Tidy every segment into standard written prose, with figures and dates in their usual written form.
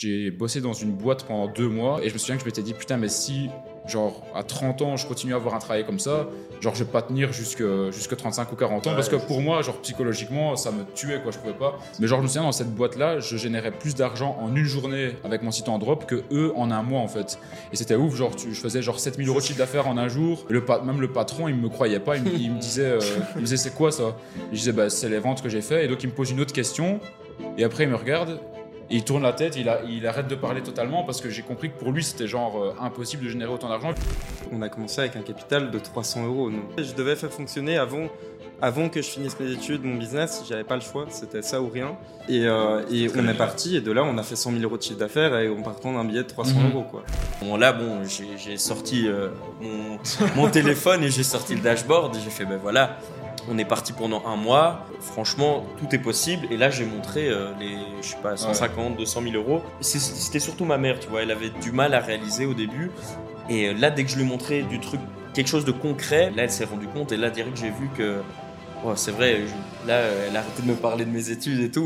J'ai bossé dans une boîte pendant 2 mois et je me souviens que je m'étais dit putain mais si genre à 30 ans je continue à avoir un travail comme ça, genre je vais pas tenir jusque 35 ou 40 ans parce que pour moi genre psychologiquement ça me tuait quoi, je pouvais pas. Mais genre je me souviens dans cette boîte là, je générais plus d'argent en une journée avec mon site en drop que eux en un mois en fait. Et c'était ouf, genre je faisais genre 7 000 € de chiffre d'affaires en un jour. Et même le patron il me croyait pas, il me disait c'est quoi ça? Et je disais bah c'est les ventes que j'ai fait et donc il me pose une autre question et après il me regarde. Et il tourne la tête, il arrête de parler totalement parce que j'ai compris que pour lui c'était genre impossible de générer autant d'argent. On a commencé avec un capital de 300 €. Je devais faire fonctionner avant que je finisse mes études, mon business, j'avais pas le choix, c'était ça ou rien. Et on est parti et de là on a fait 100 000 € de chiffre d'affaires et on partant d'un billet de 300 € quoi. Bon là j'ai sorti mon téléphone et j'ai sorti le dashboard et j'ai fait ben voilà. On est parti pendant un mois. Franchement, tout est possible. Et là, j'ai montré les, je sais pas, 150, 200 000 €. C'était surtout ma mère, tu vois. Elle avait du mal à réaliser au début. Et là, dès que je lui ai montré du truc, quelque chose de concret, là, elle s'est rendue compte. Et là, direct, j'ai vu que, oh, c'est vrai. Là, elle a arrêté de me parler de mes études et tout.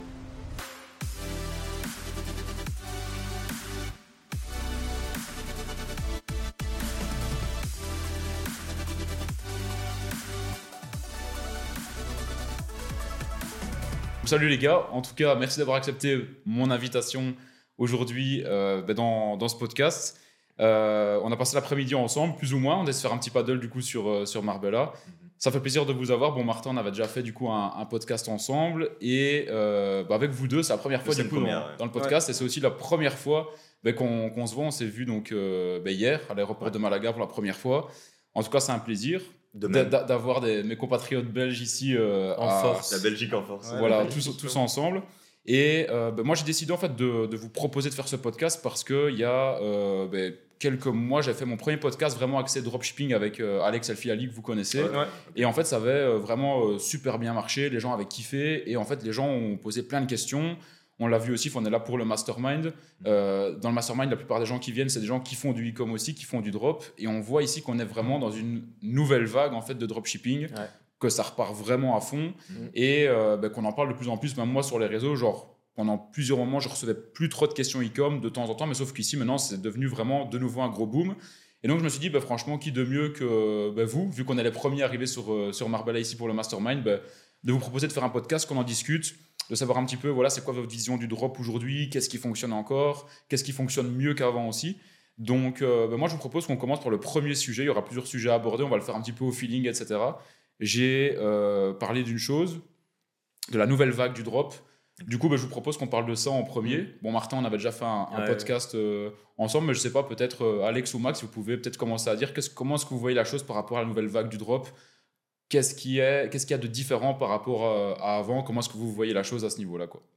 Salut les gars, en tout cas merci d'avoir accepté mon invitation aujourd'hui dans ce podcast. On a passé l'après-midi ensemble, plus ou moins, on a se faire un petit paddle du coup sur Marbella. Ça fait plaisir de vous avoir. Bon Martin, on avait déjà fait du coup un podcast ensemble et avec vous deux, c'est la première fois du coup dans le podcast et c'est aussi la première fois qu'on se voit. On s'est vu donc hier à l'aéroport de Malaga pour la première fois. En tout cas, c'est un plaisir d'avoir mes compatriotes belges ici en force. La Belgique en force. Voilà, tous ensemble. Et moi, j'ai décidé en fait de vous proposer de faire ce podcast parce qu'il y a quelques mois, j'ai fait mon premier podcast vraiment axé dropshipping avec Alex Elfi-Ali que vous connaissez. Et en fait, ça avait vraiment super bien marché. Les gens avaient kiffé. Et en fait, les gens ont posé plein de questions. On l'a vu aussi, on est là pour le mastermind. Dans le mastermind, la plupart des gens qui viennent, c'est des gens qui font du e-com aussi, qui font du drop. Et on voit ici qu'on est vraiment dans une nouvelle vague en fait, de dropshipping, que ça repart vraiment à fond et qu'on en parle de plus en plus. Même moi, sur les réseaux, genre, pendant plusieurs moments, je recevais plus trop de questions e-com de temps en temps, mais sauf qu'ici, maintenant, c'est devenu vraiment de nouveau un gros boom. Et donc, je me suis dit, franchement, qui de mieux que vous, vu qu'on est les premiers arrivés sur Marbella ici pour le mastermind, de vous proposer de faire un podcast, qu'on en discute, de savoir un petit peu, voilà, c'est quoi votre vision du drop aujourd'hui, qu'est-ce qui fonctionne encore, qu'est-ce qui fonctionne mieux qu'avant aussi. Donc, moi, je vous propose qu'on commence par le premier sujet. Il y aura plusieurs sujets à aborder, on va le faire un petit peu au feeling, etc. J'ai parlé d'une chose, de la nouvelle vague du drop. Du coup, je vous propose qu'on parle de ça en premier. Bon, Martin, on avait déjà fait un podcast ensemble, mais je ne sais pas, peut-être Alex ou Max, vous pouvez peut-être commencer à dire comment est-ce que vous voyez la chose par rapport à la nouvelle vague du drop. Qu'est-ce qu'il y a de différent par rapport à avant? Comment est-ce que vous voyez la chose à ce niveau-là, quoi?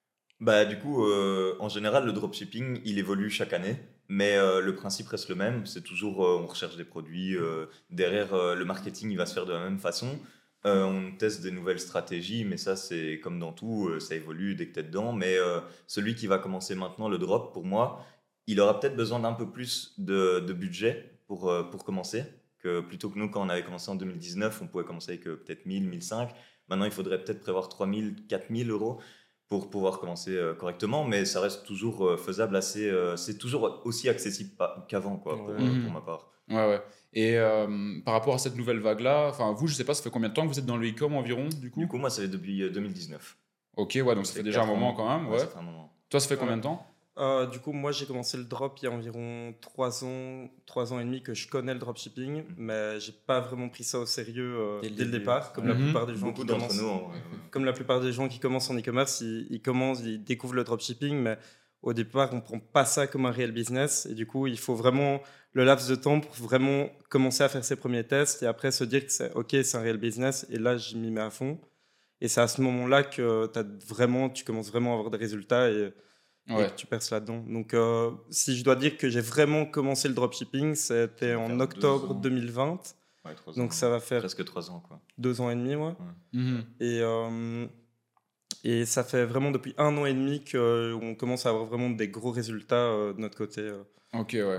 Du coup, en général, le dropshipping, il évolue chaque année, mais le principe reste le même. C'est toujours, on recherche des produits. Derrière, le marketing, il va se faire de la même façon. On teste des nouvelles stratégies, mais ça, c'est comme dans tout, ça évolue dès que tu es dedans. Mais celui qui va commencer maintenant, le drop, pour moi, il aura peut-être besoin d'un peu plus de budget pour commencer. Que plutôt que nous, quand on avait commencé en 2019, on pouvait commencer avec peut-être 1000, 1005. Maintenant, il faudrait peut-être prévoir 3000, 4000 € pour pouvoir commencer correctement, mais ça reste toujours faisable c'est toujours aussi accessible qu'avant, quoi, pour ma part. Ouais. Et par rapport à cette nouvelle vague-là, vous, je sais pas, ça fait combien de temps que vous êtes dans le e-com environ, du coup? Du coup, moi, ça fait depuis 2019. Ok, donc ça fait déjà un moment quand même. Ouais, ça fait un moment. Toi, ça fait combien de temps? Du coup, moi, j'ai commencé le drop il y a environ 3 ans et demi que je connais le dropshipping, mais j'ai pas vraiment pris ça au sérieux dès le départ, comme la plupart des gens comme la plupart des gens qui commencent en e-commerce, ils découvrent le dropshipping, mais au départ, on prend pas ça comme un réel business, et du coup, il faut vraiment le laps de temps pour vraiment commencer à faire ses premiers tests, et après se dire que c'est un réel business, et là, je m'y mets à fond. Et c'est à ce moment-là que tu commences vraiment à avoir des résultats, et que tu perces là-dedans. Donc, si je dois dire que j'ai vraiment commencé le dropshipping, c'était en octobre 2020. Ouais, 3 ans. Donc, ça va faire presque 3 ans, quoi. 2 ans et demi, Et ça fait vraiment depuis 1 an et demi qu'on commence à avoir vraiment des gros résultats de notre côté. Ok, ouais. Voilà.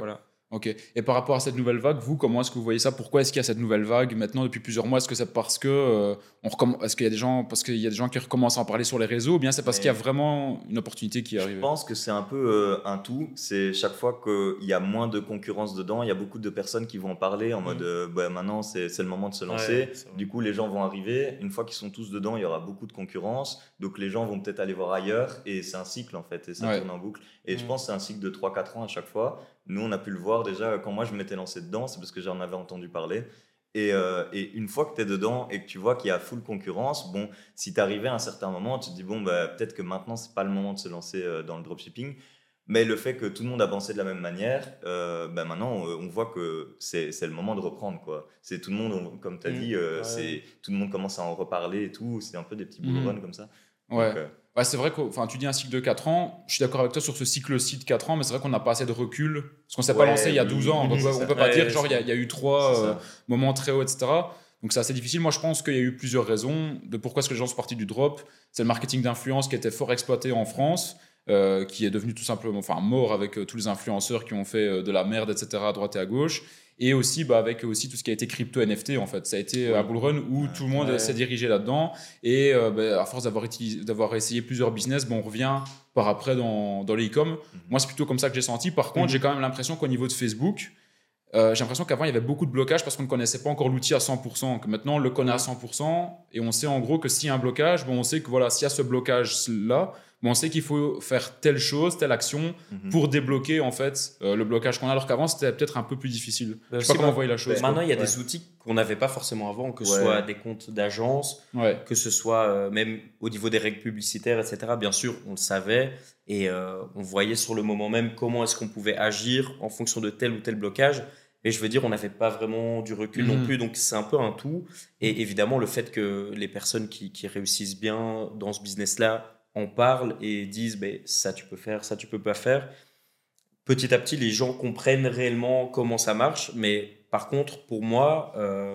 Ok. Et par rapport à cette nouvelle vague, vous, comment est-ce que vous voyez ça? Pourquoi est-ce qu'il y a cette nouvelle vague maintenant depuis plusieurs mois? Est-ce que c'est parce que est-ce qu'il y a des gens, qui recommencent à en parler sur les réseaux, ou bien c'est parce qu'il y a vraiment une opportunité qui arrive? Je pense que c'est un peu un tout. C'est chaque fois qu'il y a moins de concurrence dedans, il y a beaucoup de personnes qui vont en parler en mode maintenant c'est le moment de se lancer. Du coup, les gens vont arriver. Une fois qu'ils sont tous dedans, il y aura beaucoup de concurrence. Donc les gens vont peut-être aller voir ailleurs et c'est un cycle en fait et ça tourne en boucle. Et je pense que c'est un cycle de 3-4 ans à chaque fois. Nous, on a pu le voir déjà quand moi je m'étais lancé dedans, c'est parce que j'en avais entendu parler. Et une fois que tu es dedans et que tu vois qu'il y a full concurrence, bon, si tu arrivé à un certain moment, tu te dis bon, peut-être que maintenant c'est pas le moment de se lancer dans le dropshipping. Mais le fait que tout le monde avancé de la même manière, maintenant on voit que c'est le moment de reprendre, quoi. C'est tout le monde, comme tu as dit, tout le monde commence à en reparler et tout. C'est un peu des petits bull runs comme ça. Ouais. Donc, c'est vrai que tu dis un cycle de 4 ans. Je suis d'accord avec toi sur ce cycle-ci de 4 ans, mais c'est vrai qu'on n'a pas assez de recul. Parce qu'on ne s'est pas lancé il y a 12 ans. Donc, on ne peut pas dire genre il y a eu 3 moments très hauts, etc. Donc c'est assez difficile. Moi, je pense qu'il y a eu plusieurs raisons de pourquoi est-ce que les gens sont partis du drop. C'est le marketing d'influence qui était fort exploité en France, qui est devenu tout simplement mort avec tous les influenceurs qui ont fait de la merde, etc. à droite et à gauche. Et aussi avec aussi tout ce qui a été crypto NFT en fait. Ça a été un bull run où tout le monde s'est dirigé là-dedans. Et à force d'avoir essayé plusieurs business, on revient par après dans les e-com. Moi, c'est plutôt comme ça que j'ai senti. Par contre, j'ai quand même l'impression qu'au niveau de Facebook, j'ai l'impression qu'avant, il y avait beaucoup de blocages parce qu'on ne connaissait pas encore l'outil à 100%. Que maintenant, on le connaît à 100%. Et on sait en gros que s'il y a un blocage, on sait que voilà, s'il y a ce blocage-là, on sait qu'il faut faire telle chose, telle action pour débloquer en fait le blocage qu'on a, alors qu'avant c'était peut-être un peu plus difficile. Je sais pas comment vous voyez la chose. Maintenant, il y a des outils qu'on n'avait pas forcément avant, que ce soit des comptes d'agence, que ce soit même au niveau des règles publicitaires, etc. Bien sûr, on le savait et on voyait sur le moment même comment est-ce qu'on pouvait agir en fonction de tel ou tel blocage. Et je veux dire, on n'avait pas vraiment du recul non plus, donc c'est un peu un tout. Et évidemment, le fait que les personnes qui réussissent bien dans ce business-là en parlent et disent ça tu peux faire, ça tu peux pas faire. Petit à petit, les gens comprennent réellement comment ça marche. Mais par contre, pour moi,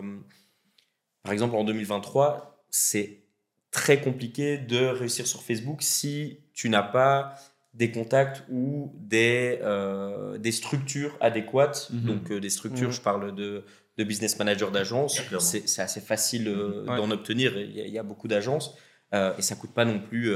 par exemple en 2023, c'est très compliqué de réussir sur Facebook si tu n'as pas des contacts ou des structures adéquates. Donc des structures, je parle de business manager d'agence. C'est assez facile d'en obtenir. Il y a beaucoup d'agences. Et ça ne coûte pas non plus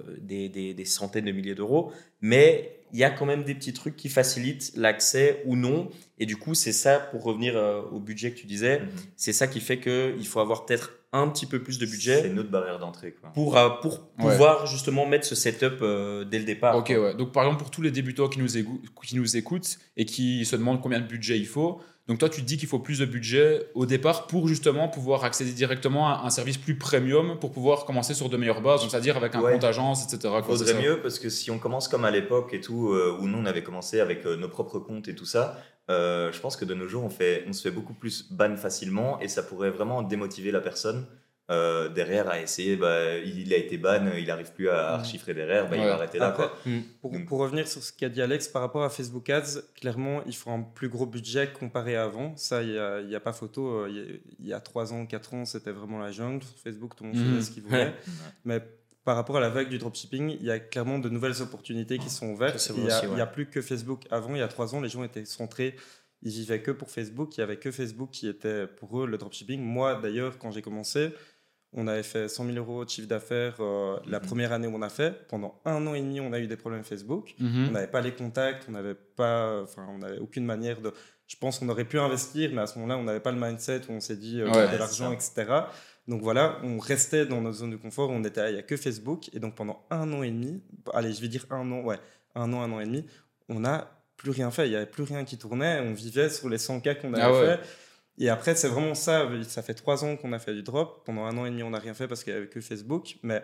des centaines de milliers d'euros, mais il y a quand même des petits trucs qui facilitent l'accès ou non. Et du coup, c'est ça, pour revenir au budget que tu disais, c'est ça qui fait qu'il faut avoir peut-être un petit peu plus de budget. C'est une autre barrière d'entrée, quoi. Pour pouvoir justement mettre ce setup dès le départ. Ok, ouais. Donc par exemple, pour tous les débutants qui nous écoutent et qui se demandent combien de budget il faut, donc toi, tu te dis qu'il faut plus de budget au départ pour justement pouvoir accéder directement à un service plus premium pour pouvoir commencer sur de meilleures bases, donc c'est-à-dire avec un compte agence, etc. Il faudrait mieux parce que si on commence comme à l'époque et tout, où nous on avait commencé avec nos propres comptes et tout ça, je pense que de nos jours on se fait beaucoup plus ban facilement et ça pourrait vraiment démotiver la personne. Derrière à essayer, il a été ban, il n'arrive plus à chiffrer derrière, il va arrêter là. Après, pour revenir sur ce qu'a dit Alex par rapport à Facebook Ads, clairement il faut un plus gros budget comparé à avant, ça il n'y a pas photo. Il y a 3 ans, 4 ans c'était vraiment la jungle sur Facebook, tout le monde faisait ce qu'il voulait. Mais par rapport à la vague du dropshipping, il y a clairement de nouvelles opportunités qui sont ouvertes. Il n'y a plus que Facebook. Avant, il y a 3 ans, les gens étaient centrés, ils vivaient que pour Facebook, il n'y avait que Facebook qui était pour eux le dropshipping. Moi d'ailleurs, quand j'ai commencé, on avait fait 100 000 euros de chiffre d'affaires la première année où on a fait. Pendant 1 an et demi, on a eu des problèmes Facebook. On n'avait pas les contacts, on n'avait aucune manière de... Je pense qu'on aurait pu investir, mais à ce moment-là, on n'avait pas le mindset où on s'est dit de l'argent, etc. Donc voilà, on restait dans notre zone de confort, il n'y a que Facebook. Et donc pendant 1 an et demi, allez, je vais dire 1 an, 1 an et demi, on n'a plus rien fait. Il n'y avait plus rien qui tournait. On vivait sur les 100K qu'on avait fait. Et après, c'est vraiment ça. Ça fait 3 ans qu'on a fait du drop. Pendant 1 an et demi, on n'a rien fait parce qu'il n'y avait que Facebook. Mais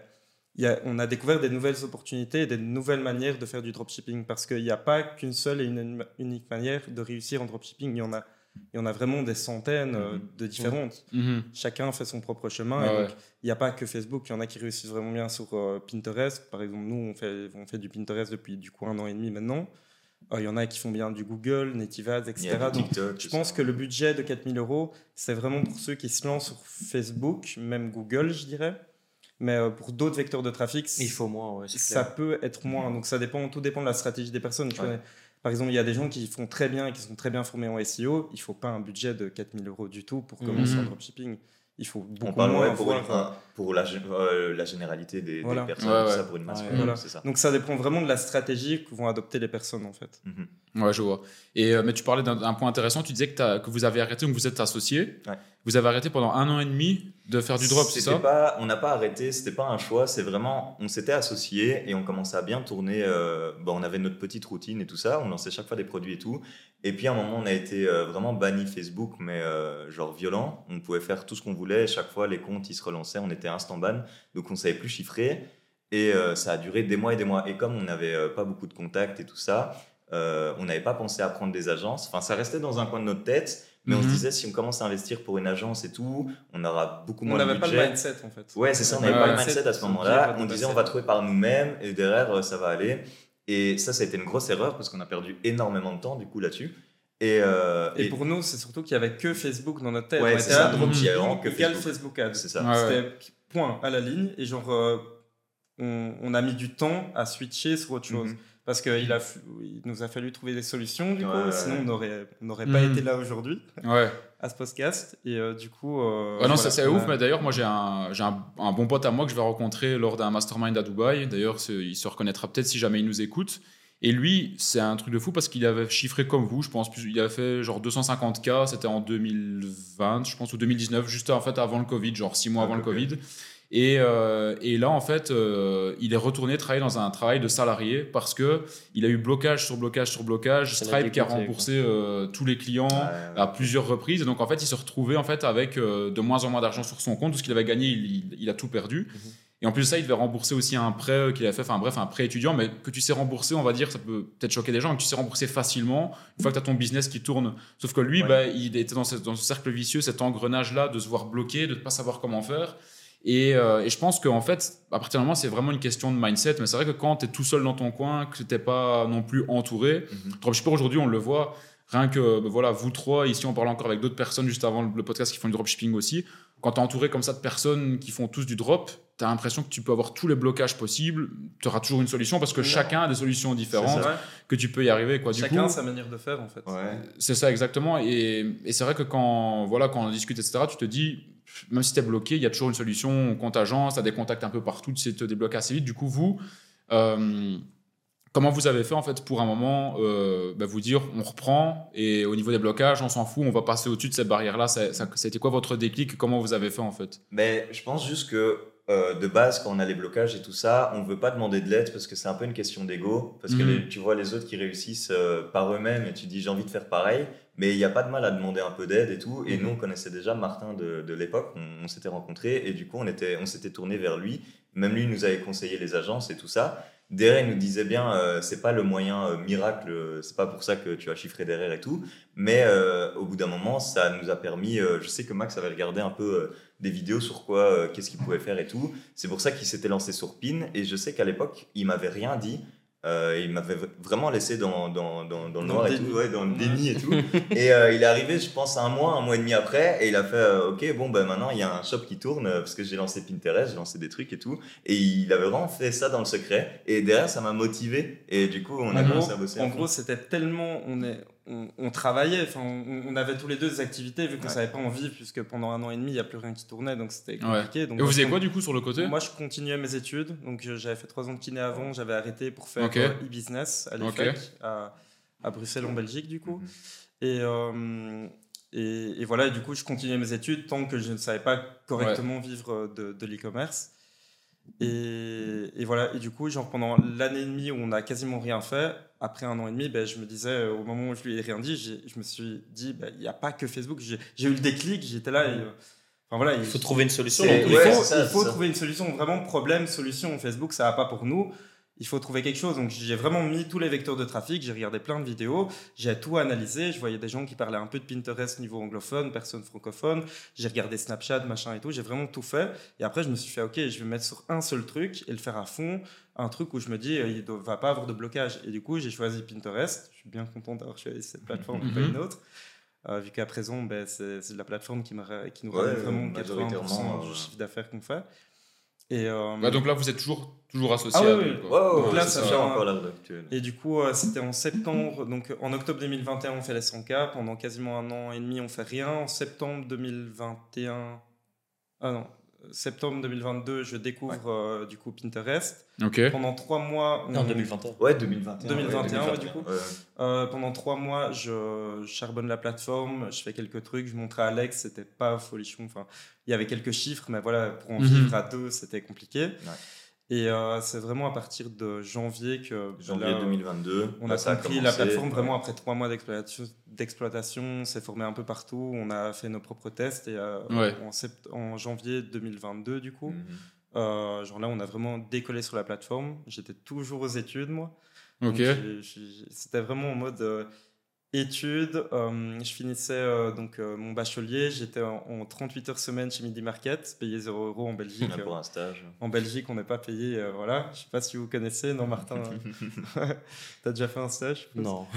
on a découvert des nouvelles opportunités, des nouvelles manières de faire du dropshipping. Parce qu'il n'y a pas qu'une seule et une unique manière de réussir en dropshipping. Il y en a vraiment des centaines de différentes. Chacun fait son propre chemin. Et donc, il n'y a pas que Facebook. Il y en a qui réussissent vraiment bien sur Pinterest. Par exemple, nous, on fait du Pinterest depuis 1 an et demi maintenant. Il y en a qui font bien du Google, Native Ads, etc. Donc, je pense que le budget de 4 000 euros, c'est vraiment pour ceux qui se lancent sur Facebook, même Google, je dirais. Mais pour d'autres vecteurs de trafic, il faut moins, ça peut être moins. Donc, tout dépend de la stratégie des personnes. par exemple, il y a des gens qui font très bien et qui sont très bien formés en SEO. Il ne faut pas un budget de 4 000 € du tout pour commencer en dropshipping. Il faut beaucoup moins pour la généralité des personnes, ça pour une masse. C'est ça. Donc ça dépend vraiment de la stratégie que vont adopter les personnes en fait. Ouais, je vois. Mais tu parlais d'un point intéressant, tu disais que vous avez arrêté, donc vous êtes associé. Ouais. Vous avez arrêté pendant 1 an et demi de faire du drop, c'est ça? On n'a pas arrêté, c'était pas un choix, c'est vraiment, on s'était associés et on commençait à bien tourner. On avait notre petite routine et tout ça, on lançait chaque fois des produits et tout. Et puis à un moment, on a été vraiment banni Facebook, mais genre violent. On pouvait faire tout ce qu'on voulait. Chaque fois, les comptes, ils se relançaient. On était instant ban, donc on savait plus chiffrer. Et ça a duré des mois et des mois. Et comme on n'avait pas beaucoup de contacts et tout ça, on n'avait pas pensé à prendre des agences. Enfin, ça restait dans un coin de notre tête. Mais on se disait, si on commence à investir pour une agence et tout, on aura beaucoup moins de budget. On n'avait pas le mindset, en fait. Ouais, c'est ça, on n'avait pas le mindset à ce moment-là. On disait, on va trouver par nous-mêmes et derrière, ça va aller. Et ça a été une grosse erreur parce qu'on a perdu énormément de temps, du coup, là-dessus. Et pour nous, c'est surtout qu'il n'y avait que Facebook dans notre tête. Ouais, c'est ça. Donc, il y avait que Facebook Ads. C'est ça. C'était point à la ligne. Et genre, on a mis du temps à switcher sur autre chose. Parce qu'il nous a fallu trouver des solutions, du coup. Sinon, on n'aurait pas été là aujourd'hui à ce podcast. Et du coup... non, ça c'est ouf. Mais d'ailleurs, moi, j'ai un bon pote à moi que je vais rencontrer lors d'un mastermind à Dubaï. D'ailleurs, il se reconnaîtra peut-être si jamais il nous écoute. Et lui, c'est un truc de fou parce qu'il avait chiffré comme vous, je pense. Il avait fait genre 250K, c'était en 2020, je pense, ou 2019, juste en fait avant le Covid, genre 6 mois avant le Covid. Et là, en fait, il est retourné travailler dans un travail de salarié parce qu'il a eu blocage sur blocage sur blocage. Stripe qui a remboursé tous les clients à plusieurs reprises. Et donc, en fait, il se retrouvait en fait, avec de moins en moins d'argent sur son compte. Tout ce qu'il avait gagné, il a tout perdu. Et en plus de ça, il devait rembourser aussi un prêt qu'il a fait, enfin bref, un prêt étudiant, mais que tu sais rembourser, on va dire, ça peut peut-être choquer des gens, mais que tu sais rembourser facilement une fois que tu as ton business qui tourne. Sauf que lui, il était dans ce cercle vicieux, cet engrenage-là de se voir bloqué, de ne pas savoir comment faire. Et je pense qu'en fait, à partir du moment, c'est vraiment une question de mindset. Mais c'est vrai que quand tu es tout seul dans ton coin, que tu n'es pas non plus entouré, dropshipper aujourd'hui, on le voit, rien que voilà, vous trois, ici on parle encore avec d'autres personnes juste avant le podcast qui font du dropshipping aussi. Quand tu es entouré comme ça de personnes qui font tous du drop, tu as l'impression que tu peux avoir tous les blocages possibles. Tu auras toujours une solution parce que chacun a des solutions différentes, que tu peux y arriver. Chacun a sa manière de faire en fait. C'est ça exactement. Et c'est vrai que quand on discute, etc., tu te dis, même si tu es bloqué, il y a toujours une solution. Contingence, tu as des contacts un peu partout, tu sais te débloquer assez vite. Du coup, vous, comment vous avez fait en fait pour un moment vous dire on reprend et au niveau des blocages, on s'en fout, on va passer au-dessus de cette barrière-là. Ça a été quoi votre déclic? Comment vous avez fait en fait? Je pense juste que de base, quand on a les blocages et tout ça, on ne veut pas demander de l'aide parce que c'est un peu une question d'ego. Parce que tu vois les autres qui réussissent par eux-mêmes et tu dis j'ai envie de faire pareil. Mais il n'y a pas de mal à demander un peu d'aide et tout. Et nous, on connaissait déjà Martin de l'époque. On s'était rencontrés et du coup, on s'était tourné vers lui. Même lui nous avait conseillé les agences et tout ça. Derrière, il nous disait bien, c'est pas le moyen miracle, c'est pas pour ça que tu as chiffré derrière et tout. Mais au bout d'un moment, ça nous a permis. Je sais que Max avait regardé un peu des vidéos sur quoi, qu'est-ce qu'il pouvait faire et tout. C'est pour ça qu'il s'était lancé sur Pin. Et je sais qu'à l'époque, il m'avait rien dit. Il m'avait vraiment laissé dans le noir et tout, dans le déni et tout. Et il est arrivé, je pense, un mois et demi après, et il a fait ok, bon, maintenant il y a un shop qui tourne parce que j'ai lancé Pinterest, j'ai lancé des trucs et tout. Et il avait vraiment fait ça dans le secret. Et derrière, ça m'a motivé. Et du coup, on a commencé à bosser. En gros, c'était tellement. On travaillait, on avait tous les deux des activités vu qu'on savait pas en vivre puisque pendant 1 an et demi il n'y a plus rien qui tournait donc c'était compliqué. Donc, et vous faisiez quoi du coup sur le côté? Moi je continuais mes études, donc j'avais fait 3 ans de kiné avant, j'avais arrêté pour faire e-business à l'EFEC à Bruxelles en Belgique du coup. Et voilà, et du coup je continuais mes études tant que je ne savais pas correctement vivre de l'e-commerce. Et voilà, et du coup genre pendant l'année et demie où on n'a quasiment rien fait, après 1 an et demi, je me disais au moment où je lui ai rien dit, je me suis dit il n'y a pas que Facebook, j'ai eu le déclic, j'étais là et, il faut trouver une solution. Il faut trouver une solution, vraiment problème, solution. Facebook ça va pas pour nous, il faut trouver quelque chose. Donc j'ai vraiment mis tous les vecteurs de trafic, j'ai regardé plein de vidéos, j'ai tout analysé, je voyais des gens qui parlaient un peu de Pinterest niveau anglophone, personne francophone, j'ai regardé Snapchat, machin et tout, j'ai vraiment tout fait. Et après je me suis fait ok, je vais mettre sur un seul truc et le faire à fond, un truc où je me dis il ne va pas avoir de blocage. Et du coup j'ai choisi Pinterest, je suis bien content d'avoir choisi cette plateforme et pas une autre. Vu qu'à présent c'est la plateforme qui nous ramène vraiment 80% du chiffre d'affaires qu'on fait. Et, donc là, vous êtes toujours associé à eux. Donc là, ça fait encore l'heure actuelle. Et du coup, c'était en septembre. Donc en octobre 2021, on fait les 100K. Pendant quasiment 1 an et demi, on fait rien. En septembre 2021... Ah non, septembre 2022, je découvre du coup Pinterest. Pendant 3 mois... Non, 2021. Ouais, 2021. 2021, du coup. Pendant 3 mois, je charbonne la plateforme, je fais quelques trucs, je montrais à Alex, c'était pas folichon. Enfin, il y avait quelques chiffres, mais voilà, pour en vivre à 2, c'était compliqué. Et c'est vraiment à partir de janvier que... Janvier 2022. On a compris la plateforme vraiment après 3 mois d'exploitation. On s'est formé un peu partout. On a fait nos propres tests. Et en janvier 2022, du coup, genre là, on a vraiment décollé sur la plateforme. J'étais toujours aux études, moi. Donc, c'était vraiment en mode... études, je finissais mon bachelier, j'étais en 38 heures semaine chez Midi Market, payé 0 € en Belgique. Pour un stage. En Belgique, on n'est pas payé, voilà. Je sais pas si vous connaissez, non Martin? T'as déjà fait un stage? Non.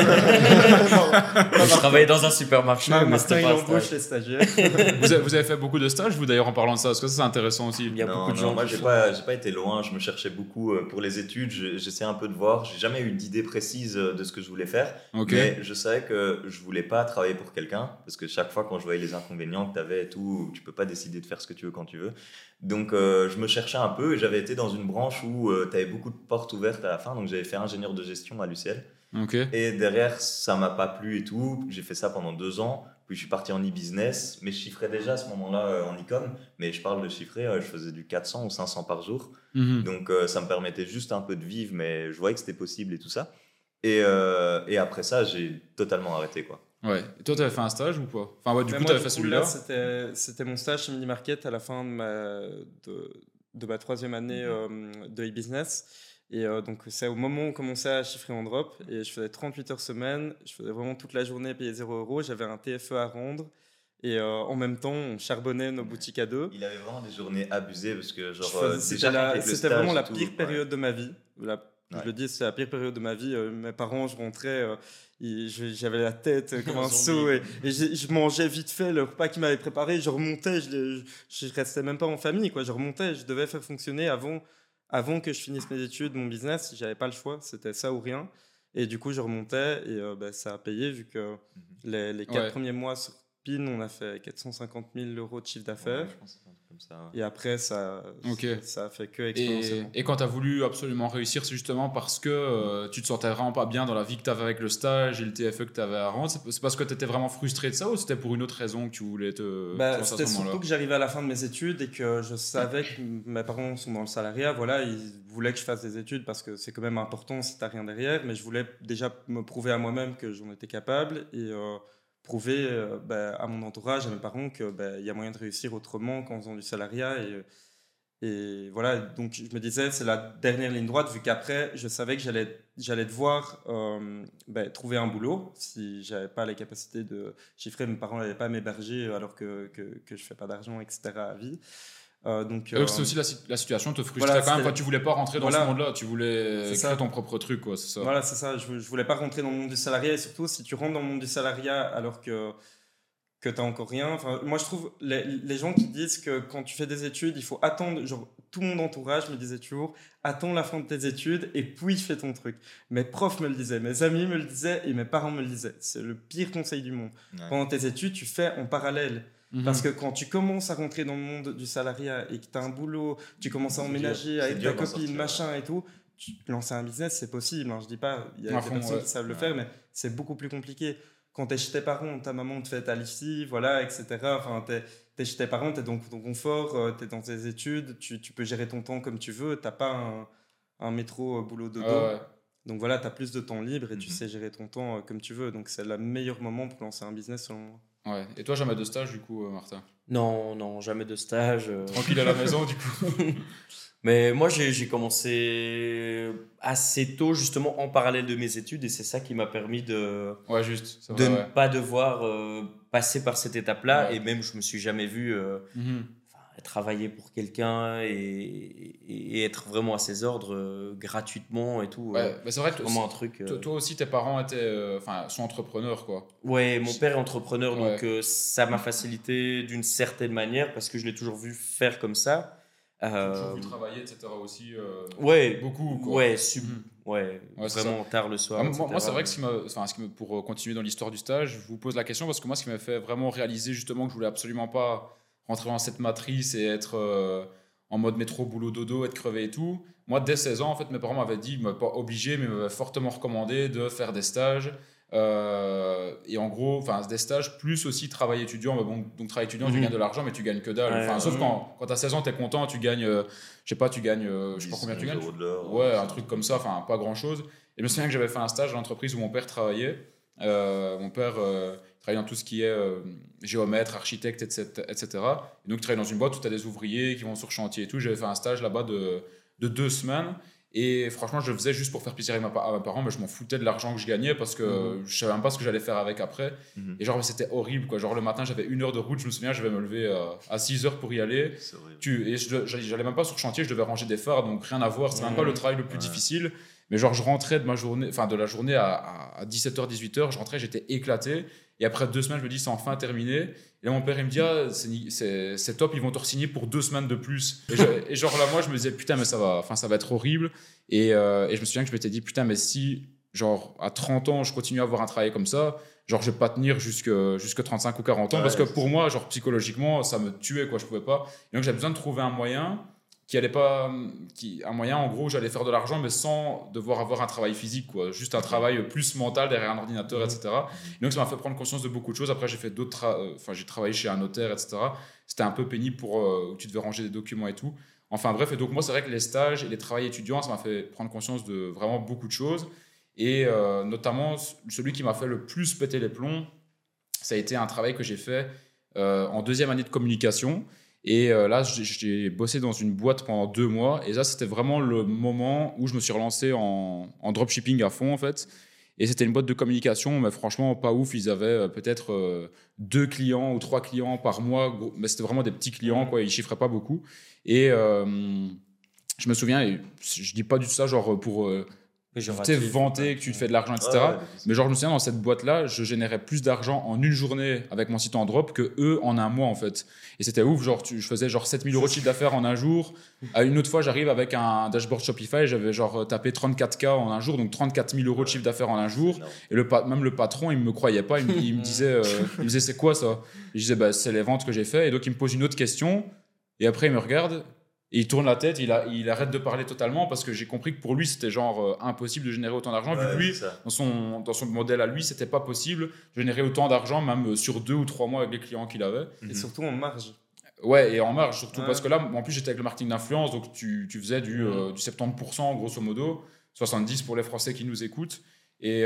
Je travaillais dans un supermarché. Non, Martin, il embauche les stagiaires. Vous avez fait beaucoup de stages, vous d'ailleurs, en parlant de ça, parce que ça c'est intéressant aussi. Il y a beaucoup de gens. Moi, j'ai pas été loin, je me cherchais beaucoup pour les études, j'essayais un peu de voir, j'ai jamais eu d'idée précise de ce que je voulais faire, mais je savais que je voulais pas travailler pour quelqu'un, parce que chaque fois quand je voyais les inconvénients que tu avais et tout, tu peux pas décider de faire ce que tu veux quand tu veux. Donc je me cherchais un peu et j'avais été dans une branche où tu avais beaucoup de portes ouvertes à la fin, donc j'avais fait ingénieur de gestion à l'UCL. Et derrière, ça m'a pas plu et tout, j'ai fait ça pendant 2 ans, puis je suis parti en e-business, mais je chiffrais déjà à ce moment-là en e-com, mais je parle de chiffrer, je faisais du 400 ou 500 par jour, donc ça me permettait juste un peu de vivre, mais je voyais que c'était possible et tout ça. Et après ça, j'ai totalement arrêté, quoi. Ouais. Et toi, tu avais fait un stage ou pas? Enfin, du coup, tu avais fait celui-là. C'était mon stage chez Mini Market à la fin de ma 3e année de e-business. Et donc, c'est au moment où on commençait à chiffrer en drop. Et je faisais 38 heures semaine. Je faisais vraiment toute la journée payé 0 €. J'avais un TFE à rendre. Et en même temps, on charbonnait nos boutiques à 2. Il avait vraiment des journées abusées parce que, c'était vraiment la pire période de ma vie. Je le dis, c'est la pire période de ma vie. Mes parents, je rentrais, j'avais la tête comme un seau et je mangeais vite fait le repas qu'ils m'avaient préparé. Je remontais, je restais même pas en famille, quoi. Je remontais, je devais faire fonctionner avant que je finisse mes études, mon business. J'avais pas le choix, c'était ça ou rien. Et du coup, je remontais et ça a payé vu que les 4 premiers mois sur PIN, on a fait 450 000 € de chiffre d'affaires. Je pense que c'est un truc comme ça. Et après, ça a fait que exponentiellement. Et quand tu as voulu absolument réussir, c'est justement parce que tu te sentais vraiment pas bien dans la vie que tu avais avec le stage et le TFE que tu avais à rendre. C'est parce que tu étais vraiment frustré de ça ou c'était pour une autre raison que tu voulais te... C'était surtout que j'arrivais à la fin de mes études et que je savais que mes parents sont dans le salariat. Voilà, ils voulaient que je fasse des études parce que c'est quand même important si tu n'as rien derrière. Mais je voulais déjà me prouver à moi-même que j'en étais capable et... prouver à mon entourage, à mes parents qu'il y a moyen de réussir autrement qu'en faisant du salariat. Et voilà, donc je me disais, c'est la dernière ligne droite, vu qu'après, je savais que j'allais devoir trouver un boulot. Si je n'avais pas les capacités de chiffrer, mes parents n'allaient pas m'héberger alors que je ne fais pas d'argent, etc. à vie. C'est aussi la situation te frustrait quand même. Enfin, tu voulais pas rentrer dans ce monde-là, tu voulais créer ton propre truc, quoi, c'est ça. Voilà, c'est ça. Je voulais pas rentrer dans le monde du salariat et surtout si tu rentres dans le monde du salariat alors que t'as encore rien. Enfin, moi je trouve les gens qui disent que quand tu fais des études, il faut attendre. Genre tout mon entourage me disait toujours attends la fin de tes études et puis fais ton truc. Mes profs me le disaient, mes amis me le disaient et mes parents me le disaient. C'est le pire conseil du monde. Pendant tes études, tu fais en parallèle. Parce que quand tu commences à rentrer dans le monde du salariat et que tu as un boulot, tu commences à emménager avec ta copine, machin et tout, lancer un business, c'est possible. Je dis pas, il y a des personnes qui savent le faire, mais c'est beaucoup plus compliqué. Quand tu es chez tes parents, ta maman te fait ta lessive, voilà, etc. Enfin, tu es chez tes parents, tu es dans ton confort, tu es dans tes études, tu peux gérer ton temps comme tu veux, tu n'as pas un métro boulot dodo. Donc voilà, tu as plus de temps libre et tu sais gérer ton temps comme tu veux. Donc c'est le meilleur moment pour lancer un business selon moi. Ouais. Et toi, jamais de stage du coup, Martin? Non, jamais de stage. Tranquille à la maison du coup. Mais moi, j'ai commencé assez tôt, justement, en parallèle de mes études, et c'est ça qui m'a permis de ne pas devoir passer par cette étape-là. Et même, je me suis jamais vu travailler pour quelqu'un et être vraiment à ses ordres gratuitement et tout. C'est vrai que vraiment un truc. Toi aussi, tes parents sont entrepreneurs, quoi. Ouais, mon père est entrepreneur, donc ça m'a facilité d'une certaine manière parce que je l'ai toujours vu faire comme ça. Toujours vu travailler, etc. aussi. Beaucoup. Quoi. Vraiment tard le soir. Moi, c'est vrai que pour continuer dans l'histoire du stage, je vous pose la question parce que moi, ce qui m'a fait vraiment réaliser justement que je voulais absolument pas rentrer dans cette matrice et être en mode métro, boulot, dodo, être crevé et tout. Moi, dès 16 ans, en fait, mes parents m'avaient dit, ils m'avaient pas obligé, mais ils m'avaient fortement recommandé de faire des stages. Et en gros, des stages plus aussi travail étudiant. Donc travail étudiant, tu gagnes de l'argent, mais tu gagnes que dalle. Sauf quand tu as 16 ans, tu es content, tu gagnes, je sais pas combien tu gagnes. Un truc comme ça, pas grand chose. Et je me souviens que j'avais fait un stage dans l'entreprise où mon père travaillait. Mon père travaillait dans tout ce qui est géomètre, architecte, etc. Et donc, il travaille dans une boîte où tu as des ouvriers qui vont sur chantier et tout. J'avais fait un stage là-bas de 2 semaines. Et franchement, je le faisais juste pour faire plaisir à mes parents, mais je m'en foutais de l'argent que je gagnais parce que je savais même pas ce que j'allais faire avec après. Et c'était horrible, quoi. Genre, le matin, j'avais 1 heure de route, je me souviens, je devais me lever à 6 heures pour y aller. Et j'allais même pas sur chantier, je devais ranger des phares, donc rien à voir. C'est même pas le travail le plus difficile. Mais genre, je rentrais de la journée à 17h, 18h, je rentrais, j'étais éclaté. Et après 2 semaines, je me dis, c'est enfin terminé. Et là, mon père, il me dit, c'est top, ils vont te re-signer pour 2 semaines de plus. Et genre là, moi, je me disais, putain, mais ça va être horrible. Et je me souviens que je m'étais dit, putain, mais si, genre, à 30 ans, je continue à avoir un travail comme ça, genre, je vais pas tenir jusque 35 ou 40 ans. Parce que pour moi, genre, psychologiquement, ça me tuait, quoi, je pouvais pas. Et donc, j'avais besoin de trouver un moyen un moyen en gros où j'allais faire de l'argent mais sans devoir avoir un travail physique, quoi, juste un travail plus mental derrière un ordinateur, etc. Et donc ça m'a fait prendre conscience de beaucoup de choses. Après j'ai fait j'ai travaillé chez un notaire, etc. C'était un peu pénible où tu devais ranger des documents et tout. Enfin bref, et donc moi c'est vrai que les stages et les travails étudiants, ça m'a fait prendre conscience de vraiment beaucoup de choses. Et notamment celui qui m'a fait le plus péter les plombs, ça a été un travail que j'ai fait en 2e année de communication. Et là, j'ai bossé dans une boîte pendant 2 mois. Et ça, c'était vraiment le moment où je me suis relancé en dropshipping à fond, en fait. Et c'était une boîte de communication, mais franchement, pas ouf. Ils avaient peut-être 2 clients ou 3 clients par mois. Mais c'était vraiment des petits clients, quoi. Ils chiffraient pas beaucoup. Et je me souviens, et je dis pas du tout ça genre pour... vanter que tu te fais de l'argent, etc. Mais genre, je me souviens, dans cette boîte-là, je générais plus d'argent en une journée avec mon site en drop que eux en un mois, en fait. Et c'était ouf. Genre, je faisais genre 7 000 € de chiffre d'affaires en un jour. À une autre fois, j'arrive avec un dashboard Shopify, j'avais genre tapé 34K en un jour, donc 34 000 € de chiffre d'affaires en un jour. Et même le patron, il me croyait pas. Il me disait, c'est quoi ça? Et je disais, c'est les ventes que j'ai fait. Et donc, il me pose une autre question. Et après, il me regarde. Et il tourne la tête, il arrête de parler totalement parce que j'ai compris que pour lui, c'était genre impossible de générer autant d'argent. Vu que lui, dans son modèle à lui, c'était pas possible de générer autant d'argent, même sur 2 ou 3 mois avec les clients qu'il avait. Et surtout en marge. Ouais, et en marge, surtout parce que là, en plus, j'étais avec le marketing d'influence, donc tu faisais du 70% grosso modo, 70% pour les Français qui nous écoutent. Et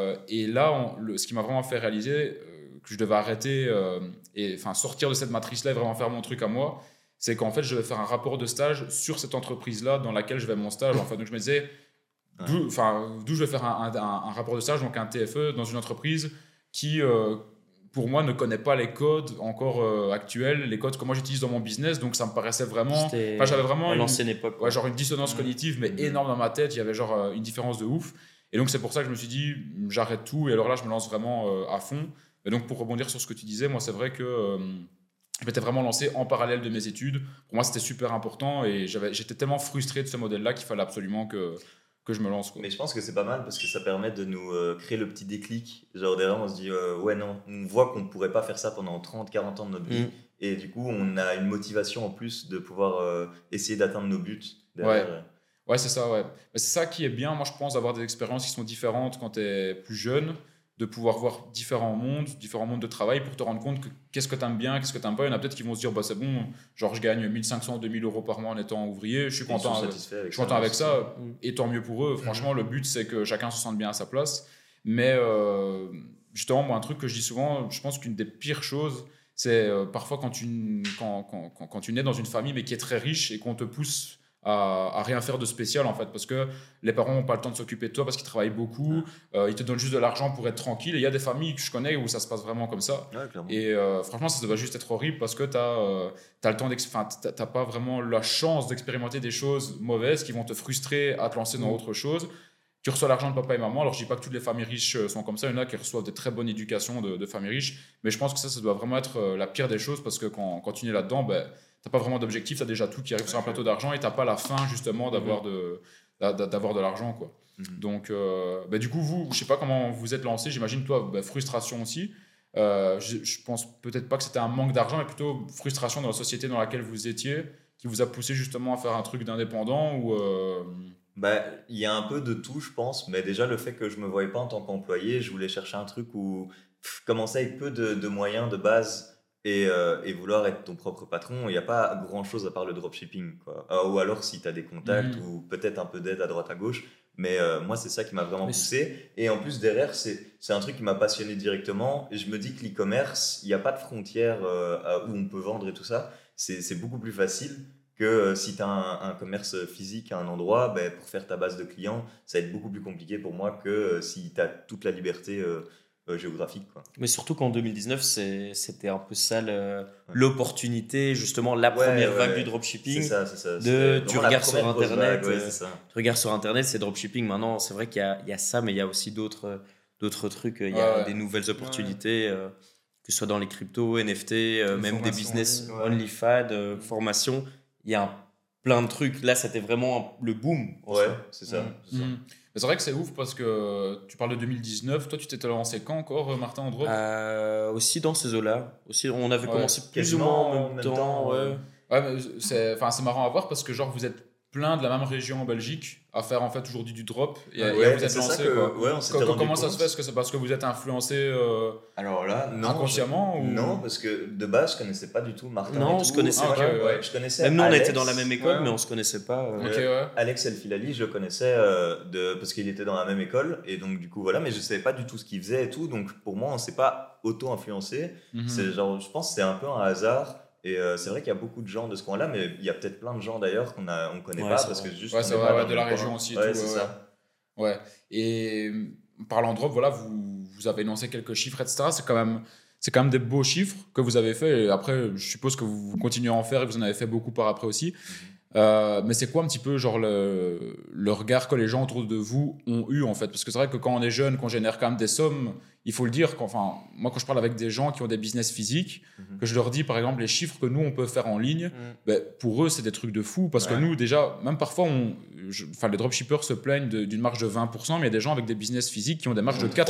là, ce qui m'a vraiment fait réaliser que je devais arrêter sortir de cette matrice-là et vraiment faire mon truc à moi, c'est qu'en fait, je vais faire un rapport de stage sur cette entreprise-là dans laquelle je vais mon stage. En fait. Donc, je me disais, d'où je vais faire un rapport de stage, donc un TFE, dans une entreprise qui, pour moi, ne connaît pas les codes encore actuels, les codes que moi j'utilise dans mon business. Donc, ça me paraissait vraiment... j'avais vraiment l'ancienne époque. Genre une dissonance cognitive, mais énorme dans ma tête. Il y avait genre une différence de ouf. Et donc, c'est pour ça que je me suis dit, j'arrête tout. Et alors là, je me lance vraiment à fond. Et donc, pour rebondir sur ce que tu disais, moi, c'est vrai que... je m'étais vraiment lancé en parallèle de mes études. Pour moi, c'était super important et j'étais tellement frustré de ce modèle-là qu'il fallait absolument que je me lance, quoi. Mais je pense que c'est pas mal parce que ça permet de nous créer le petit déclic. Genre derrière, on se dit, ouais, non, on voit qu'on ne pourrait pas faire ça pendant 30-40 ans de notre vie. Et du coup, on a une motivation en plus de pouvoir essayer d'atteindre nos buts. Ouais, c'est ça, ouais. Mais c'est ça qui est bien, moi, je pense, d'avoir des expériences qui sont différentes quand tu es plus jeune, de pouvoir voir différents mondes de travail pour te rendre compte que qu'est-ce que tu aimes bien, qu'est-ce que tu n'aimes pas. Il y en a peut-être qui vont se dire, c'est bon, genre je gagne 1 500, 2 000 € par mois en étant ouvrier, je suis content avec ça, et tant mieux pour eux. Franchement, le but, c'est que chacun se sente bien à sa place. Mais justement, moi, un truc que je dis souvent, je pense qu'une des pires choses, c'est parfois quand tu nais dans une famille, mais qui est très riche et qu'on te pousse à rien faire de spécial, en fait, parce que les parents n'ont pas le temps de s'occuper de toi parce qu'ils travaillent beaucoup, ils te donnent juste de l'argent pour être tranquille. Et il y a des familles que je connais où ça se passe vraiment comme ça. Et franchement, ça doit juste être horrible parce que tu as le temps t'as pas vraiment la chance d'expérimenter des choses mauvaises qui vont te frustrer à te lancer dans autre chose, tu reçois l'argent de papa et maman. Alors, je dis pas que toutes les familles riches sont comme ça. Il y en a qui reçoivent des très bonnes éducations de familles riches. Mais je pense que ça doit vraiment être la pire des choses parce que quand tu es là-dedans, ben, tu n'as pas vraiment d'objectif. Tu as déjà tout qui arrive sur un plateau d'argent et tu n'as pas la fin, justement, d'avoir de l'argent, quoi. Donc, ben, du coup, vous, je sais pas comment vous êtes lancé. J'imagine, toi, ben, frustration aussi. Je pense peut-être pas que c'était un manque d'argent, mais plutôt frustration dans la société dans laquelle vous étiez qui vous a poussé justement à faire un truc d'indépendant ou Bah, il y a un peu de tout, je pense, mais déjà le fait que je me voyais pas en tant qu'employé, je voulais chercher un truc où commencer avec peu de moyens de base et vouloir être ton propre patron. Il n'y a pas grand chose à part le dropshipping, quoi. Ou alors si tu as des contacts ou peut-être un peu d'aide à droite à gauche. Mais moi, c'est ça qui m'a vraiment poussé. Et en plus, derrière, c'est un truc qui m'a passionné directement. Et je me dis que l'e-commerce, il n'y a pas de frontière où on peut vendre et tout ça. C'est beaucoup plus facile que si tu as un commerce physique à un endroit, ben, pour faire ta base de clients, ça va être beaucoup plus compliqué pour moi que si tu as toute la liberté géographique, quoi. Mais surtout qu'en 2019, c'était un peu ça l'opportunité, justement, la première vague du dropshipping. C'est ça. Tu regardes sur Internet, tu regardes sur Internet, c'est dropshipping. Maintenant, c'est vrai qu'il y a ça, mais il y a aussi d'autres trucs. Il y a des nouvelles opportunités, que ce soit dans les cryptos, NFT, même des business OnlyFans, formation. Il y a plein de trucs. Là, c'était vraiment le boom. C'est ça. C'est vrai que c'est ouf parce que tu parles de 2019. Toi, tu t'étais lancé quand encore, Martin, en drop aussi dans ces eaux-là. Aussi, on avait commencé plus ou moins en même temps. Mais c'est marrant à voir parce que genre, vous êtes plein de la même région en Belgique à faire en fait aujourd'hui du drop et vous êtes lancé. Comment ça se fait? Est-ce que c'est parce que vous êtes influencé alors là, non, inconsciemment non, parce que de base je connaissais pas du tout Martin. Non, on se connaissait pas. Je connaissais même nous Alex, on était dans la même école mais on se connaissait pas. Alex El Filali, je le connaissais parce qu'il était dans la même école et donc du coup voilà, mais je savais pas du tout ce qu'il faisait et tout, donc pour moi on s'est pas auto-influencé. C'est genre, je pense que c'est un peu un hasard. Et c'est vrai qu'il y a beaucoup de gens de ce coin-là, mais il y a peut-être plein de gens d'ailleurs qu'on connaît pas parce que juste c'est vrai, de la région aussi. C'est ça. Ouais. Et parlant de drop, voilà, vous avez lancé quelques chiffres, etc. C'est quand même des beaux chiffres que vous avez fait. Et après, je suppose que vous continuez à en faire et vous en avez fait beaucoup par après aussi. Mais c'est quoi un petit peu genre le regard que les gens autour de vous ont eu en fait? Parce que c'est vrai que quand on est jeune, qu'on génère quand même des sommes, il faut le dire, moi quand je parle avec des gens qui ont des business physiques, que je leur dis par exemple les chiffres que nous on peut faire en ligne, pour eux c'est des trucs de fou parce que nous déjà, même parfois les dropshippers se plaignent d'une marge de 20%, mais il y a des gens avec des business physiques qui ont des marges de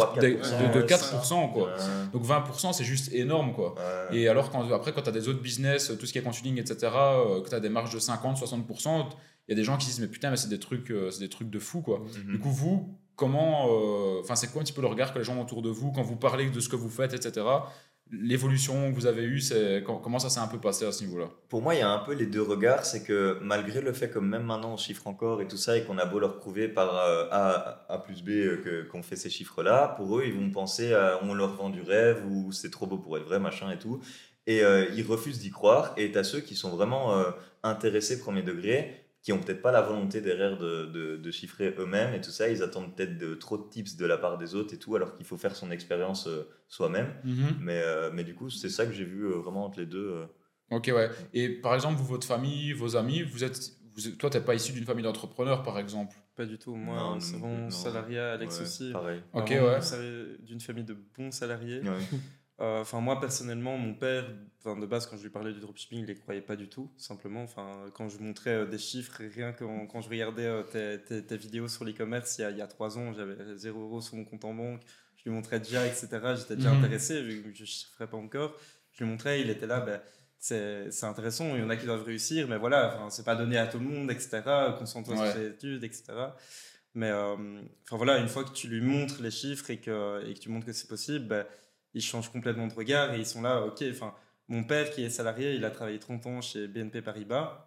4%, quoi. Donc 20% c'est juste énorme, quoi. Et alors après quand tu as des autres business, tout ce qui est consulting, etc., que tu as des marges de 50-60%, il y a des gens qui disent mais putain, mais c'est des trucs de fou, quoi. Du coup vous, c'est quoi un petit peu le regard que les gens ont autour de vous quand vous parlez de ce que vous faites, etc. L'évolution que vous avez eue, comment ça s'est un peu passé à ce niveau-là? Pour moi, il y a un peu les deux regards. C'est que malgré le fait que même maintenant on chiffre encore et tout ça, et qu'on a beau leur prouver par A plus B qu'on fait ces chiffres-là, pour eux, ils vont penser on leur vend du rêve ou c'est trop beau pour être vrai, machin et tout. Et ils refusent d'y croire. Et tu as ceux qui sont vraiment intéressés premier degré, qui ont peut-être pas la volonté derrière de chiffrer eux-mêmes et tout ça. Ils attendent peut-être trop de tips de la part des autres et tout, alors qu'il faut faire son expérience soi-même. Mais du coup, c'est ça que j'ai vu vraiment entre les deux. Ok, ouais. Et par exemple, votre famille, vos amis, toi, t'es pas issu d'une famille d'entrepreneurs, par exemple? Pas du tout. Moi, c'est bon salariat, Alex aussi. Pareil. Ok, d'une famille de bons salariés. Ouais. Moi personnellement, mon père, de base, quand je lui parlais du dropshipping, il les croyait pas du tout. Simplement, quand je montrais des chiffres, rien que quand je regardais tes vidéos sur l'e-commerce il y a 3 ans, j'avais 0 € sur mon compte en banque. Je lui montrais déjà, etc. J'étais déjà intéressé, vu que je ne chiffrais pas encore. Je lui montrais, il était là. C'est intéressant. Il y en a qui doivent réussir, mais voilà, c'est pas donné à tout le monde, etc. Concentre-toi sur ses études, etc. Mais voilà, une fois que tu lui montres les chiffres et que tu montres que c'est possible, ils changent complètement de regard et ils sont là, ok, mon père qui est salarié, il a travaillé 30 ans chez BNP Paribas.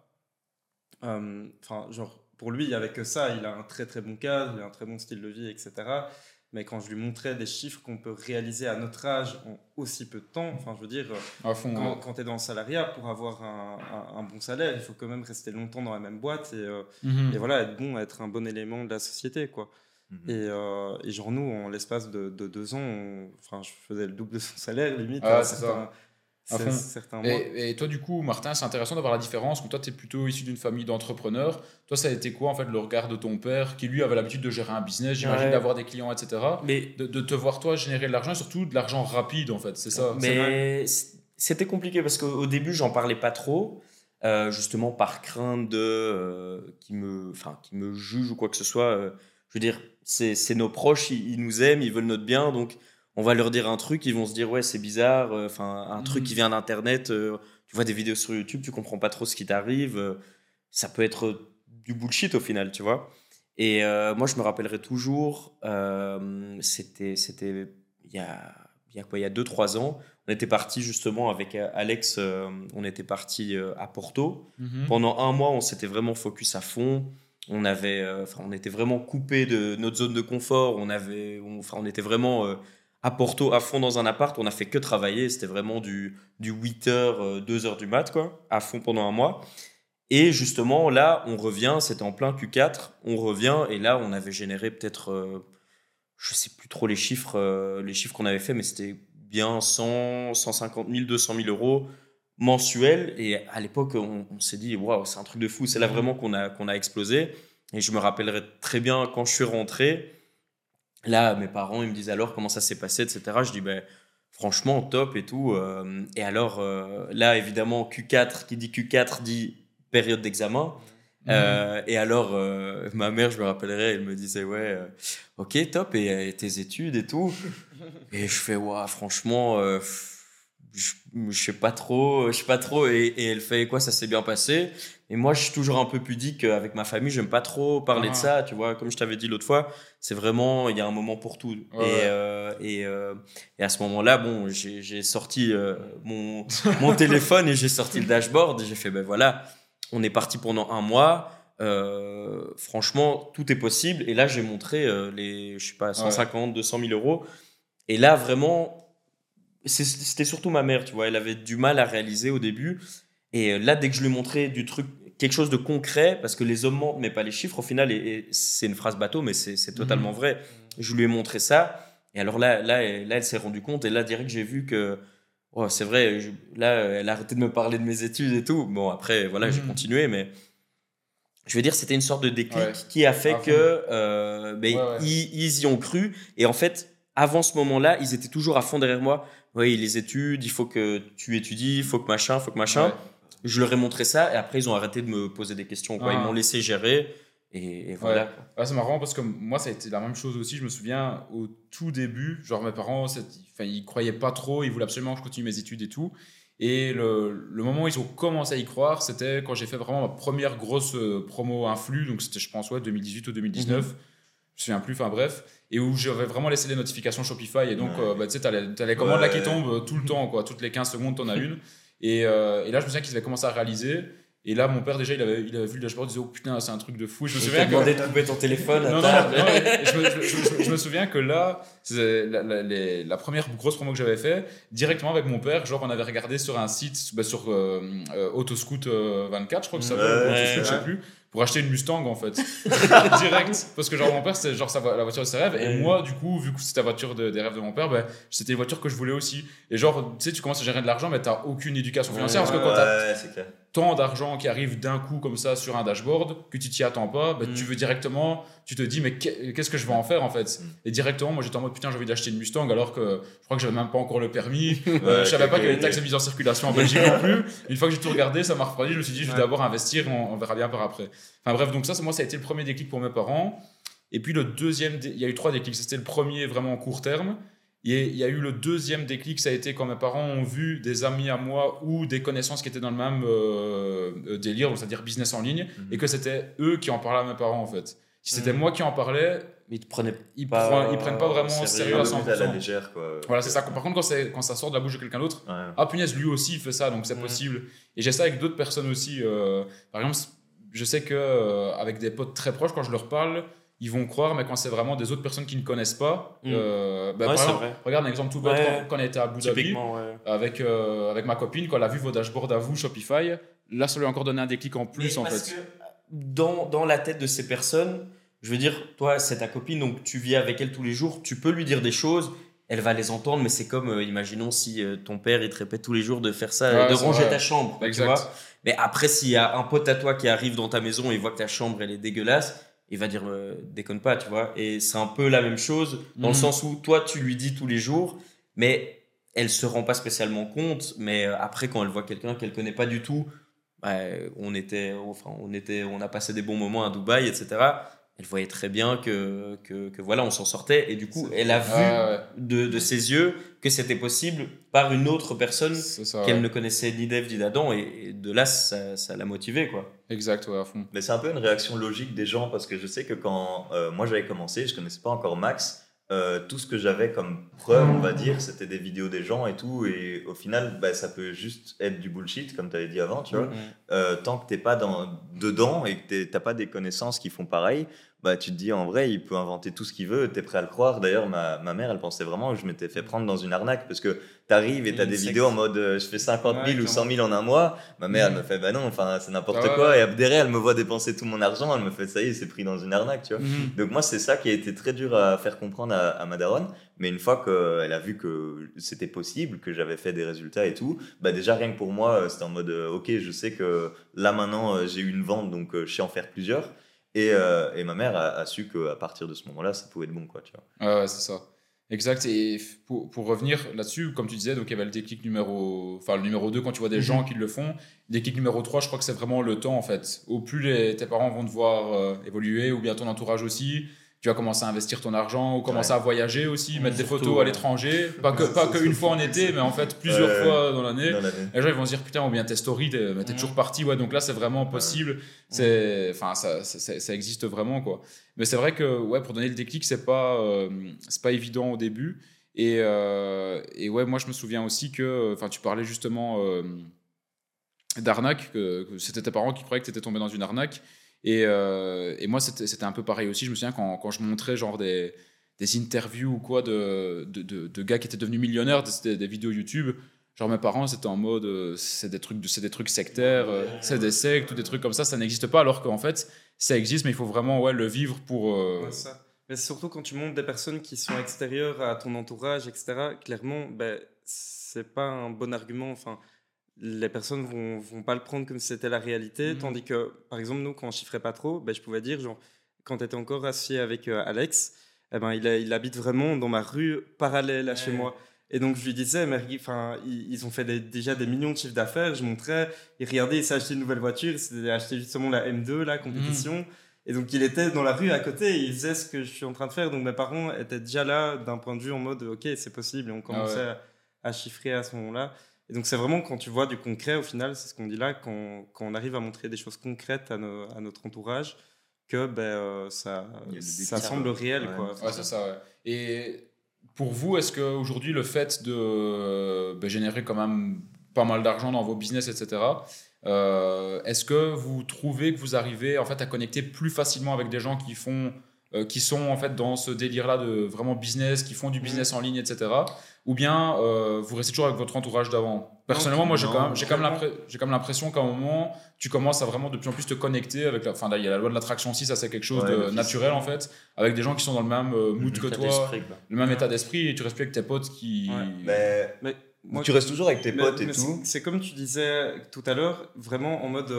Pour lui, il n'y avait que ça, il a un très très bon cadre, il a un très bon style de vie, etc. Mais quand je lui montrais des chiffres qu'on peut réaliser à notre âge en aussi peu de temps, je veux dire, quand tu es dans le salariat, pour avoir un bon salaire, il faut quand même rester longtemps dans la même boîte et voilà, être un bon élément de la société, quoi. Et genre nous, en l'espace de 2 ans, je faisais le double de son salaire limite. certains mois. Et toi, du coup, Martin, c'est intéressant d'avoir la différence. Toi, tu es plutôt issu d'une famille d'entrepreneurs. Toi, ça a été quoi, en fait, le regard de ton père, qui lui avait l'habitude de gérer un business, j'imagine, d'avoir des clients, etc. Mais de te voir, toi, générer de l'argent, et surtout de l'argent rapide, en fait. C'est ça. Mais c'était compliqué parce qu'au début, j'en parlais pas trop. Justement par crainte de qui me juge ou quoi que ce soit. Je veux dire, c'est nos proches, ils nous aiment, ils veulent notre bien, donc on va leur dire un truc, ils vont se dire ouais c'est bizarre, un truc qui vient d'internet, tu vois des vidéos sur YouTube, tu comprends pas trop ce qui t'arrive, ça peut être du bullshit au final, tu vois. Et moi je me rappellerai toujours, c'était il y a 2-3 ans. On était parti justement avec Alex, on était parti à Porto. Pendant 1 mois, on s'était vraiment focus à fond. On était vraiment coupé de notre zone de confort. On était vraiment à Porto à fond dans un appart. On n'a fait que travailler. C'était vraiment du 8h, 2h du mat, quoi, à fond pendant 1 mois. Et justement, là, on revient. C'était en plein Q4. On revient et là, on avait généré peut-être, je sais plus trop les chiffres qu'on avait fait, mais c'était bien 100, 150 000, 200 000 euros mensuels. Et à l'époque, on s'est dit, waouh, c'est un truc de fou. C'est là vraiment qu'on a explosé. Et je me rappellerai très bien quand je suis rentré. Là, mes parents, ils me disent alors comment ça s'est passé, etc. Je dis, franchement, top et tout. Et alors, là, évidemment, Q4, qui dit Q4 dit période d'examen. Et alors, ma mère, je me rappellerai, elle me disait ouais, ok, top, et tes études et tout. Et je fais ouais, franchement, je sais pas trop. Et elle fait quoi, ça s'est bien passé. Et moi, je suis toujours un peu pudique avec ma famille, j'aime pas trop parler de ça, tu vois. Comme je t'avais dit l'autre fois, c'est vraiment, il y a un moment pour tout. Et à ce moment-là, bon, j'ai sorti mon téléphone et j'ai sorti le dashboard et j'ai fait voilà. On est parti pendant 1 mois. Franchement, tout est possible. Et là, j'ai montré les, je sais pas, 150, 200 000 euros. Et là, vraiment, c'était surtout ma mère, tu vois. Elle avait du mal à réaliser au début. Et là, dès que je lui ai montré quelque chose de concret, parce que les hommes mentent, mais pas les chiffres, au final, et c'est une phrase bateau, mais c'est totalement vrai. Je lui ai montré ça. Et alors là, elle s'est rendue compte. Et là, direct, j'ai vu que oh, c'est vrai, elle a arrêté de me parler de mes études et tout. Bon, après, voilà, j'ai continué, mais je veux dire, c'était une sorte de déclic qui a fait que ils y ont cru. Et en fait, avant ce moment-là, ils étaient toujours à fond derrière moi. Oui, les études, il faut que tu étudies, il faut que machin. Je leur ai montré ça et après, ils ont arrêté de me poser des questions. Ils m'ont laissé gérer. Et voilà. C'est marrant parce que moi, ça a été la même chose aussi. Je me souviens au tout début, genre mes parents, ils croyaient pas trop, ils voulaient absolument que je continue mes études et tout. Et le moment où ils ont commencé à y croire, c'était quand j'ai fait vraiment ma première grosse promo influx. Donc c'était, je pense, 2018 ou 2019. Je me souviens plus, enfin bref. Et où j'avais vraiment laissé les notifications Shopify. Et donc, tu sais, t'as les commandes là qui tombent tout le temps, quoi. Toutes les 15 secondes, t'en as une. Et là, je me souviens qu'ils avaient commencé à réaliser. Et là, mon père, déjà, il avait vu le dashboard, il disait, oh putain, c'est un truc de fou. Je me souviens demandé de couper ton téléphone. Je me souviens que là, la première grosse promo que j'avais fait, directement avec mon père, genre, on avait regardé sur un site, sur Autoscoot 24, je crois que ça s'appelle, Autoscoot, je sais plus, pour acheter une Mustang, en fait. Direct. Parce que, genre, mon père, c'était genre la voiture de ses rêves. Et moi, du coup, vu que c'était la voiture des rêves de mon père, c'était une voiture que je voulais aussi. Et genre, tu sais, tu commences à gérer de l'argent, mais t'as aucune éducation financière. Parce que quand t'as tant d'argent qui arrive d'un coup comme ça sur un dashboard, que tu t'y attends pas, tu veux directement, tu te dis, mais qu'est-ce que je vais en faire, en fait? Et directement, moi, j'étais en mode, putain, j'ai envie d'acheter une Mustang, alors que je crois que j'avais même pas encore le permis. Je savais pas qu'il y avait les taxes de mise en circulation en Belgique non plus. Une fois que j'ai tout regardé, ça m'a refroidi. Je me suis dit, je vais d'abord investir, on verra bien par après. Enfin bref, donc ça a été le premier déclic pour mes parents. Et puis le deuxième, il y a eu 3 déclics. C'était le premier vraiment en court terme. Il y a eu le deuxième déclic, ça a été quand mes parents ont vu des amis à moi ou des connaissances qui étaient dans le même délire, c'est-à-dire business en ligne, et que c'était eux qui en parlaient à mes parents, en fait. Si c'était moi qui en parlais, ils prennent pas vraiment sérieux à 100%. À la légère, quoi. Voilà, c'est ça. Par contre, quand ça sort de la bouche de quelqu'un d'autre, ah punaise, lui aussi il fait ça, donc c'est possible. Et j'ai ça avec d'autres personnes aussi. Par exemple, je sais que avec des potes très proches, quand je leur parle, ils vont croire, mais quand c'est vraiment des autres personnes qui ne connaissent pas, par exemple, regarde un exemple tout bête, quand on était à Abu Dhabi, avec ma copine, quand elle a vu vos dashboards à vous, Shopify, là, ça lui a encore donné un déclic en plus, en fait. Que dans la tête de ces personnes, je veux dire, toi, c'est ta copine, donc tu vis avec elle tous les jours, tu peux lui dire des choses, elle va les entendre, mais c'est comme, imaginons si ton père il te répète tous les jours de faire ça, de ranger ta chambre, tu vois. Mais après, s'il y a un pote à toi qui arrive dans ta maison et voit que ta chambre elle est dégueulasse, il va dire déconne pas, tu vois. Et c'est un peu la même chose dans le sens où toi tu lui dis tous les jours, mais elle se rend pas spécialement compte. Mais après, quand elle voit quelqu'un qu'elle connaît pas du tout, on a passé des bons moments à Dubaï, etc. Elle voyait très bien que voilà, on s'en sortait. Et du coup, elle a vu de ses yeux que c'était possible par une autre personne qu'elle ne connaissait ni d'Ève ni d'Adam. Et de là, ça l'a motivée, quoi. Exact, ouais, à fond. Mais c'est un peu une réaction logique des gens parce que je sais que quand moi j'avais commencé, je connaissais pas encore Max. Tout ce que j'avais comme preuve, on va dire, c'était des vidéos des gens et tout. Et au final, ça peut juste être du bullshit, comme tu avais dit avant, tu vois. Tant que t'es pas dedans et que t'as pas des connaissances qui font pareil, tu te dis en vrai, il peut inventer tout ce qu'il veut, t'es prêt à le croire. D'ailleurs, ma mère, elle pensait vraiment que je m'étais fait prendre dans une arnaque parce que t'arrives et t'as des vidéos en mode je fais 50 000 ou 100 000 en un mois. Ma mère, elle me fait non, enfin, c'est n'importe quoi. Et derrière, elle me voit dépenser tout mon argent, elle me fait ça y est, c'est pris dans une arnaque, tu vois. Donc, moi, c'est ça qui a été très dur à faire comprendre à ma daronne. Mais une fois qu'elle a vu que c'était possible, que j'avais fait des résultats et tout, déjà rien que pour moi, c'était en mode ok, je sais que là maintenant j'ai eu une vente, donc je sais en faire plusieurs. Et ma mère a su qu'à partir de ce moment-là, ça pouvait être bon, quoi, tu vois. Ouais, c'est ça. Exact. Et pour revenir là-dessus, comme tu disais, donc il y avait le déclic le numéro 2 quand tu vois des gens qui le font. Le déclic numéro 3, je crois que c'est vraiment le temps, en fait. Au plus tes parents vont te voir évoluer, ou bien ton entourage aussi, tu vas commencer à investir ton argent, ou commencer à voyager aussi, mettre des photos à l'étranger. Pas qu'une fois en été, mais en fait plusieurs fois dans l'année. Les gens ils vont se dire putain, ou bien tes stories, t'es toujours parti. Ouais, donc là c'est vraiment possible. Ça existe vraiment, quoi. Mais c'est vrai que pour donner le déclic, c'est pas évident au début. Et ouais, moi je me souviens aussi que, tu parlais justement d'arnaque, que c'était tes parents qui croyaient que t'étais tombé dans une arnaque. Et moi, c'était un peu pareil aussi. Je me souviens quand je montrais genre des interviews ou quoi de gars qui étaient devenus millionnaires, des vidéos YouTube. Genre mes parents, c'était en mode c'est des trucs sectaires, c'est des sectes ou des trucs comme ça n'existe pas, alors qu'en fait ça existe, mais il faut vraiment le vivre pour. Ça. Mais surtout quand tu montres des personnes qui sont extérieures à ton entourage, etc. Clairement, c'est pas un bon argument. Enfin, les personnes vont pas le prendre comme si c'était la réalité, tandis que, par exemple, nous, quand on chiffrait pas trop, je pouvais dire, genre, quand tu étais encore associé avec Alex, il habite vraiment dans ma rue parallèle à chez moi. Et donc, je lui disais, mais ils ont fait déjà des millions de chiffres d'affaires, je montrais, il regardait, il s'est acheté une nouvelle voiture, il s'est acheté justement la M2, la compétition, et donc il était dans la rue à côté, et il faisait ce que je suis en train de faire, donc mes parents étaient déjà là, d'un point de vue en mode, ok, c'est possible, et on commençait à chiffrer à ce moment-là. Et donc, c'est vraiment quand tu vois du concret, au final, c'est ce qu'on dit là, quand on arrive à montrer des choses concrètes à notre entourage, que ça semble réel. Ouais. Quoi. Ouais, c'est ça, ouais. Et pour vous, est-ce qu'aujourd'hui, le fait de générer quand même pas mal d'argent dans vos business, etc., est-ce que vous trouvez que vous arrivez en fait, à connecter plus facilement avec des gens qui sont en fait dans ce délire-là de vraiment business, qui font du business en ligne, etc. Ou bien vous restez toujours avec votre entourage d'avant? Personnellement, moi, j'ai quand même l'impression qu'à un moment, tu commences à vraiment de plus en plus te connecter avec là, il y a la loi de l'attraction aussi, ça c'est quelque chose de naturel en fait, avec des gens qui sont dans le même mood que toi, le même état d'esprit, et tu restes plus avec tes potes qui... Mais moi, tu restes toujours avec tes potes et tout. C'est comme tu disais tout à l'heure, vraiment en mode...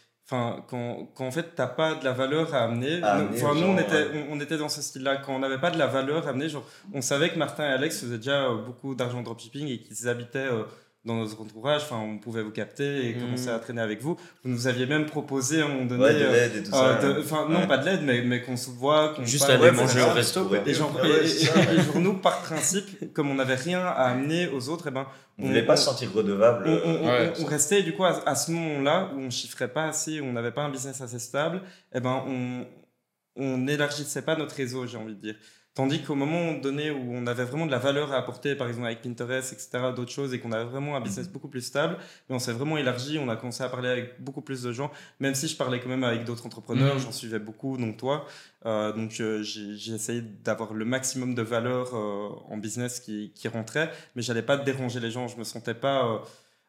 quand en fait t'as pas de la valeur à amener, nous on était dans ce style-là. Quand on n'avait pas de la valeur à amener, genre, on savait que Martin et Alex faisaient déjà beaucoup d'argent en dropshipping et qu'ils habitaient dans notre entourage, on pouvait vous capter et commencer à traîner avec vous. Vous nous aviez même proposé à un moment donné de l'aide et tout ça. Non, pas de l'aide, mais qu'on se voit, qu'on juste aller manger au resto. Et genre nous, par principe, comme on n'avait rien à amener aux autres, on voulait pas se sentir redevable. On restait du coup à ce moment-là où on chiffrait pas assez, où on n'avait pas un business assez stable. On n'élargissait pas notre réseau, j'ai envie de dire. Tandis qu'au moment donné où on avait vraiment de la valeur à apporter, par exemple avec Pinterest, etc., d'autres choses, et qu'on avait vraiment un business beaucoup plus stable, mais on s'est vraiment élargi, on a commencé à parler avec beaucoup plus de gens, même si je parlais quand même avec d'autres entrepreneurs, j'en suivais beaucoup, donc toi. Donc j'ai essayé d'avoir le maximum de valeur en business qui rentrait, mais j'allais pas déranger les gens, je me sentais pas...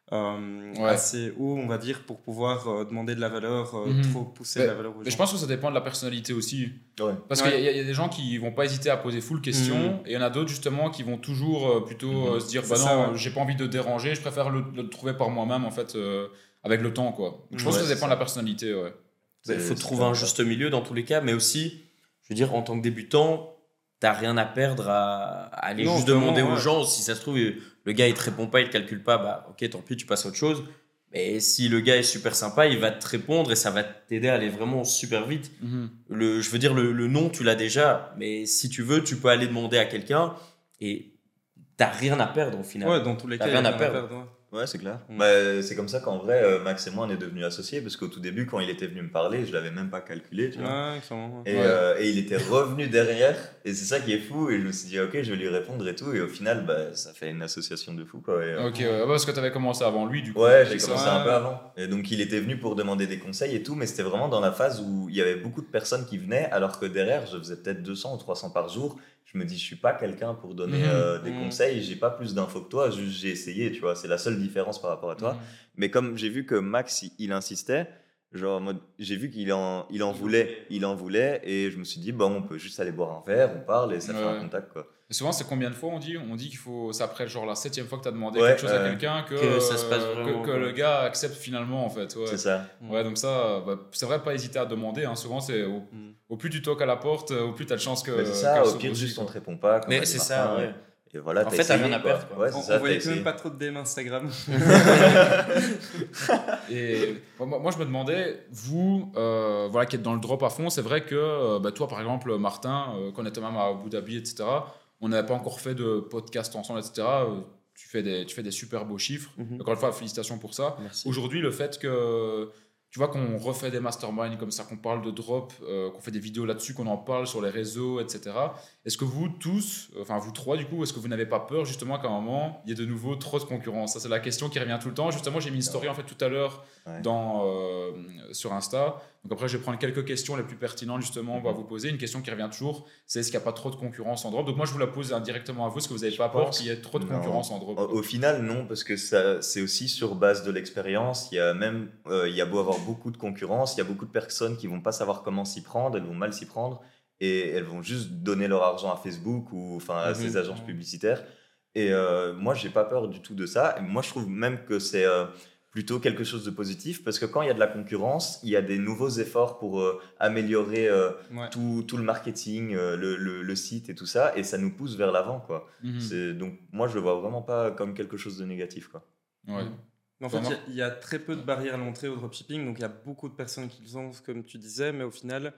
assez haut, on va dire, pour pouvoir demander de la valeur, trop pousser de la valeur aux gens. Mais je pense que ça dépend de la personnalité aussi. Parce qu'il y a des gens qui vont pas hésiter à poser full question, et il y en a d'autres justement qui vont toujours plutôt se dire j'ai pas envie de déranger, je préfère le trouver par moi-même en fait avec le temps quoi. Donc, je pense que ça dépend de la personnalité. Il faut trouver un juste milieu dans tous les cas, mais aussi, je veux dire, en tant que débutant, t'as rien à perdre à aller juste demander aux gens. Si ça se trouve, le gars il te répond pas, il te calcule pas, bah ok, tant pis, tu passes à autre chose. Mais si le gars est super sympa, il va te répondre et ça va t'aider à aller vraiment super vite. Je veux dire, le nom, tu l'as déjà, mais si tu veux, tu peux aller demander à quelqu'un et t'as rien à perdre au final. Ouais, dans tous les cas, rien à perdre. Ouais, c'est clair. Bah, c'est comme ça qu'en vrai, Max et moi, on est devenus associés, parce qu'au tout début, quand il était venu me parler, je l'avais même pas calculé, tu vois. Et il était revenu derrière, et c'est ça qui est fou, et je me suis dit, ok, je vais lui répondre et tout, et au final, bah, ça fait une association de fou, quoi. Ok, parce que t'avais commencé avant lui, du coup. Ouais, j'ai commencé un peu avant. Et donc, il était venu pour demander des conseils et tout, mais c'était vraiment dans la phase où il y avait beaucoup de personnes qui venaient, alors que derrière, je faisais peut-être 200 ou 300 par jour. Je me dis, je suis pas quelqu'un pour donner des conseils, j'ai pas plus d'infos que toi, juste j'ai essayé, tu vois, c'est la seule différence par rapport à toi. Mais comme j'ai vu que Max, il insistait, genre, j'ai vu qu'il en voulait, et je me suis dit, bon, on peut juste aller boire un verre, on parle et ça fait un contact, quoi. Et souvent, c'est combien de fois on dit qu'il faut, c'est après genre la 7e fois que tu as demandé quelque chose à quelqu'un que ça se passe vraiment, que le gars accepte finalement en fait. C'est ça. Ouais, donc ça, c'est vrai, pas hésiter à demander. Hein. Souvent, c'est au plus tu toques à la porte, au plus tu as de chance que. Mais c'est ça, au pire, juste on te répond pas. Mais c'est ça, ouais. Et voilà, en fait, t'as rien à perdre. Ouais, on voyait quand même pas trop de DM Instagram. Et moi, je me demandais, vous, qui êtes dans le drop à fond, c'est vrai que toi, par exemple, Martin, qu'on était même à Abu Dhabi, etc., on n'avait pas encore fait de podcast ensemble, etc. Tu fais des super beaux chiffres. Encore une fois, félicitations pour ça. Merci. Aujourd'hui, le fait que tu vois qu'on refait des masterminds comme ça, qu'on parle de drop, qu'on fait des vidéos là-dessus, qu'on en parle sur les réseaux, etc. Est-ce que vous tous, enfin vous trois du coup, est-ce que vous n'avez pas peur justement qu'à un moment, il y ait de nouveau trop de concurrence? Ça, c'est la question qui revient tout le temps. Justement, j'ai mis une story en fait tout à l'heure sur Insta. Donc après, je vais prendre quelques questions les plus pertinentes justement, on va vous poser. Une question qui revient toujours, c'est est-ce qu'il n'y a pas trop de concurrence en drop? Donc moi, je vous la pose indirectement à vous. Est-ce que vous n'avez pas peur qu'il y ait trop de concurrence en drop? Au final, non, parce que ça, c'est aussi sur base de l'expérience. Il y a même, il y a beau avoir beaucoup de concurrence, il y a beaucoup de personnes qui vont pas savoir comment s'y prendre, elles vont mal s'y prendre et elles vont juste donner leur argent à Facebook ou enfin à ces agences publicitaires. Et moi, j'ai pas peur du tout de ça. Et moi, je trouve même que c'est plutôt quelque chose de positif parce que quand il y a de la concurrence, il y a des nouveaux efforts pour améliorer tout le marketing, le site et tout ça, et ça nous pousse vers l'avant, quoi. Donc moi, je le vois vraiment pas comme quelque chose de négatif, quoi. En fait, il y a très peu de barrières à l'entrée au dropshipping, donc il y a beaucoup de personnes qui le font, comme tu disais, mais au final,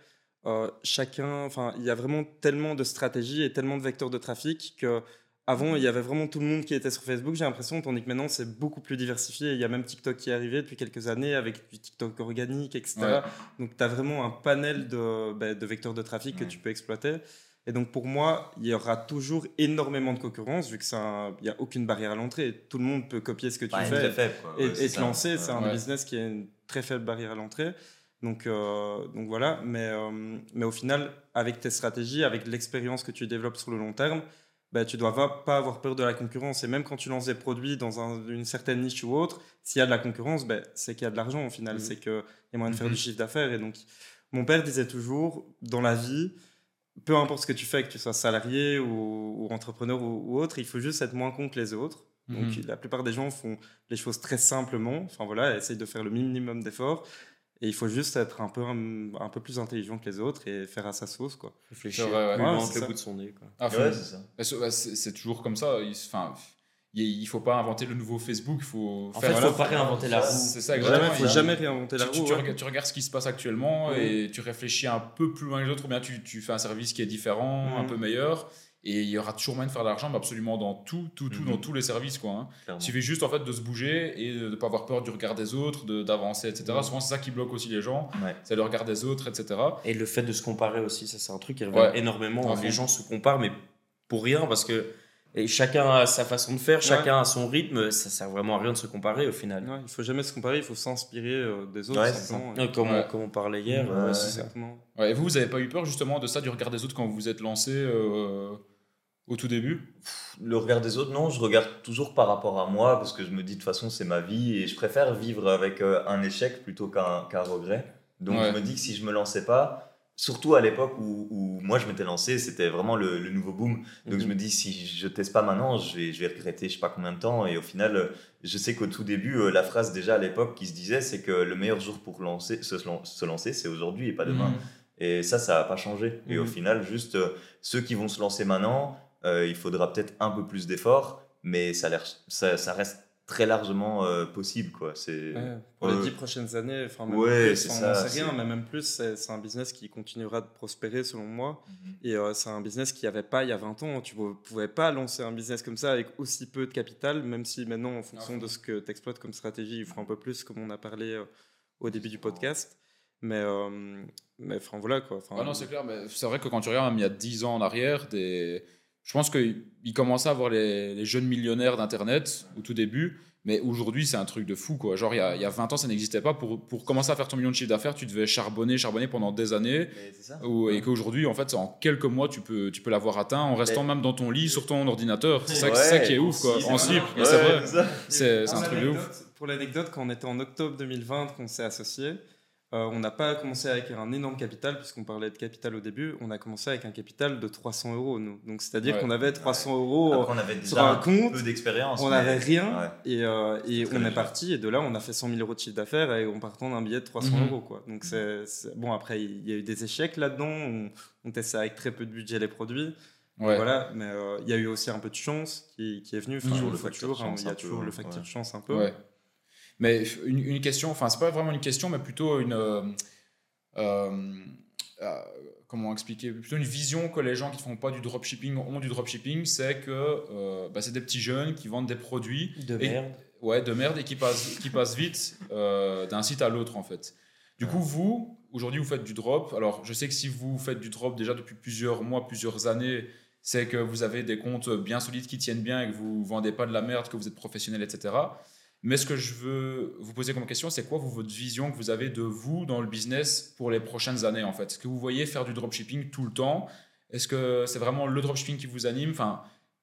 il y a vraiment tellement de stratégies et tellement de vecteurs de trafic que avant, il y avait vraiment tout le monde qui était sur Facebook, j'ai l'impression, tandis que maintenant, c'est beaucoup plus diversifié. Il y a même TikTok qui est arrivé depuis quelques années avec du TikTok organique, etc. Donc, tu as vraiment un panel de vecteurs de trafic que tu peux exploiter. Et donc, pour moi, il y aura toujours énormément de concurrence, vu qu'il n'y a aucune barrière à l'entrée. Tout le monde peut copier ce que tu fais et te lancer. C'est un business qui a une très faible barrière à l'entrée. Donc voilà. Mais au final, avec tes stratégies, avec l'expérience que tu développes sur le long terme, tu ne dois pas avoir peur de la concurrence. Et même quand tu lances des produits dans une certaine niche ou autre, s'il y a de la concurrence, c'est qu'il y a de l'argent au final. C'est qu'il y a moyen de faire du chiffre d'affaires. Et donc, mon père disait toujours, dans la vie, peu importe ce que tu fais, que tu sois salarié ou entrepreneur ou autre, il faut juste être moins con que les autres. Donc, la plupart des gens font les choses très simplement. Enfin, voilà, essayent de faire le minimum d'efforts. Et il faut juste être un peu plus intelligent que les autres et faire à sa sauce, quoi. Réfléchir le bout de son nez, quoi. C'est ça. C'est toujours comme ça. Il faut pas inventer le nouveau Facebook. Faut pas réinventer la roue. C'est ça, exactement. Il faut jamais réinventer la roue. Tu regardes ce qui se passe actuellement et tu réfléchis un peu plus loin que les autres, ou bien tu fais un service qui est différent, un peu meilleur. Et il y aura toujours moyen de faire de l'argent, mais absolument dans dans tous les services, quoi. Il suffit juste en fait de se bouger et de ne pas avoir peur du regard des autres, d'avancer, etc. Souvent, c'est ça qui bloque aussi les gens, c'est le regard des autres, etc. Et le fait de se comparer aussi, ça c'est un truc qui revient énormément. Les gens se comparent, mais pour rien, parce que chacun a sa façon de faire, chacun a son rythme, ça sert vraiment à rien de se comparer au final. Il ne faut jamais se comparer, il faut s'inspirer des autres. Comme on parlait hier. Exactement. Et vous n'avez pas eu peur justement de ça, du regard des autres quand vous vous êtes lancé au tout début? Le regard des autres, non, je regarde toujours par rapport à moi parce que je me dis de toute façon c'est ma vie et je préfère vivre avec un échec plutôt qu'un regret. Donc je me dis que si je me lançais pas, surtout à l'époque où moi je m'étais lancé, c'était vraiment le nouveau boom. Donc je me dis si je teste pas maintenant, je vais regretter je sais pas combien de temps. Et au final, je sais qu'au tout début, la phrase déjà à l'époque qui se disait, c'est que le meilleur jour pour se lancer, c'est aujourd'hui et pas demain. Et ça n'a pas changé. Et au final, juste ceux qui vont se lancer maintenant, il faudra peut-être un peu plus d'efforts, mais ça reste très largement possible, quoi. Pour les 10 prochaines années, enfin même plus, on n'en sait rien, mais même plus, c'est un business qui continuera de prospérer selon moi. Et c'est un business qu'il n'y avait pas il y a 20 ans. Tu ne pouvais pas lancer un business comme ça avec aussi peu de capital, même si maintenant, en fonction de ce que tu exploites comme stratégie, il faut un peu plus, comme on a parlé au début du podcast. Mais enfin voilà quoi. Non, c'est clair, mais c'est vrai que quand tu regardes, même il y a 10 ans en arrière, je pense qu'il commençait à voir les jeunes millionnaires d'Internet au tout début, mais aujourd'hui, c'est un truc de fou, quoi. Genre, il y a 20 ans, ça n'existait pas. Pour commencer à faire ton million de chiffre d'affaires, tu devais charbonner pendant des années. Et qu'aujourd'hui, en fait, en quelques mois, tu peux l'avoir atteint en restant même dans ton lit, sur ton ordinateur. C'est ça qui est ouf, quoi. En slip, c'est vrai. C'est un truc de ouf. Pour l'anecdote, quand on était en octobre 2020, qu'on s'est associés, on n'a pas commencé avec un énorme capital, puisqu'on parlait de capital au début. On a commencé avec un capital de 300 €. Nous. Donc, c'est-à-dire qu'on avait 300 € on avait déjà sur un compte. Peu d'expérience. On n'avait rien. Et on est parti. Et de là, on a fait 100 000 € de chiffre d'affaires et on partant d'un billet de 300 €. Quoi. Donc, bon, après, il y a eu des échecs là-dedans. On testait avec très peu de budget les produits. Voilà, mais il y a eu aussi un peu de chance qui est venu. Enfin, il y a toujours le facteur chance un peu. Ouais. Mais une question, enfin c'est pas vraiment une question, mais plutôt comment expliquer, plutôt une vision que les gens qui ne font pas du dropshipping ont du dropshipping, c'est que c'est des petits jeunes qui vendent des produits de merde et qui passent vite d'un site à l'autre en fait. Du coup, vous, aujourd'hui, vous faites du drop. Alors, je sais que si vous faites du drop déjà depuis plusieurs mois, plusieurs années, c'est que vous avez des comptes bien solides qui tiennent bien et que vous ne vendez pas de la merde, que vous êtes professionnel, etc. Mais ce que je veux vous poser comme question, c'est quoi votre vision que vous avez de vous dans le business pour les prochaines années en fait? Est-ce que vous voyez faire du dropshipping tout le temps? Est-ce que c'est vraiment le dropshipping qui vous anime? Enfin,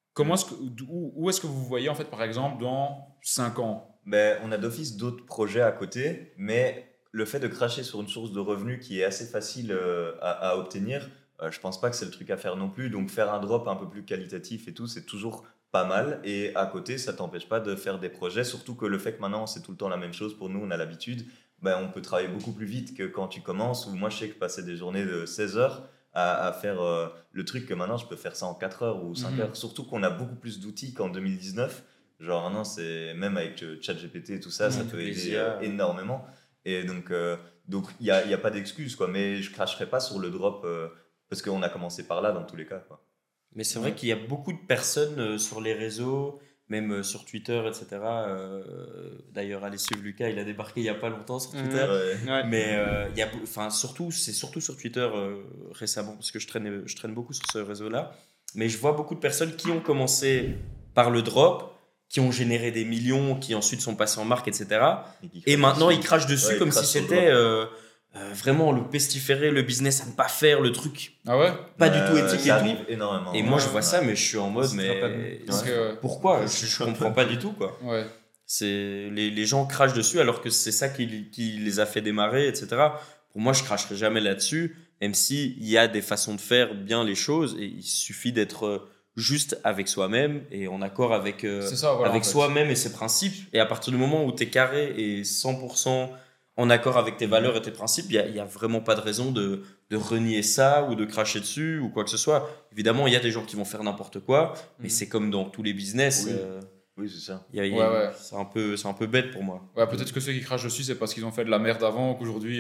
où est-ce que vous voyez en fait par exemple dans 5 ans? On a d'office d'autres projets à côté, mais le fait de cracher sur une source de revenus qui est assez facile à obtenir, je pense pas que c'est le truc à faire non plus. Donc faire un drop un peu plus qualitatif et tout, c'est toujours pas mal, et à côté ça t'empêche pas de faire des projets, surtout que le fait que maintenant c'est tout le temps la même chose pour nous, on a l'habitude, on peut travailler beaucoup plus vite que quand tu commences, où moi je sais que passer des journées de 16 heures à faire le truc que maintenant je peux faire ça en 4 heures ou 5 heures, surtout qu'on a beaucoup plus d'outils qu'en 2019, genre maintenant c'est même avec ChatGPT et tout ça, ça peut aider énormément, et donc il y a pas d'excuse quoi, mais je cracherai pas sur le drop parce qu'on a commencé par là dans tous les cas quoi. Mais c'est vrai qu'il y a beaucoup de personnes sur les réseaux, même sur Twitter, etc. D'ailleurs, allez suivre Lucas, il a débarqué il n'y a pas longtemps sur Twitter. Mais c'est surtout sur Twitter récemment, parce que je traîne beaucoup sur ce réseau-là. Mais je vois beaucoup de personnes qui ont commencé par le drop, qui ont généré des millions, qui ensuite sont passés en marque, etc. Et maintenant, ils crachent dessus comme si c'était... vraiment le pestiféré, le business à ne pas faire, le truc pas du tout éthique ça et arrive tout. énormément. Et moi je vois ça, mais je suis en mode pourquoi je comprends pas du tout quoi. C'est les gens crachent dessus alors que c'est ça qui les a fait démarrer, etc. Pour moi je cracherai jamais là-dessus, même si il y a des façons de faire bien les choses et il suffit d'être juste avec soi-même et en accord avec soi-même et ses principes, et à partir du moment où tu es carré et 100% en accord avec tes valeurs et tes principes, il y a vraiment pas de raison de renier ça ou de cracher dessus ou quoi que ce soit. Évidemment, il y a des gens qui vont faire n'importe quoi, mais c'est comme dans tous les business. Oui, c'est ça. C'est un peu bête pour moi. Peut-être que ceux qui crachent dessus, c'est parce qu'ils ont fait de la merde avant, qu'aujourd'hui...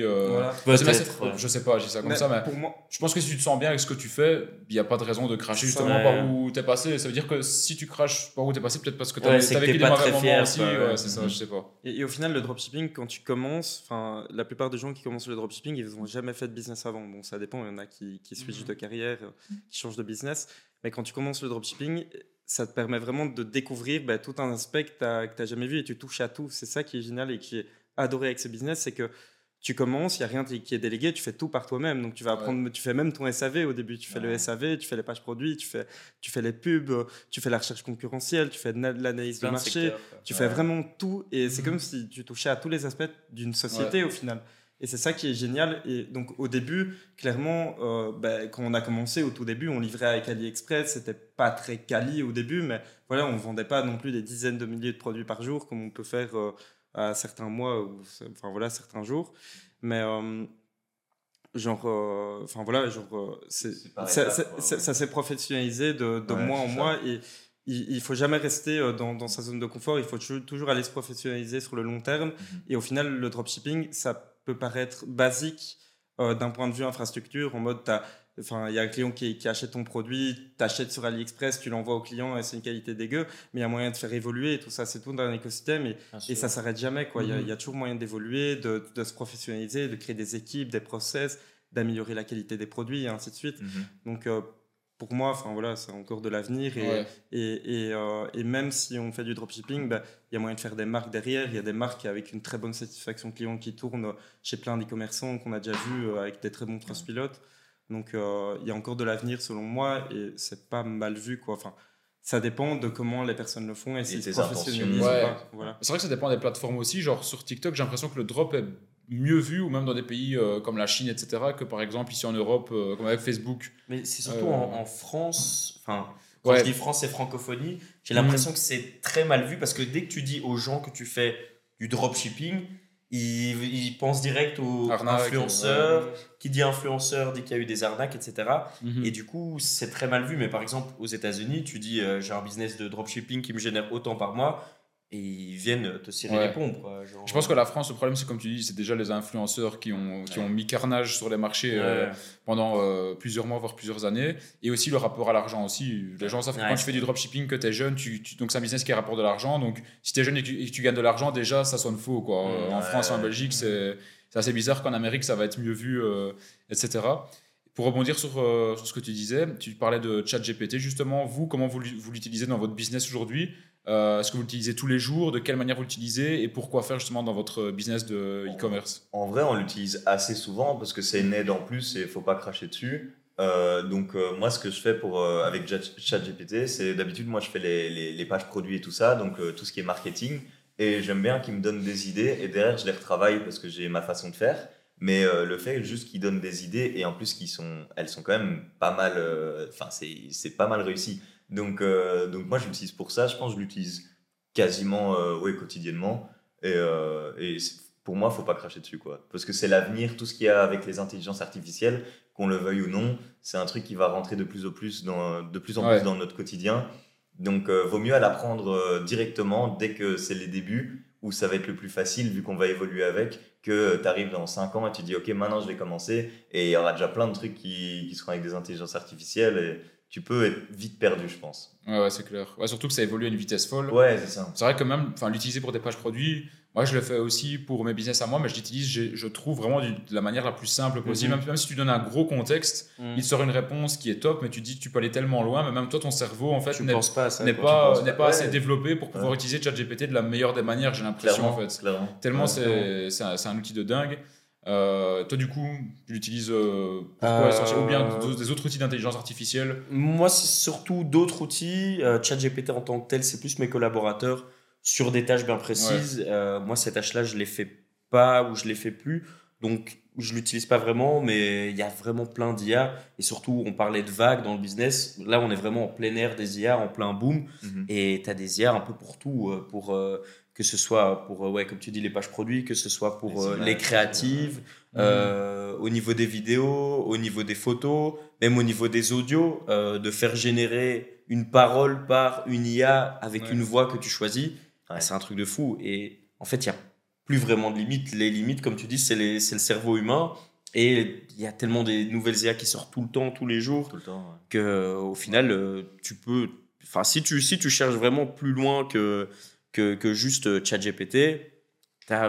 Je sais pas, je dis ça comme ça, mais pour moi, je pense que si tu te sens bien avec ce que tu fais, il n'y a pas de raison de cracher justement par où t'es passé. Ça veut dire que si tu craches par où t'es passé, peut-être parce que t'as vécu des mauvais moments aussi. C'est ça, je sais pas. Et au final, le dropshipping, quand tu commences, la plupart des gens qui commencent le dropshipping, ils n'ont jamais fait de business avant. Bon, ça dépend, il y en a qui switchent de carrière, qui changent de business. Mais quand tu commences le dropshipping, ça te permet vraiment de découvrir tout un aspect que tu n'as jamais vu et tu touches à tout. C'est ça qui est génial et qui est adoré avec ce business, c'est que tu commences, il n'y a rien qui est délégué, tu fais tout par toi-même. Donc, tu vas apprendre, tu fais même ton SAV au début. Tu fais le SAV, tu fais les pages produits, tu fais les pubs, tu fais la recherche concurrentielle, tu fais de l'analyse de marché, tu fais vraiment tout. Et c'est comme si tu touchais à tous les aspects d'une société au final. Et c'est ça qui est génial. Et donc, au début, clairement, quand on a commencé, au tout début, on livrait avec AliExpress. C'était pas très quali au début, mais voilà, on vendait pas non plus des dizaines de milliers de produits par jour comme on peut faire à certains mois ou certains jours. Mais ça s'est professionnalisé de mois en mois. Et il faut jamais rester dans sa zone de confort. Il faut toujours aller se professionnaliser sur le long terme. Et au final, le dropshipping, ça peut paraître basique d'un point de vue infrastructure, en mode il y a un client qui achète ton produit, t'achètes sur AliExpress, tu l'envoies au client et c'est une qualité dégueu, mais il y a moyen de faire évoluer et tout ça, c'est tout dans un écosystème et ça s'arrête jamais, quoi. Il y a toujours moyen d'évoluer, de se professionnaliser, de créer des équipes, des process, d'améliorer la qualité des produits et ainsi de suite. Donc pour moi, c'est encore de l'avenir et même si on fait du dropshipping, il y a moyen de faire des marques derrière. Il y a des marques avec une très bonne satisfaction client qui tournent chez plein d'e-commerçants qu'on a déjà vu avec des très bons trust-pilotes. Donc il y a encore de l'avenir selon moi et c'est pas mal vu, quoi. Ça dépend de comment les personnes le font et s'ils se professionnalisent ou pas. Voilà. C'est vrai que ça dépend des plateformes aussi. Genre sur TikTok, j'ai l'impression que le drop est mieux vu, ou même dans des pays comme la Chine, etc., que par exemple ici en Europe, comme avec Facebook. Mais c'est surtout en France, quand je dis France et francophonie, j'ai l'impression que c'est très mal vu, parce que dès que tu dis aux gens que tu fais du dropshipping, ils pensent direct aux influenceurs. Qui dit influenceur dit qu'il y a eu des arnaques, etc. Et du coup, c'est très mal vu. Mais par exemple, aux États-Unis, tu dis j'ai un business de dropshipping qui me génère autant par mois. Et ils viennent te cirer les pompes, quoi. Je pense que la France, le problème, c'est comme tu dis, c'est déjà les influenceurs qui ont mis carnage sur les marchés pendant plusieurs mois, voire plusieurs années. Et aussi le rapport à l'argent aussi. Les gens savent que quand tu fais du dropshipping, que tu es jeune, donc c'est un business qui rapporte de l'argent. Donc si tu es jeune et que tu gagnes de l'argent, déjà, ça sonne faux, quoi. En France et en Belgique, c'est assez bizarre qu'en Amérique, ça va être mieux vu, etc. Pour rebondir sur ce que tu disais, tu parlais de ChatGPT, justement. Vous, comment vous l'utilisez dans votre business aujourd'hui ? Est-ce que vous l'utilisez tous les jours? De quelle manière vous l'utilisez? Et pourquoi faire justement dans votre business de e-commerce? En vrai, on l'utilise assez souvent parce que c'est une aide en plus et il ne faut pas cracher dessus. Donc moi, ce que je fais avec ChatGPT, c'est d'habitude, moi, je fais les pages produits et tout ça, donc tout ce qui est marketing. Et j'aime bien qu'il me donne des idées et derrière, je les retravaille parce que j'ai ma façon de faire. Mais le fait juste qu'il donne des idées et en plus elles sont quand même pas mal, c'est pas mal réussi. Donc moi je l'utilise pour ça, je pense que je l'utilise quasiment quotidiennement et pour moi il ne faut pas cracher dessus, quoi, parce que c'est l'avenir. Tout ce qu'il y a avec les intelligences artificielles, qu'on le veuille ou non, c'est un truc qui va rentrer de plus en plus dans notre quotidien. Donc vaut mieux à l'apprendre directement dès que c'est les débuts, où ça va être le plus facile vu qu'on va évoluer avec, que tu arrives dans 5 ans et tu dis ok, maintenant je vais commencer, et il y aura déjà plein de trucs qui seront avec des intelligences artificielles et tu peux être vite perdu, je pense. Ouais, c'est clair. Ouais, surtout que ça évolue à une vitesse folle. Ouais, c'est ça. C'est vrai que même l'utiliser pour des pages produits, moi je le fais aussi pour mes business à moi, mais je l'utilise, je trouve vraiment de la manière la plus simple possible. Même si tu donnes un gros contexte, il te sort une réponse qui est top, mais tu dis tu peux aller tellement loin, mais même toi, ton cerveau, en fait, n'est pas assez développé pour pouvoir utiliser ChatGPT de la meilleure des manières, j'ai l'impression, clairement, en fait. Clairement. Tellement c'est un outil de dingue. Toi, du coup, tu l'utilises pourquoi, ou bien des autres outils d'intelligence artificielle? Moi, c'est surtout d'autres outils. ChatGPT en tant que tel, c'est plus mes collaborateurs sur des tâches bien précises. Moi, ces tâches-là, je les fais pas ou je les fais plus. Donc, je l'utilise pas vraiment, mais il y a vraiment plein d'IA. Et surtout, on parlait de vagues dans le business. Là, on est vraiment en plein air des IA, en plein boom. Et tu as des IA un peu pour tout, que ce soit pour, comme tu dis, les pages produits, que ce soit pour les créatives, au niveau des vidéos, au niveau des photos, même au niveau des audios, de faire générer une parole par une IA avec une voix que tu choisis. C'est un truc de fou. Et en fait, il n'y a plus vraiment de limites. Les limites, comme tu dis, c'est le cerveau humain. Et il y a tellement des nouvelles IA qui sortent tout le temps, tous les jours, qu'au final, tu peux... Enfin, si tu cherches vraiment plus loin que juste ChatGPT, tu as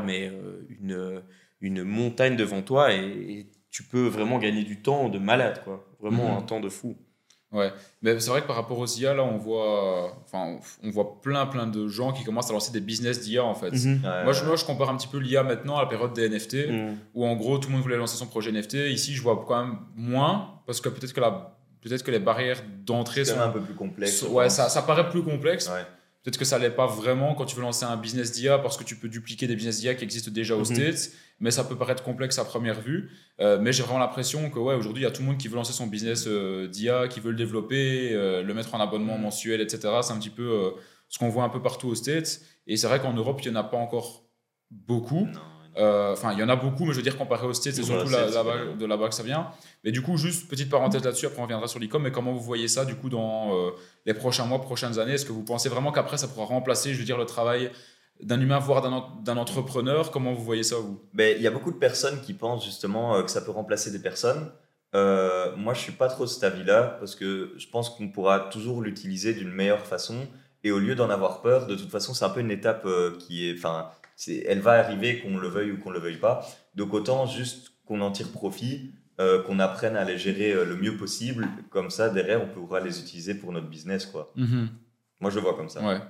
une montagne devant toi et tu peux vraiment gagner du temps de malade, quoi. Vraiment un temps de fou. Ouais, mais c'est vrai que par rapport aux IA, là, on voit plein de gens qui commencent à lancer des business d'IA, en fait. Moi, je compare un petit peu l'IA maintenant à la période des NFT, où en gros, tout le monde voulait lancer son projet NFT. Ici, je vois quand même moins, parce que peut-être que les barrières d'entrée sont un peu plus complexes. Ouais, ça paraît plus complexe. Ouais. Peut-être que ça l'est pas vraiment quand tu veux lancer un business d'IA, parce que tu peux dupliquer des business d'IA qui existent déjà aux States, mais ça peut paraître complexe à première vue. Mais j'ai vraiment l'impression que aujourd'hui, il y a tout le monde qui veut lancer son business d'IA, qui veut le développer, le mettre en abonnement mensuel, etc. C'est un petit peu ce qu'on voit un peu partout aux States. Et c'est vrai qu'en Europe, il n'y en a pas encore beaucoup. Enfin, il y en a beaucoup, mais je veux dire, comparé aux States, c'est surtout de là-bas que ça vient. Mais du coup, juste petite parenthèse là-dessus, après on reviendra sur l'e-com, mais comment vous voyez ça du coup dans les prochains mois, prochaines années? Est-ce que vous pensez vraiment qu'après ça pourra remplacer, je veux dire, le travail d'un humain, voire d'un entrepreneur? Comment vous voyez ça, vous? Il y a beaucoup de personnes qui pensent justement que ça peut remplacer des personnes. Moi, je suis pas trop de cet avis-là, parce que je pense qu'on pourra toujours l'utiliser d'une meilleure façon. Et au lieu d'en avoir peur, de toute façon, c'est un peu une étape qui est... elle va arriver qu'on le veuille ou qu'on le veuille pas. Donc autant juste qu'on en tire profit, qu'on apprenne à les gérer le mieux possible. Comme ça, derrière, on pourra les utiliser pour notre business, quoi. Moi, je le vois comme ça. Ouais.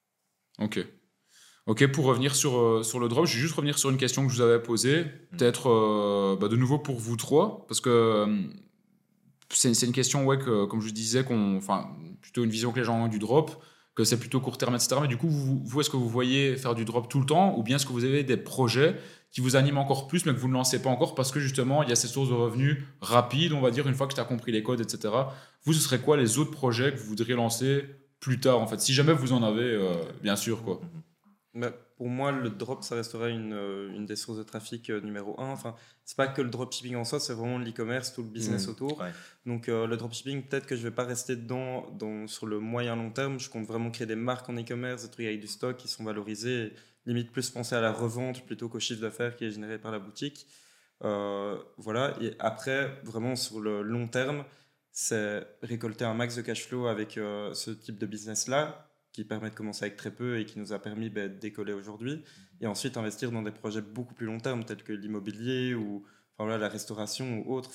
Ok, pour revenir sur le drop, je vais juste revenir sur une question que je vous avais posée, peut-être de nouveau pour vous trois, parce que c'est une question que, comme je disais, plutôt une vision que les gens ont du drop, que c'est plutôt court terme, etc. Mais du coup, vous est-ce que vous voyez faire du drop tout le temps, ou bien est-ce que vous avez des projets qui vous animent encore plus, mais que vous ne lancez pas encore parce que justement, il y a ces sources de revenus rapides, on va dire, une fois que tu as compris les codes, etc. Vous, ce serait quoi les autres projets que vous voudriez lancer plus tard, en fait, si jamais vous en avez, bien sûr, quoi. Mais pour moi, le drop, ça restera une des sources de trafic numéro 1. Enfin, c'est pas que le dropshipping en soi, c'est vraiment l'e-commerce, tout le business autour. Ouais. Donc, le dropshipping, peut-être que je vais pas rester dedans sur le moyen long terme. Je compte vraiment créer des marques en e-commerce, des trucs avec du stock qui sont valorisés. Limite plus penser à la revente plutôt qu'au chiffre d'affaires qui est généré par la boutique. Voilà. Et après, vraiment sur le long terme, c'est récolter un max de cash flow avec ce type de business-là, qui permet de commencer avec très peu et qui nous a permis de décoller aujourd'hui, et ensuite investir dans des projets beaucoup plus long terme tels que l'immobilier ou la restauration ou autre.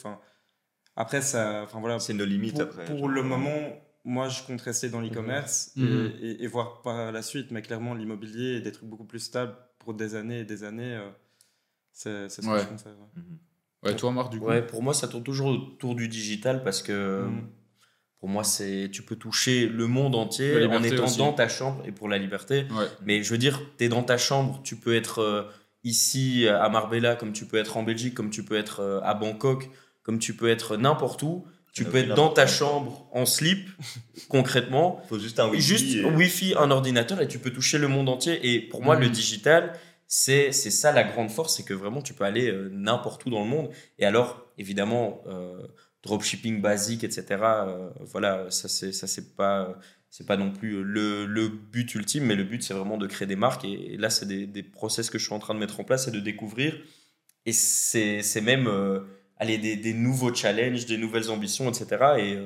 Après, c'est nos limites. Pour le moment, moi je compte rester dans l'e-commerce et voir par la suite, mais clairement l'immobilier et des trucs beaucoup plus stables pour des années et des années, c'est ce que je compte faire. Ouais, toi Marc, du coup? Ouais, pour moi ça tourne toujours autour du digital, parce que pour moi, tu peux toucher le monde entier en étant aussi dans ta chambre, et pour la liberté. Ouais. Mais je veux dire, tu es dans ta chambre, tu peux être ici à Marbella, comme tu peux être en Belgique, comme tu peux être à Bangkok, comme tu peux être n'importe où. Tu peux être dans ta chambre en slip, concrètement. Il faut juste un Wi-Fi. Juste Wi-Fi, un ordinateur, et tu peux toucher le monde entier. Et pour moi, le digital, c'est ça la grande force, c'est que vraiment, tu peux aller n'importe où dans le monde. Et alors, évidemment... dropshipping basique, etc. Voilà, ça c'est pas non plus le but ultime, mais le but c'est vraiment de créer des marques, et là c'est des process que je suis en train de mettre en place et de découvrir, et c'est même des nouveaux challenges, des nouvelles ambitions, etc.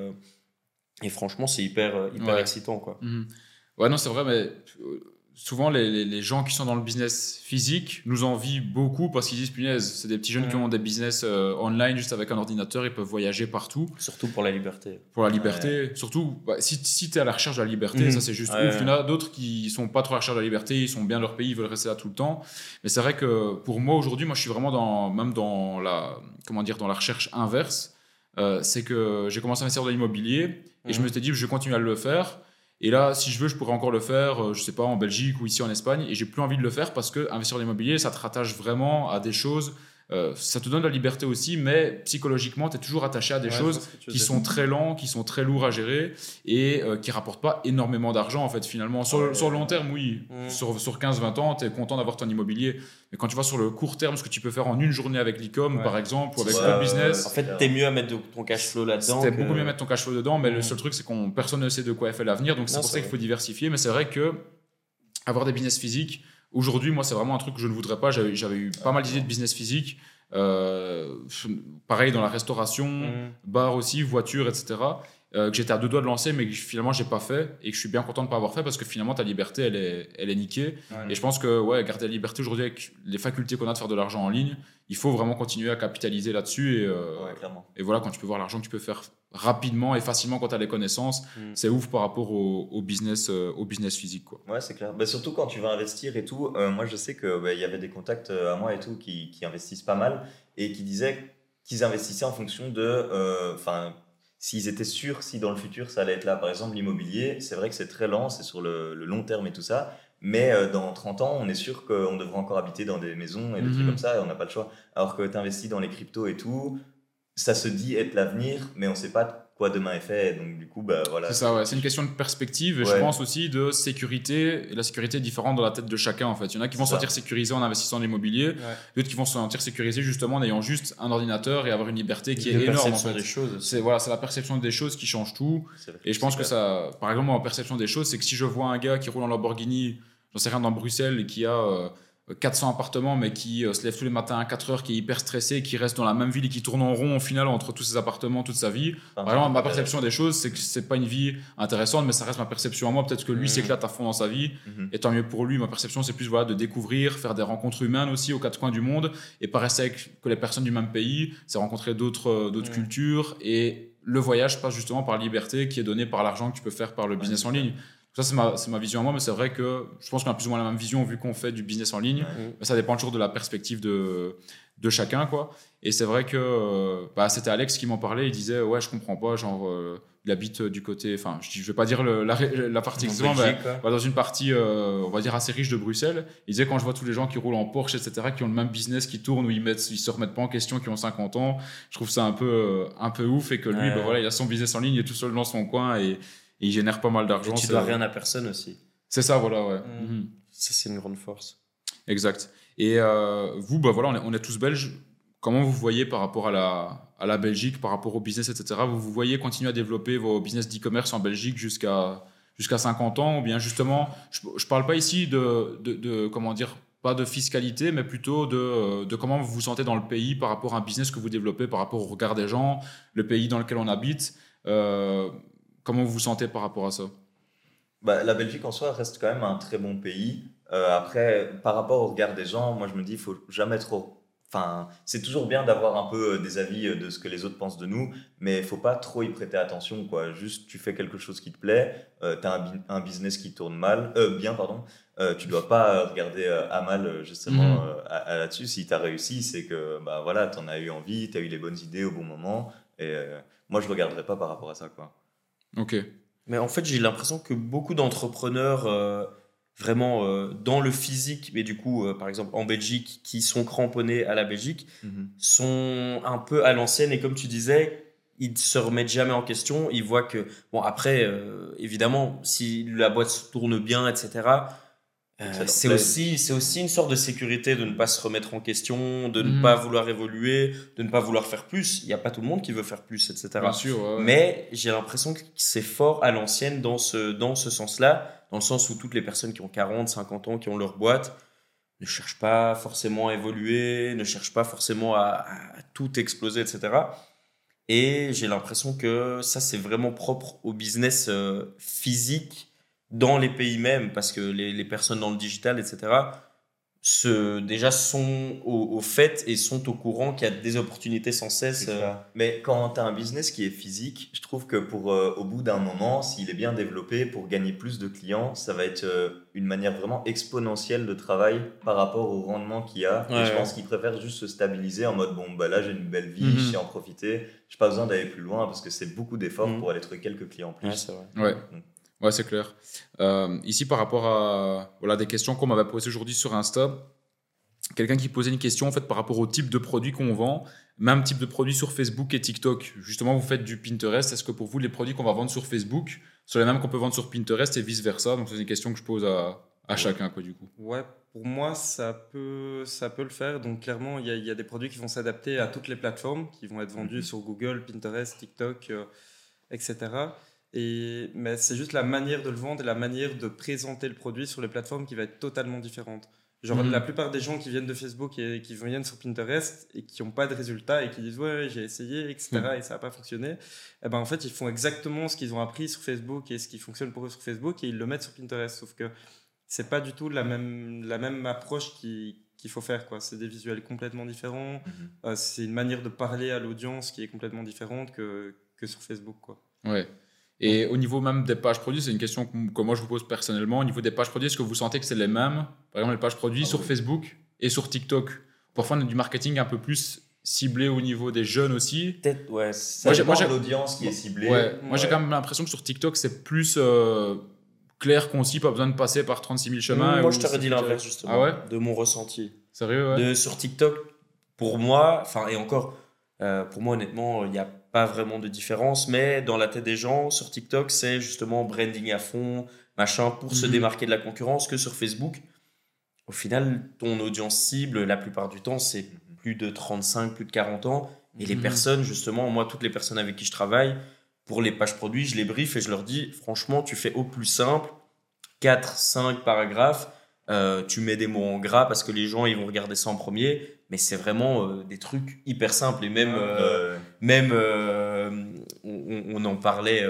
Et franchement c'est hyper excitant, quoi. Ouais, non, c'est vrai, mais souvent les gens qui sont dans le business physique nous envient beaucoup, parce qu'ils disent punaise, c'est des petits jeunes qui ont des business online juste avec un ordinateur, ils peuvent voyager partout. Surtout pour la liberté. Pour la liberté, surtout si tu es à la recherche de la liberté, ça c'est juste ouf. Il y en a d'autres qui sont pas trop à la recherche de la liberté, ils sont bien dans leur pays, ils veulent rester là tout le temps. Mais c'est vrai que pour moi aujourd'hui, je suis vraiment dans la recherche inverse. C'est que j'ai commencé à investir dans l'immobilier et je me suis dit je vais continuer à le faire. Et là, si je veux, je pourrais encore le faire, je sais pas, en Belgique ou ici en Espagne. Et j'ai plus envie de le faire parce que investir dans l'immobilier, ça te rattache vraiment à des choses. Ça te donne de la liberté aussi, mais psychologiquement, tu es toujours attaché à des choses qui sont très lents, qui sont très lourds à gérer et qui rapportent pas énormément d'argent, en fait, finalement. Sur le long terme, oui. Sur 15-20 ans, tu es content d'avoir ton immobilier. Mais quand tu vas sur le court terme, ce que tu peux faire en une journée avec l'e-com, par exemple, ou avec d'autres business. En fait, tu es mieux à mettre ton cash flow là-dedans. C'est beaucoup mieux à mettre ton cash flow dedans, mais le seul truc, c'est que personne ne sait de quoi est fait l'avenir. Donc, c'est pour ça qu'il faut diversifier. Mais c'est vrai que avoir des business physiques, aujourd'hui, moi, c'est vraiment un truc que je ne voudrais pas. J'avais eu pas mal d'idées de business physique. Pareil dans la restauration, bar aussi, voiture, etc. que j'étais à 2 doigts de lancer, mais que finalement j'ai pas fait, et que je suis bien content de pas avoir fait, parce que finalement ta liberté elle est niquée. Et je pense que garder la liberté aujourd'hui avec les facultés qu'on a de faire de l'argent en ligne, il faut vraiment continuer à capitaliser là-dessus, et voilà, quand tu peux voir l'argent que tu peux faire rapidement et facilement quand tu as les connaissances, c'est ouf par rapport au business physique, quoi. Ouais, c'est clair. Surtout quand tu vas investir et tout, moi je sais que y avait des contacts à moi et tout qui investissent pas mal et qui disaient qu'ils investissaient en fonction de s'ils étaient sûrs si dans le futur ça allait être là. Par exemple, l'immobilier, c'est vrai que c'est très lent, c'est sur le long terme et tout ça, mais dans 30 ans, on est sûr qu'on devra encore habiter dans des maisons et des trucs comme ça, et on n'a pas le choix. Alors que tu investis dans les cryptos et tout, ça se dit être l'avenir, mais on ne sait pas quoi demain est fait, donc du coup, voilà. C'est ça, ouais. C'est une question de perspective, et je pense aussi de sécurité, et la sécurité est différente dans la tête de chacun, en fait. Il y en a qui vont se sentir sécurisés en investissant dans l'immobilier, d'autres qui vont se sentir sécurisés justement en ayant juste un ordinateur et avoir une liberté qui est énorme, en fait. Des choses. C'est la perception des choses qui change tout, et je pense que ça, par exemple, ma perception des choses, c'est que si je vois un gars qui roule en Lamborghini, j'en sais rien, dans Bruxelles, et qui a 400 appartements, mais qui se lève tous les matins à 4 heures, qui est hyper stressé, qui reste dans la même ville et qui tourne en rond au final entre tous ses appartements toute sa vie. Par exemple, ma perception des choses, c'est que c'est pas une vie intéressante, mais ça reste ma perception à moi. Peut-être que lui s'éclate à fond dans sa vie, et tant mieux pour lui. Ma perception, c'est plus de découvrir, faire des rencontres humaines aussi aux 4 coins du monde, et pas rester avec que les personnes du même pays, c'est rencontrer d'autres cultures, et le voyage passe justement par la liberté qui est donnée par l'argent que tu peux faire par le business en ligne. Ça, c'est ma vision à moi, mais c'est vrai que je pense qu'on a plus ou moins la même vision vu qu'on fait du business en ligne. Mais ça dépend toujours de la perspective de chacun, quoi. Et c'est vrai que c'était Alex qui m'en parlait. Il disait, je comprends pas, genre, il habite du côté, enfin, je vais pas dire la partie exactement, mais dans une partie, on va dire, assez riche de Bruxelles. Il disait, quand je vois tous les gens qui roulent en Porsche, etc., qui ont le même business, qui tournent, où ils se remettent pas en question, qui ont 50 ans, je trouve ça un peu ouf, et que lui, il a son business en ligne, il est tout seul dans son coin, et il génère pas mal d'argent. Et tu dois rien à personne aussi. C'est ça, voilà, ouais. Ça, c'est une grande force. Exact. Et vous, on est tous belges. Comment vous voyez par rapport à la Belgique, par rapport au business, etc. Vous voyez continuer à développer vos business d'e-commerce en Belgique jusqu'à 50 ans, ou bien justement, je parle pas ici de comment dire, pas de fiscalité, mais plutôt de comment vous vous sentez dans le pays par rapport à un business que vous développez, par rapport au regard des gens, le pays dans lequel on habite. Comment vous vous sentez par rapport à ça ? La Belgique en soi reste quand même un très bon pays. Après, par rapport au regard des gens, moi je me dis, il faut jamais trop. Enfin, c'est toujours bien d'avoir un peu des avis de ce que les autres pensent de nous, mais il faut pas trop y prêter attention, quoi. Juste, tu fais quelque chose qui te plaît, tu as un business qui tourne bien, pardon. Tu dois pas regarder à mal justement là-dessus. Si tu as réussi, c'est que tu en as eu envie, tu as eu les bonnes idées au bon moment. Et moi, je regarderai pas par rapport à ça, quoi. Ok. Mais en fait, j'ai l'impression que beaucoup d'entrepreneurs vraiment dans le physique, mais du coup, par exemple en Belgique, qui sont cramponnés à la Belgique, sont un peu à l'ancienne. Et comme tu disais, ils ne se remettent jamais en question. Ils voient que, après, évidemment, si la boîte tourne bien, etc., c'est aussi une sorte de sécurité de ne pas se remettre en question, de ne pas vouloir évoluer, de ne pas vouloir faire plus. Il n'y a pas tout le monde qui veut faire plus, etc. Bien sûr, ouais. Mais j'ai l'impression que c'est fort à l'ancienne dans ce sens-là, dans le sens où toutes les personnes qui ont 40, 50 ans, qui ont leur boîte, ne cherchent pas forcément à évoluer, ne cherchent pas forcément à tout exploser, etc. Et j'ai l'impression que ça, c'est vraiment propre au business physique dans les pays même, parce que les personnes dans le digital, etc., déjà sont au fait et sont au courant qu'il y a des opportunités sans cesse. Mais quand tu as un business qui est physique, je trouve que au bout d'un moment, s'il est bien développé, pour gagner plus de clients, ça va être une manière vraiment exponentielle de travail par rapport au rendement qu'il y a. Et je pense qu'ils préfèrent juste se stabiliser en mode, là j'ai une belle vie, je sais en profiter, je n'ai pas besoin d'aller plus loin, parce que c'est beaucoup d'efforts pour aller trouver quelques clients en plus. Ouais, c'est vrai. Ouais, c'est clair. Ici, par rapport à des questions qu'on m'avait posées aujourd'hui sur Insta, quelqu'un qui posait une question en fait, par rapport au type de produit qu'on vend, même type de produit sur Facebook et TikTok. Justement, vous faites du Pinterest. Est-ce que pour vous, les produits qu'on va vendre sur Facebook sont les mêmes qu'on peut vendre sur Pinterest et vice-versa ? Donc, c'est une question que je pose à chacun, quoi, du coup. Ouais, pour moi, ça peut le faire. Donc, clairement, il y a des produits qui vont s'adapter à toutes les plateformes, qui vont être vendus sur Google, Pinterest, TikTok, etc. Mais c'est juste la manière de le vendre et la manière de présenter le produit sur les plateformes qui va être totalement différente. Genre, la plupart des gens qui viennent de Facebook et qui viennent sur Pinterest et qui n'ont pas de résultats et qui disent ouais, j'ai essayé, etc. et ça n'a pas fonctionné, eh ben, en fait, ils font exactement ce qu'ils ont appris sur Facebook et ce qui fonctionne pour eux sur Facebook et ils le mettent sur Pinterest. Sauf que c'est pas du tout la même approche qu'il faut faire, quoi. C'est des visuels complètement différents. C'est une manière de parler à l'audience qui est complètement différente que sur Facebook, quoi. Ouais. Et au niveau même des pages produits, c'est une question que moi je vous pose personnellement. Au niveau des pages produits, est-ce que vous sentez que c'est les mêmes? Par exemple, les pages produits sur Facebook et sur TikTok. Parfois, on a du marketing un peu plus ciblé au niveau des jeunes aussi. Peut-être, ouais. Ça dépend de l'audience qui est ciblée. Ouais. Moi, j'ai quand même l'impression que sur TikTok, c'est plus clair, concis, pas besoin de passer par 36 000 chemins. Moi, je t'aurais dit l'inverse, justement, de mon ressenti. Sérieux, ouais. Sur TikTok, pour moi, et encore, pour moi, honnêtement, il n'y a pas vraiment de différence, mais dans la tête des gens, sur TikTok, c'est justement branding à fond, machin, pour se démarquer de la concurrence, que sur Facebook. Au final, ton audience cible, la plupart du temps, c'est plus de 35, plus de 40 ans. Et les personnes, justement, moi, toutes les personnes avec qui je travaille, pour les pages produits, je les brief et je leur dis, franchement, tu fais au plus simple, 4, 5 paragraphes, tu mets des mots en gras parce que les gens, ils vont regarder ça en premier. Mais c'est vraiment des trucs hyper simples. Et même, on en parlait,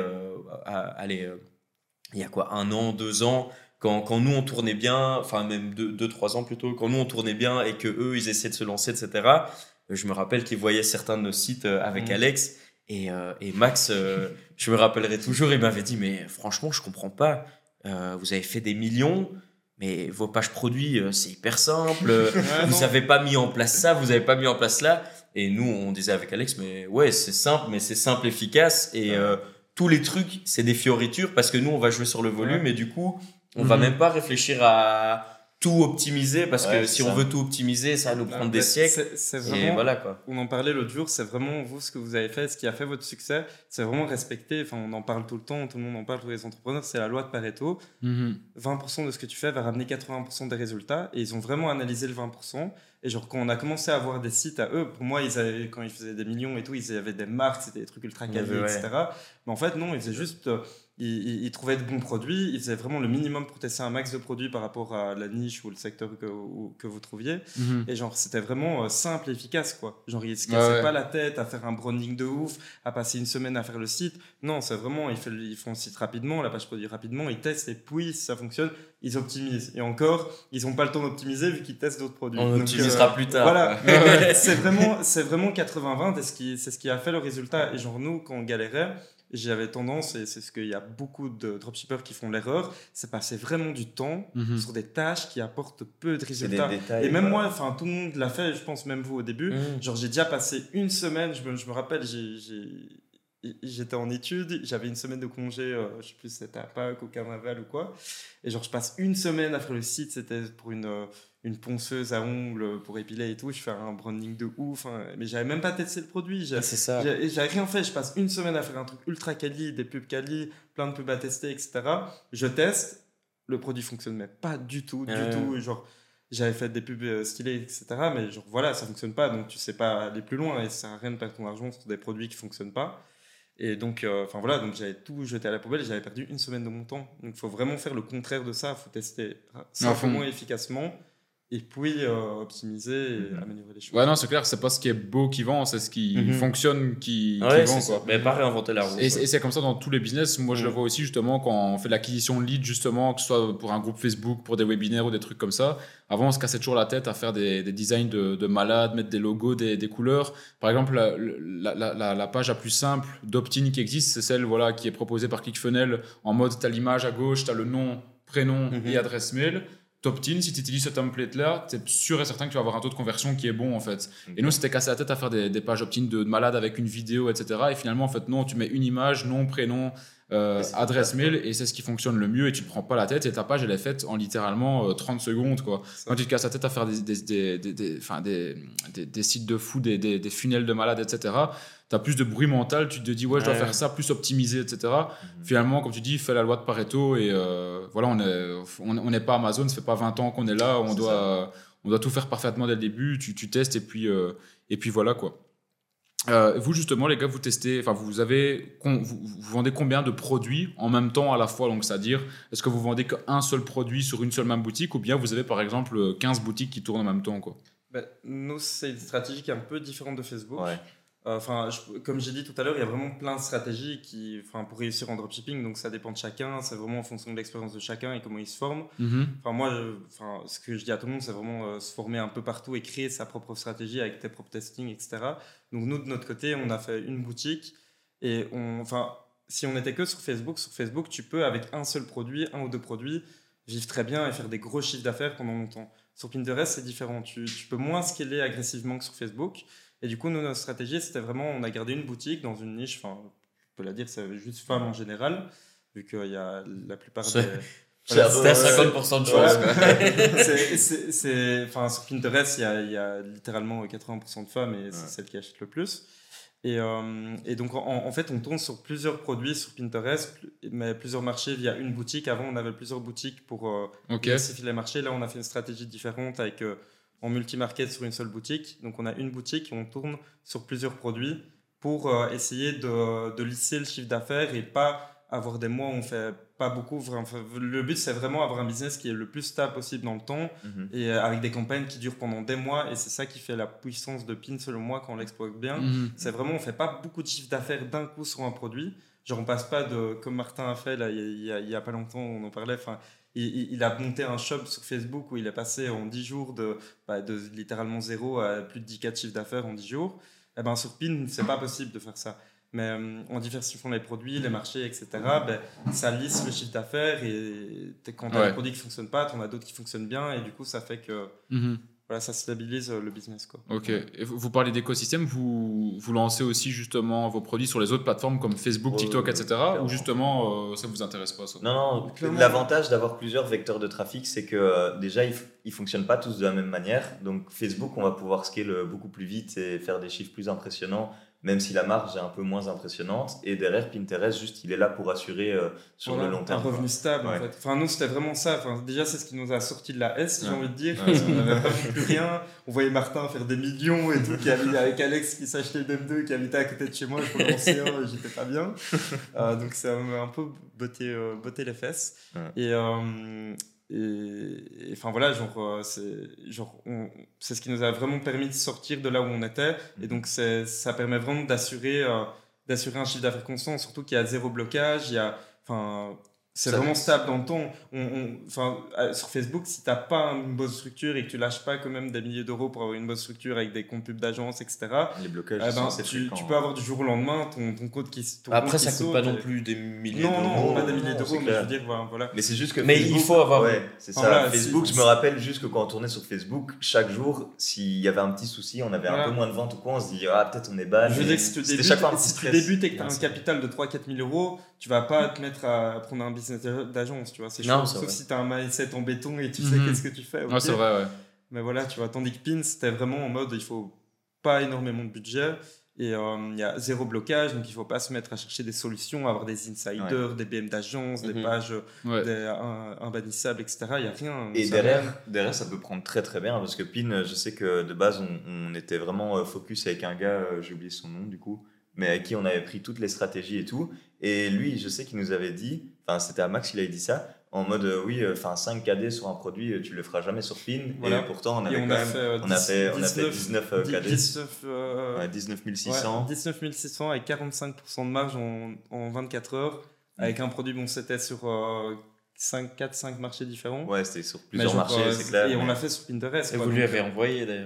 il y a quoi, 1 an, 2 ans, quand nous, on tournait bien, enfin même 2-3 ans plutôt, quand nous, on tournait bien et qu'eux, ils essaient de se lancer, etc. Je me rappelle qu'ils voyaient certains de nos sites avec Alex et Max, je me rappellerai toujours, il m'avait dit, mais franchement, je comprends pas. Vous avez fait des millions, mais vos pages produits, c'est hyper simple. Vous n'avez pas mis en place ça, vous n'avez pas mis en place là. Et nous, on disait avec Alex, mais ouais, c'est simple, mais c'est simple, efficace. Et tous les trucs, c'est des fioritures parce que nous, on va jouer sur le volume et du coup, on va même pas réfléchir à tout optimiser parce que si on veut tout optimiser, ça va nous prendre des siècles. C'est vraiment, et voilà, quoi. On en parlait l'autre jour, c'est vraiment vous, ce que vous avez fait, ce qui a fait votre succès, c'est vraiment respecter, enfin on en parle tout le temps, tout le monde en parle, tous les entrepreneurs, c'est la loi de Pareto. 20% de ce que tu fais va ramener 80% des résultats et ils ont vraiment analysé le 20%. Et genre quand on a commencé à avoir des sites à eux, pour moi quand ils faisaient des millions et tout, ils avaient des marques, c'était des trucs ultra quali, etc. Mais en fait non, ils faisaient juste... Ils trouvaient de bons produits, ils faisaient vraiment le minimum pour tester un max de produits par rapport à la niche ou le secteur que vous trouviez. Et genre, c'était vraiment simple et efficace, quoi. Genre, ils se cassaient pas la tête à faire un branding de ouf, à passer une semaine à faire le site. Non, c'est vraiment, ils font le site rapidement, la page produit rapidement, ils testent et puis, si ça fonctionne, ils optimisent. Et encore, ils n'ont pas le temps d'optimiser vu qu'ils testent d'autres produits. On optimisera plus tard. Voilà. c'est vraiment 80-20 et c'est ce qui a fait le résultat. Et genre, nous, quand on galérait, j'avais tendance, et c'est ce qu'il y a beaucoup de dropshippers qui font l'erreur, c'est passer vraiment du temps sur des tâches qui apportent peu de résultats. Détails, et même moi, enfin tout le monde l'a fait, je pense même vous au début. Genre j'ai déjà passé une semaine, je me rappelle, j'étais en études, j'avais une semaine de congé, je sais plus si c'était à Pâques, au Carnaval ou quoi. Et genre je passe une semaine à faire le site, c'était pour une ponceuse à ongles pour épiler et tout, je fais un branding de ouf, hein, mais j'avais même pas testé le produit, c'est ça. J'avais rien fait, je passe une semaine à faire un truc ultra quali, des pubs quali, plein de pubs à tester, etc. Je teste, le produit fonctionne mais pas du tout, genre j'avais fait des pubs stylées, etc. mais genre voilà, ça fonctionne pas, donc tu sais pas aller plus loin et ça sert à rien de perdre ton argent sur des produits qui fonctionnent pas. Et donc, voilà, donc j'avais tout jeté à la poubelle et j'avais perdu une semaine de mon temps. Donc il faut vraiment faire le contraire de ça, il faut tester simplement et efficacement. Et puis optimiser et améliorer les choses. Ouais, non, c'est clair, c'est pas ce qui est beau qui vend, c'est ce qui fonctionne qui vend, quoi. Mais pas réinventer la roue. Et c'est comme ça dans tous les business. Moi, je le vois aussi justement quand on fait l'acquisition de leads, justement, que ce soit pour un groupe Facebook, pour des webinaires ou des trucs comme ça. Avant, on se cassait toujours la tête à faire des designs de malades, mettre des logos, des couleurs. Par exemple, la page la plus simple d'opt-in qui existe, c'est celle qui est proposée par ClickFunnels en mode t'as l'image à gauche, t'as le nom, prénom et adresse mail. T'opt-in, si tu utilises ce template-là, tu es sûr et certain que tu vas avoir un taux de conversion qui est bon, en fait. Et nous, c'était cassé la tête à faire des pages opt-in de malade avec une vidéo, etc. Et finalement, en fait, non, tu mets une image, nom, prénom, adresse mail, et c'est ce qui fonctionne le mieux, et tu te prends pas la tête, et ta page, elle est faite en littéralement 30 secondes, quoi. Quand tu te casses la tête à faire des sites de fou, des funnels de malade, etc., tu as plus de bruit mental, tu te dis, ouais, je dois faire ça, plus optimiser, etc. Finalement, comme tu dis, fais la loi de Pareto, et voilà, on n'est pas Amazon, ça fait pas 20 ans qu'on est là, on doit tout faire parfaitement dès le début, tu testes, et puis voilà, quoi. Vous justement les gars, vous testez, enfin vous vendez combien de produits en même temps à la fois, donc c'est-à-dire est-ce que vous vendez qu'un seul produit sur une seule même boutique ou bien vous avez par exemple 15 boutiques qui tournent en même temps quoi? Nous c'est une stratégie qui est un peu différente de Facebook. Ouais. Comme j'ai dit tout à l'heure, il y a vraiment plein de stratégies pour réussir en dropshipping, donc ça dépend de chacun, c'est vraiment en fonction de l'expérience de chacun et comment il se forme. Ce que je dis à tout le monde, c'est vraiment se former un peu partout et créer sa propre stratégie avec tes propres testings, etc. Donc nous, de notre côté, on a fait une boutique et si on n'était que sur Facebook, tu peux avec un seul produit, un ou deux produits, vivre très bien et faire des gros chiffres d'affaires pendant longtemps. Sur Pinterest, c'est différent, tu peux moins scaler agressivement que sur Facebook. Et du coup, nous, notre stratégie, c'était vraiment, on a gardé une boutique dans une niche, on peut la dire, c'est juste femmes en général, vu qu'il y a la plupart des... C'est à 50% de chance. Sur Pinterest, il y a littéralement 80% de femmes et c'est celles qui achètent le plus. Et donc, en fait, on tourne sur plusieurs produits sur Pinterest, mais plusieurs marchés via une boutique. Avant, on avait plusieurs boutiques pour diversifier les marchés. Là, on a fait une stratégie différente avec... en multi-market sur une seule boutique. Donc, on a une boutique et on tourne sur plusieurs produits pour essayer de lisser le chiffre d'affaires et pas avoir des mois où on fait pas beaucoup. Le but, c'est vraiment avoir un business qui est le plus stable possible dans le temps et avec des campagnes qui durent pendant des mois. Et c'est ça qui fait la puissance de Pin, selon moi, quand on l'exploite bien. C'est vraiment, on fait pas beaucoup de chiffre d'affaires d'un coup sur un produit. Genre, on passe pas comme Martin a fait, là, il y a pas longtemps, on en parlait, il a monté un shop sur Facebook où il est passé en 10 jours de littéralement 0 à plus de 10K de chiffre d'affaires en 10 jours. Sur Pin, c'est pas possible de faire ça. Mais en diversifiant les produits, les marchés, etc., ça lisse le chiffre d'affaires et quand tu as des produits qui fonctionnent pas, tu en as d'autres qui fonctionnent bien et du coup, ça fait que ça stabilise le business. Quoi. Ok. Et vous parlez d'écosystème, vous lancez aussi justement vos produits sur les autres plateformes comme Facebook, TikTok, etc. Ou justement, ça vous intéresse pas ça? Non. L'avantage d'avoir plusieurs vecteurs de trafic, c'est que déjà, ils fonctionnent pas tous de la même manière. Donc Facebook, on va pouvoir scale beaucoup plus vite et faire des chiffres plus impressionnants, même si la marge est un peu moins impressionnante. Et derrière, Pinterest, juste, il est là pour assurer sur le long terme. Un revenu stable, en fait. Nous, c'était vraiment ça. Déjà, c'est ce qui nous a sorti de la S, j'ai envie de dire. Parce qu'on n'avait vraiment plus rien. On voyait Martin faire des millions et tout, avec Alex qui s'achetait une M2, qui habitait à côté de chez moi. Je commençais, j'étais pas bien. Donc, ça m'a un peu botté les fesses. C'est ce qui nous a vraiment permis de sortir de là où on était. Et donc, ça permet vraiment d'assurer un chiffre d'affaires constant, surtout qu'il y a zéro blocage. C'est vraiment stable dans le temps. Sur Facebook, si tu n'as pas une bonne structure et que tu lâches pas quand même des milliers d'euros pour avoir une bonne structure avec des comptes pubs d'agence, etc., les blocages, tu peux avoir du jour au lendemain ton code qui saute. Après, ça coûte pas non plus des milliers d'euros. Non, pas des milliers d'euros, mais je veux dire, voilà. Mais c'est juste que Facebook, il faut avoir... c'est ça. Facebook, je me rappelle juste que quand on tournait sur Facebook, chaque jour, s'il y avait un petit souci, on avait un peu moins de ventes ou quoi, on se dit, peut-être on est bas. Je veux dire, si tu débutes et que tu as un capital de 3-4 000 euros, tu vas pas te mettre à prendre un business d'agence, tu vois, c'est chaud, sauf si tu as un mindset en béton et tu sais qu'est-ce que tu fais. Okay. C'est vrai, mais voilà, tu vois, tandis que Pin, c'était vraiment en mode, il faut pas énormément de budget et il y a zéro blocage, donc il faut pas se mettre à chercher des solutions, avoir des insiders, des BM d'agence, des pages imbannissables, etc. Il y a rien. Et derrière, ça peut prendre très très bien, parce que Pin, je sais que de base, on était vraiment focus avec un gars, j'ai oublié son nom du coup, mais avec qui on avait pris toutes les stratégies et tout. Et lui, je sais qu'il nous avait dit, c'était à Max, il avait dit ça, en mode 5 KD sur un produit, tu le feras jamais sur Pin. Voilà. Et pourtant, on a fait 19 KD. 19 600. 19 600 avec 45% de marge en 24 heures. Avec un produit, c'était sur 4-5 marchés différents. Ouais, c'était sur plusieurs marchés, c'est clair. Et on l'a fait sur Pinterest. Et vous lui avez envoyé d'ailleurs.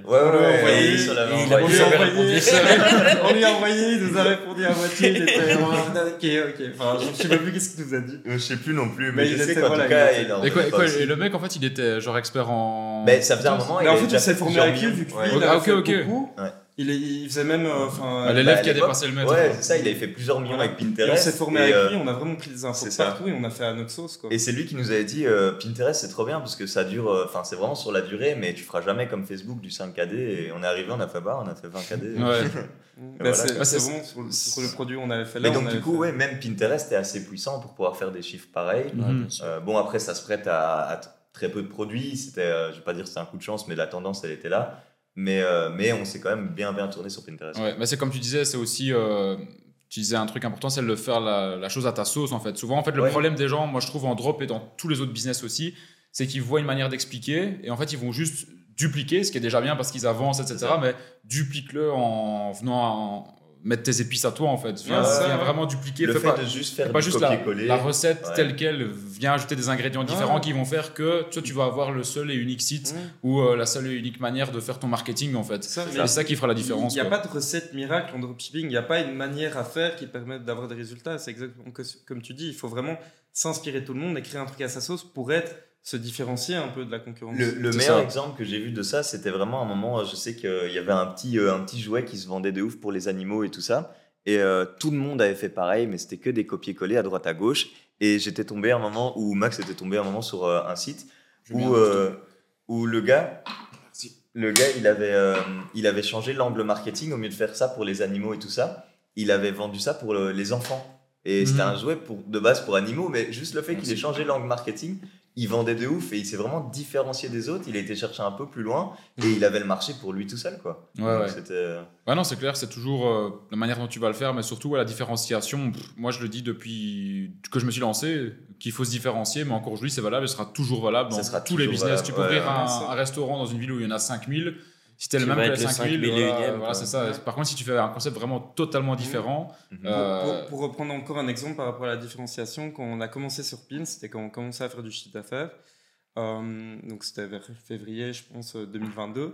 On lui a envoyé, il nous a répondu à moitié. Il était ok. Je sais même plus qu'est-ce qu'il nous a dit. Je sais plus non plus, mais je sais qu'en tout cas, il et le mec, en fait, il était genre expert en. Mais ça faisait un moment. Mais en fait, on s'est formé avec lui, vu que lui, il a fait beaucoup. Il faisait même. L'élève qui a dépassé le maître. Ouais, c'est ça, il avait fait plusieurs millions avec Pinterest. Et on s'est formé avec lui, on a vraiment pris des infos partout et on a fait à notre sauce. Quoi. Et c'est lui qui nous avait dit Pinterest, c'est trop bien parce que ça dure. C'est vraiment sur la durée, mais tu feras jamais comme Facebook du 5KD. Et on est arrivé, on a fait 20 KD. Ouais. C'est vraiment sur le produit on avait fait là. Mais donc, du coup, même Pinterest est assez puissant pour pouvoir faire des chiffres pareils. Bon, après, ça se prête à très peu de produits. Je vais pas dire que c'était un coup de chance, mais la tendance, elle était là. mais on s'est quand même bien tourné sur Pinterest. Ouais, mais c'est comme tu disais, c'est aussi tu disais un truc important, c'est de le faire la chose à ta sauce en fait. Souvent en fait le problème des gens, moi je trouve en drop et dans tous les autres business aussi, c'est qu'ils voient une manière d'expliquer et en fait ils vont juste dupliquer, ce qui est déjà bien parce qu'ils avancent, etc. Mais duplique-le en venant mettre tes épices à toi en fait. Viens vraiment dupliquer. Le fait de juste faire du copier-coller. La recette telle quelle, viens ajouter des ingrédients différents qui vont faire que toi tu vas avoir le seul et unique site ou la seule et unique manière de faire ton marketing en fait. C'est ça qui fera la différence. Il n'y a pas de recette miracle en dropshipping, il n'y a pas une manière à faire qui permette d'avoir des résultats. C'est exactement comme tu dis, il faut vraiment s'inspirer de tout le monde et créer un truc à sa sauce pour se différencier un peu de la concurrence. Le meilleur exemple que j'ai vu de ça, c'était vraiment un moment, je sais qu'il y avait un petit jouet qui se vendait de ouf pour les animaux et tout ça. Et tout le monde avait fait pareil, mais c'était que des copier-coller à droite à gauche. Et j'étais tombé un moment, ou Max était tombé un moment sur un site où le gars, il avait changé l'angle marketing. Au lieu de faire ça pour les animaux et tout ça, il avait vendu ça pour les enfants. Et c'était un jouet de base pour animaux, mais juste le fait qu'il ait changé l'angle marketing, il vendait de ouf et il s'est vraiment différencié des autres. Il a été chercher un peu plus loin et il avait le marché pour lui tout seul, quoi. Ouais, non, c'est clair, c'est toujours la manière dont tu vas le faire, mais surtout la différenciation. Moi, je le dis depuis que je me suis lancé, qu'il faut se différencier, mais encore aujourd'hui, c'est valable et sera toujours valable dans tous les business. Tu peux ouvrir un restaurant dans une ville où il y en a 5000. Si t'es le même que les 5000, voilà, c'est ça. Par contre, si tu fais un concept vraiment totalement différent. Pour reprendre encore un exemple par rapport à la différenciation, quand on a commencé sur Pin, c'était quand on commençait à faire du chiffre d'affaires. Donc c'était vers février, je pense, 2022.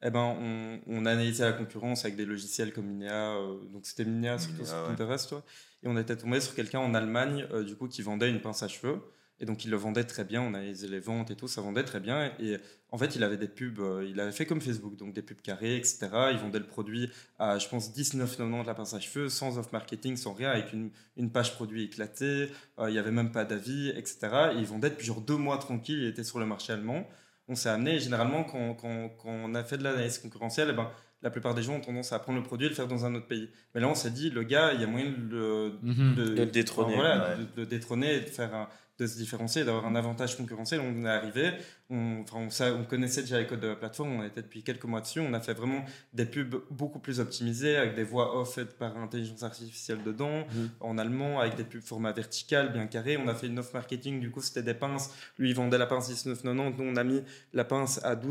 On analysait la concurrence avec des logiciels comme Minea. Donc c'était Minea surtout sur Pinterest. Et on était tombé sur quelqu'un en Allemagne du coup, qui vendait une pince à cheveux. Et donc, il le vendait très bien. On analysait les ventes et tout, ça vendait très bien. Et en fait, il avait des pubs, il avait fait comme Facebook, donc des pubs carrées, etc. Il vendait le produit à, je pense, 19,90 la pince à cheveux, sans off marketing, sans rien, avec une page produit éclatée. Il n'y avait même pas d'avis, etc. Et il vendait depuis genre 2 mois tranquille. Il était sur le marché allemand. On s'est amené. Et généralement, quand on a fait de l'analyse concurrentielle, la plupart des gens ont tendance à prendre le produit et le faire dans un autre pays. Mais là, on s'est dit, le gars, il y a moyen de le détrôner. De le détrôner et de se différencier, d'avoir un avantage concurrentiel. On est arrivé, on connaissait déjà les codes de la plateforme, on était depuis quelques mois dessus, on a fait vraiment des pubs beaucoup plus optimisées, avec des voix off faites par intelligence artificielle dedans, en allemand, avec des pubs format vertical, bien carré. On a fait une offre marketing, du coup c'était des pinces, lui il vendait la pince 19,90, nous on a mis la pince à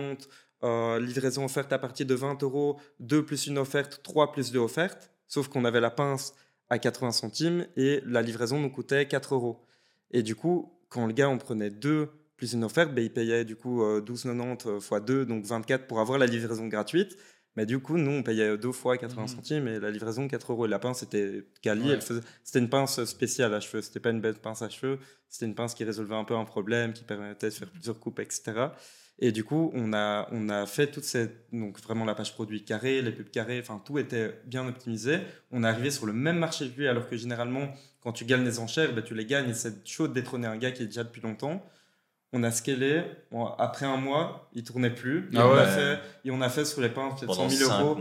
12,90, livraison offerte à partir de 20 €, 2 plus une offerte, 3 plus 2 offertes, sauf qu'on avait la pince à 80 centimes et la livraison nous coûtait 4 €. Et du coup, quand le gars en prenait 2 plus une offerte, il payait du coup 12,90 x 2, donc 24 pour avoir la livraison gratuite. Mais du coup, nous, on payait 2 fois 80 centimes et la livraison 4 €. Et la pince était quali, c'était une pince spéciale à cheveux. C'était pas une belle pince à cheveux, c'était une pince qui résolvait un peu un problème, qui permettait de faire plusieurs coupes, etc. Et du coup, on a fait donc vraiment la page produit carrée, les pubs carrées, enfin tout était bien optimisé. On est arrivé sur le même marché que lui, alors que généralement, quand tu gagnes les enchères, tu les gagnes et c'est chaud de détrôner un gars qui est déjà depuis longtemps. On a scalé, après un mois, il tournait plus. Et on a fait sur les pinces peut-être 100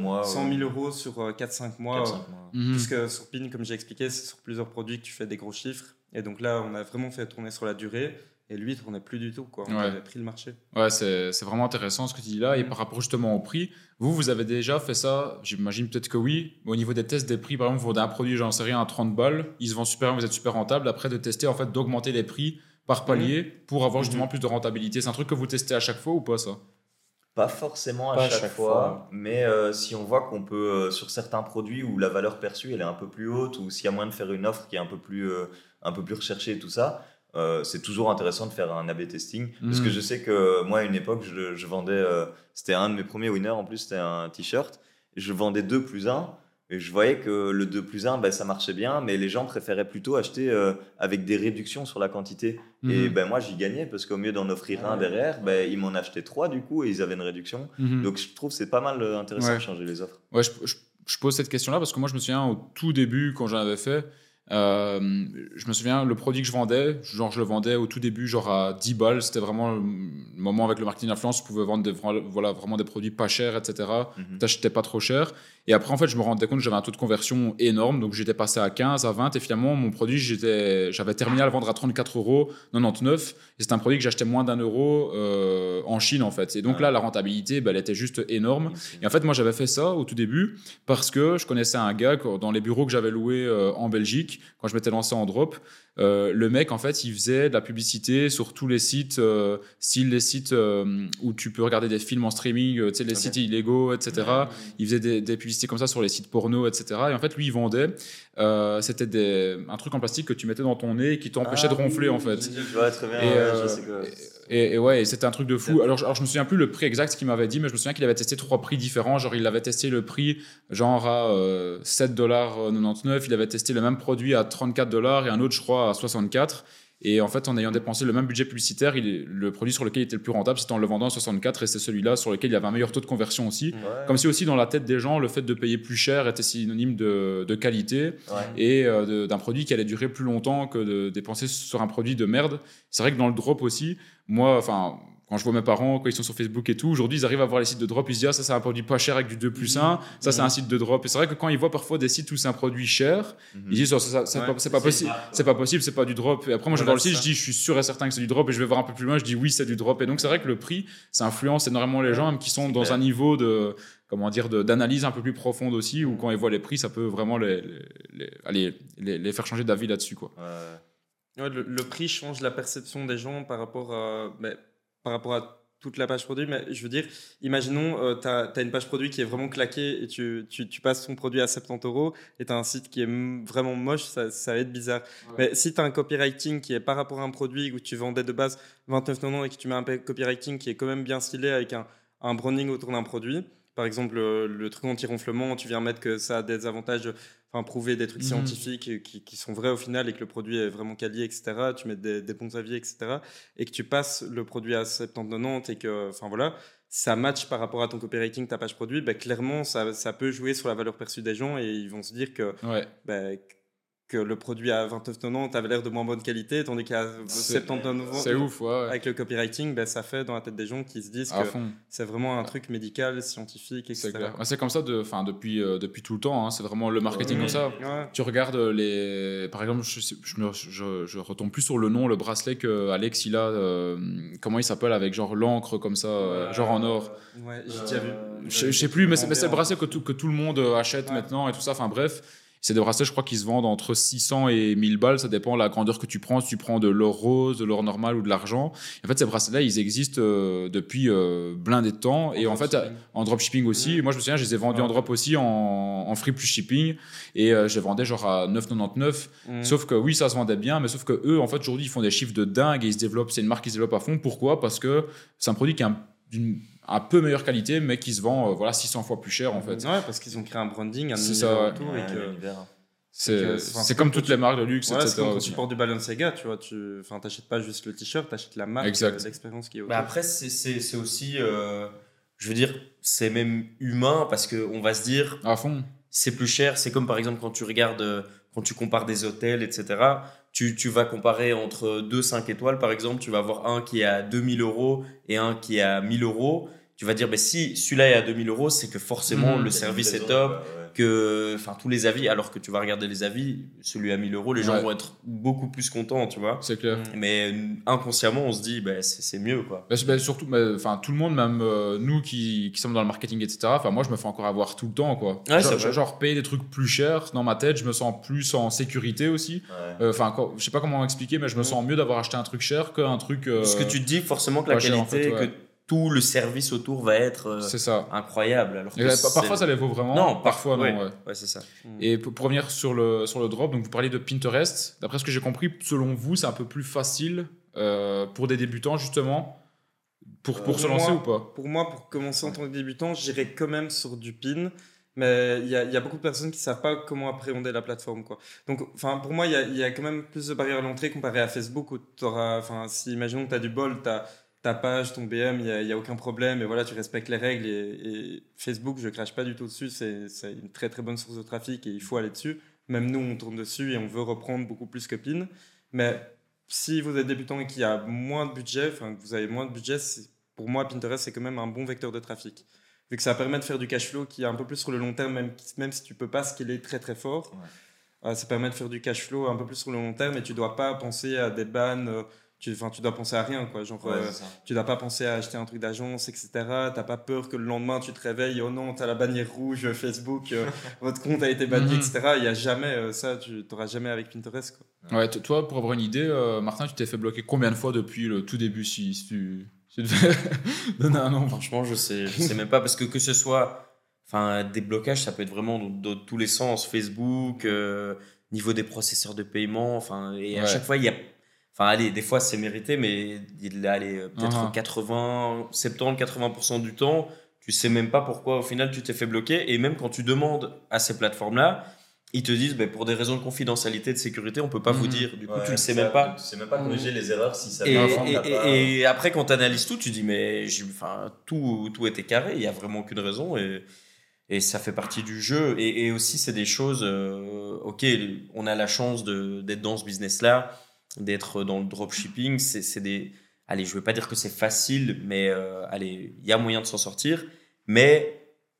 000 € sur 4-5 mois. Puisque sur Pin, comme j'ai expliqué, c'est sur plusieurs produits que tu fais des gros chiffres. Et donc là, on a vraiment fait tourner sur la durée. Et lui, il ne tournait plus du tout, quoi. On avait pris le marché. Ouais, c'est vraiment intéressant ce que tu dis là. Et par rapport justement au prix, vous avez déjà fait ça, j'imagine peut-être que oui. Au niveau des tests des prix, par exemple, vous vendez un produit, j'en sais rien, à 30 balles, il se vend super bien, vous êtes super rentable. Après, de tester, en fait, d'augmenter les prix par palier pour avoir justement plus de rentabilité. C'est un truc que vous testez à chaque fois ou pas, ça? Pas forcément à chaque fois, mais si on voit qu'on peut, sur certains produits où la valeur perçue elle est un peu plus haute, ou s'il y a moyen de faire une offre qui est un peu plus recherchée et tout ça, c'est toujours intéressant de faire un A/B testing. Parce que je sais que moi, à une époque, je vendais, c'était un de mes premiers winners, en plus, c'était un t-shirt. Je vendais 2 plus 1. Et je voyais que le 2 plus 1, ça marchait bien, mais les gens préféraient plutôt acheter avec des réductions sur la quantité. Et moi, j'y gagnais parce qu'au mieux d'en offrir un derrière, ils m'en achetaient 3 du coup et ils avaient une réduction. Donc je trouve que c'est pas mal intéressant de changer les offres. Ouais, je pose cette question-là parce que moi, je me souviens au tout début, quand j'en avais fait, Je me souviens, le produit que je vendais, genre je le vendais au tout début genre à 10 balles. C'était vraiment le moment avec le marketing d'influence, tu pouvais vendre vraiment des produits pas chers, etc. T'achetais pas trop cher. Et après, en fait, je me rendais compte que j'avais un taux de conversion énorme. Donc, j'étais passé à 15, à 20. Et finalement, mon produit, j'avais terminé à le vendre à 34,99 €. Et c'était un produit que j'achetais moins d'1 € en Chine, en fait. Et donc là, la rentabilité, elle était juste énorme. Et en fait, moi, j'avais fait ça au tout début parce que je connaissais un gars dans les bureaux que j'avais loués en Belgique, quand je m'étais lancé en drop. Le mec, en fait, il faisait de la publicité sur tous les sites, style les sites où tu peux regarder des films en streaming, tu sais, les sites illégaux, etc. Il faisait des publicités comme ça sur les sites porno, etc. Et en fait, lui, il vendait. C'était un truc en plastique que tu mettais dans ton nez et qui t'empêchait de ronfler, en fait. Ouais, très bien. Je sais quoi. Et ouais, c'était un truc de fou. Alors, je me souviens plus le prix exact ce qu'il m'avait dit, mais je me souviens qu'il avait testé 3 prix différents. Genre, il avait testé le prix genre à $7,99. Il avait testé le même produit à $34 et un autre, je crois, à 64. Et en fait, en ayant dépensé le même budget publicitaire, le produit sur lequel il était le plus rentable, c'était en le vendant à 64, et c'est celui-là sur lequel il y avait un meilleur taux de conversion aussi. Ouais. Comme si aussi dans la tête des gens, le fait de payer plus cher était synonyme de qualité et d'un produit qui allait durer plus longtemps que de dépenser sur un produit de merde. C'est vrai que dans le drop aussi, moi, quand je vois mes parents, quand ils sont sur Facebook et tout, aujourd'hui, ils arrivent à voir les sites de drop, ils se disent, ça, c'est un produit pas cher avec du 2+1, ça, c'est un site de drop. Et c'est vrai que quand ils voient parfois des sites où c'est un produit cher, ils disent, c'est pas possible, c'est pas du drop. Et après, moi, je vais voir le site, je dis, je suis sûr et certain que c'est du drop, et je vais voir un peu plus loin, je dis, oui, c'est du drop. Et donc, c'est vrai que le prix, ça influence énormément les gens, même qui sont dans un niveau d'analyse un peu plus profonde aussi, où quand ils voient les prix, ça peut vraiment les faire changer d'avis là-dessus, quoi. Ouais, le prix change la perception des gens par rapport à toute la page produit. Mais je veux dire, imaginons, tu as une page produit qui est vraiment claquée et tu passes ton produit à 70 € et tu as un site qui est vraiment moche, ça va être bizarre. Ouais. Mais si tu as un copywriting qui est par rapport à un produit où tu vendais de base 29,90 et que tu mets un copywriting qui est quand même bien stylé avec un branding autour d'un produit, par exemple le truc anti-ronflement, tu viens mettre que ça a des avantages, prouver des trucs scientifiques qui sont vrais au final et que le produit est vraiment quali, etc. Tu mets des bons avis, etc. Et que tu passes le produit à 70-90 et que, ça match par rapport à ton copywriting, ta page produit, clairement, ça peut jouer sur la valeur perçue des gens et ils vont se dire que, que le produit à 29,90 avait l'air de moins bonne qualité, tandis qu'à 79,90 avec le copywriting, ça fait dans la tête des gens qui se disent que c'est vraiment un truc médical, scientifique, etc. C'est comme ça depuis tout le temps, hein. C'est vraiment le marketing comme ça. Ouais. Tu regardes par exemple, je retombe plus sur le nom, le bracelet que Alex il a, comment il s'appelle, avec genre l'encre comme ça, genre en or. Ouais, j'ai déjà vu. Je sais plus, mais c'est le bracelet que tout le monde achète maintenant et tout ça. Enfin bref. C'est des bracelets, je crois, qui se vendent entre 600 et 1000 balles. Ça dépend de la grandeur que tu prends. Si tu prends de l'or rose, de l'or normal ou de l'argent. En fait, ces bracelets-là, ils existent depuis blindé de temps. Et en fait, en dropshipping aussi. Moi, je me souviens, je les ai vendus en drop aussi, en free plus shipping. Et je les vendais genre à 9,99. Sauf que oui, ça se vendait bien. Mais sauf que eux, en fait, aujourd'hui, ils font des chiffres de dingue et ils se développent. C'est une marque qui se développe à fond. Pourquoi ? Parce que c'est un produit qui est d'une un peu meilleure qualité, mais qui se vend 600 fois plus cher en fait. Ouais, parce qu'ils ont créé un branding, un univers autour. C'est comme toutes les marques de luxe, etc. C'est comme quand tu portes du Balenciaga, tu vois, t'achètes pas juste le t-shirt, t'achètes la marque, l'expérience qui est autour. Après, c'est aussi, je veux dire, c'est même humain parce qu'on va se dire, à fond. C'est plus cher. C'est comme par exemple quand tu regardes, quand tu compares des hôtels, etc. Tu vas comparer entre 2 5 étoiles, par exemple, tu vas avoir un qui est à 2000 € et un qui est à 1000 €. Tu vas dire, si celui-là est à 2000 €, c'est que forcément le service est top, que tous les avis, alors que tu vas regarder les avis, celui à 1000 €, les gens vont être beaucoup plus contents, tu vois. C'est clair. Mais inconsciemment, on se dit, c'est mieux, quoi. Surtout, tout le monde, même nous qui sommes dans le marketing, etc. Moi, je me fais encore avoir tout le temps, quoi. Genre payer des trucs plus chers, dans ma tête, je me sens plus en sécurité aussi. Je sais pas comment expliquer, mais je me sens mieux d'avoir acheté un truc cher qu'un truc. Parce que tu te dis forcément que la qualité, que tout le service autour va être incroyable. Alors que parfois, ça les vaut vraiment. Non, parfois, non. Ouais, c'est ça. Et pour revenir sur le drop, donc vous parliez de Pinterest. D'après ce que j'ai compris, selon vous, c'est un peu plus facile pour des débutants, justement, pour se lancer ou pas ? Pour moi, pour commencer en tant que débutant, j'irais quand même sur du pin. Mais il y a beaucoup de personnes qui ne savent pas comment appréhender la plateforme, quoi. Donc, pour moi, il y a quand même plus de barrières à l'entrée comparé à Facebook où tu auras, si imaginons que tu as du bol, ta page, ton BM, il y a aucun problème et voilà, tu respectes les règles et Facebook, je crache pas du tout dessus, c'est une très très bonne source de trafic et il faut aller dessus. Même nous, on tourne dessus et on veut reprendre beaucoup plus que Pin. Mais si vous êtes débutant et qu'il y a moins de budget, enfin que vous avez moins de budget, pour moi, Pinterest, c'est quand même un bon vecteur de trafic. Vu que ça permet de faire du cash flow qui est un peu plus sur le long terme, même si tu ne peux pas scaler très très fort. Ça permet de faire du cash flow un peu plus sur le long terme et tu ne dois pas penser à des bans. Tu dois penser à rien, quoi. Genre, tu dois pas penser à acheter un truc d'agence, etc. T'as pas peur que le lendemain tu te réveilles, oh non, t'as la bannière rouge Facebook, votre compte a été banni, etc. Il y a jamais ça, tu t'auras jamais avec Pinterest, quoi. Ouais, toi, pour avoir une idée, Martin, tu t'es fait bloquer combien de fois depuis le tout début, si tu devais donner un nombre? Franchement, je sais même pas, parce que ce soit, enfin, des blocages, ça peut être vraiment dans tous les sens, Facebook, niveau des processeurs de paiement, enfin, et à chaque fois il y a. Enfin, allez, des fois c'est mérité, mais peut-être 80% du temps, tu sais même pas pourquoi au final tu t'es fait bloquer. Et même quand tu demandes à ces plateformes-là, ils te disent pour des raisons de confidentialité, de sécurité, on peut pas vous dire. Du coup, tu le sais même pas. Tu sais même pas corriger les erreurs si ça et après, quand tu analyses tout, tu dis, mais tout était carré, il y a vraiment aucune raison. Et ça fait partie du jeu. Et aussi, c'est des choses, ok, on a la chance d'être dans ce business-là, d'être dans le dropshipping, c'est des... Allez, je veux pas dire que c'est facile, mais allez, il y a moyen de s'en sortir. Mais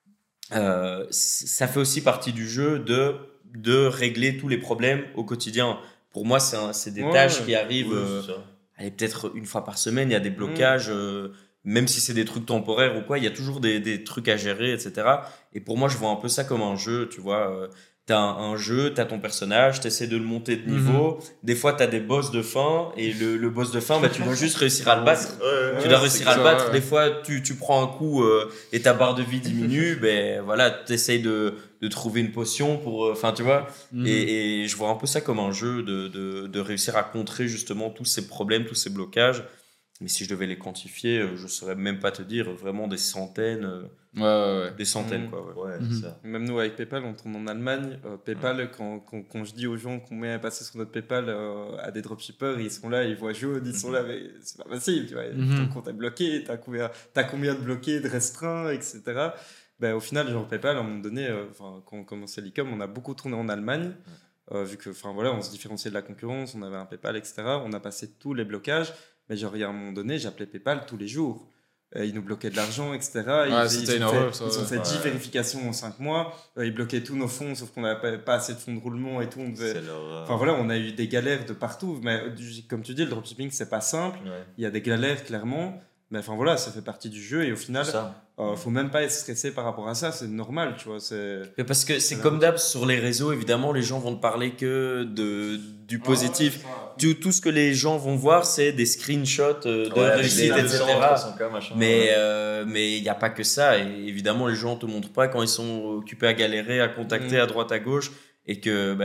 ça fait aussi partie du jeu de régler tous les problèmes au quotidien. Pour moi, c'est des tâches qui arrivent allez, peut-être une fois par semaine. Il y a des blocages, même si c'est des trucs temporaires ou quoi, il y a toujours des trucs à gérer, etc. Et pour moi, je vois un peu ça comme un jeu, tu vois. T'as un jeu, t'as ton personnage, t'essaies de le monter de niveau. Des fois, t'as des boss de fin, et le boss de fin, tu dois juste réussir à le battre. Tu dois réussir à le battre. Des fois, tu prends un coup et ta barre de vie diminue. Voilà, t'essayes de trouver une potion pour, enfin, tu vois. Et je vois un peu ça comme un jeu de réussir à contrer justement tous ces problèmes, tous ces blocages. Mais si je devais les quantifier, je saurais même pas te dire, vraiment des centaines. Des centaines, quoi. C'est ça. Même nous, avec PayPal, on tourne en Allemagne. PayPal, quand je dis aux gens combien est passé sur notre PayPal à des dropshippers, ils sont là, ils voient jaune, ils sont là, mais c'est pas facile, tu vois. Ton compte est bloqué, t'as combien de bloqués, de restreints, etc. Au final, genre PayPal, à un moment donné, quand on commençait l'e-com, on a beaucoup tourné en Allemagne. Vu que, on se différenciait de la concurrence, on avait un PayPal, etc. On a passé tous les blocages. Mais genre, il y a un moment donné, j'appelais PayPal tous les jours. Ils nous bloquaient de l'argent, etc. Ils ont fait 10 vérifications en 5 mois. Ils bloquaient tous nos fonds, sauf qu'on n'avait pas assez de fonds de roulement et tout. On a eu des galères de partout. Mais comme tu dis, le dropshipping, c'est pas simple. Il y a des galères, clairement. Mais ça fait partie du jeu. Et au final, faut même pas être stressé par rapport à ça. C'est normal, tu vois. Parce que c'est comme d'hab, sur les réseaux, évidemment, les gens vont te parler que du positif. Tout ce que les gens vont voir, c'est des screenshots de réussite, etc. Mais il n'y a pas que ça. Et évidemment, les gens ne te montrent pas quand ils sont occupés à galérer, à contacter à droite, à gauche, et que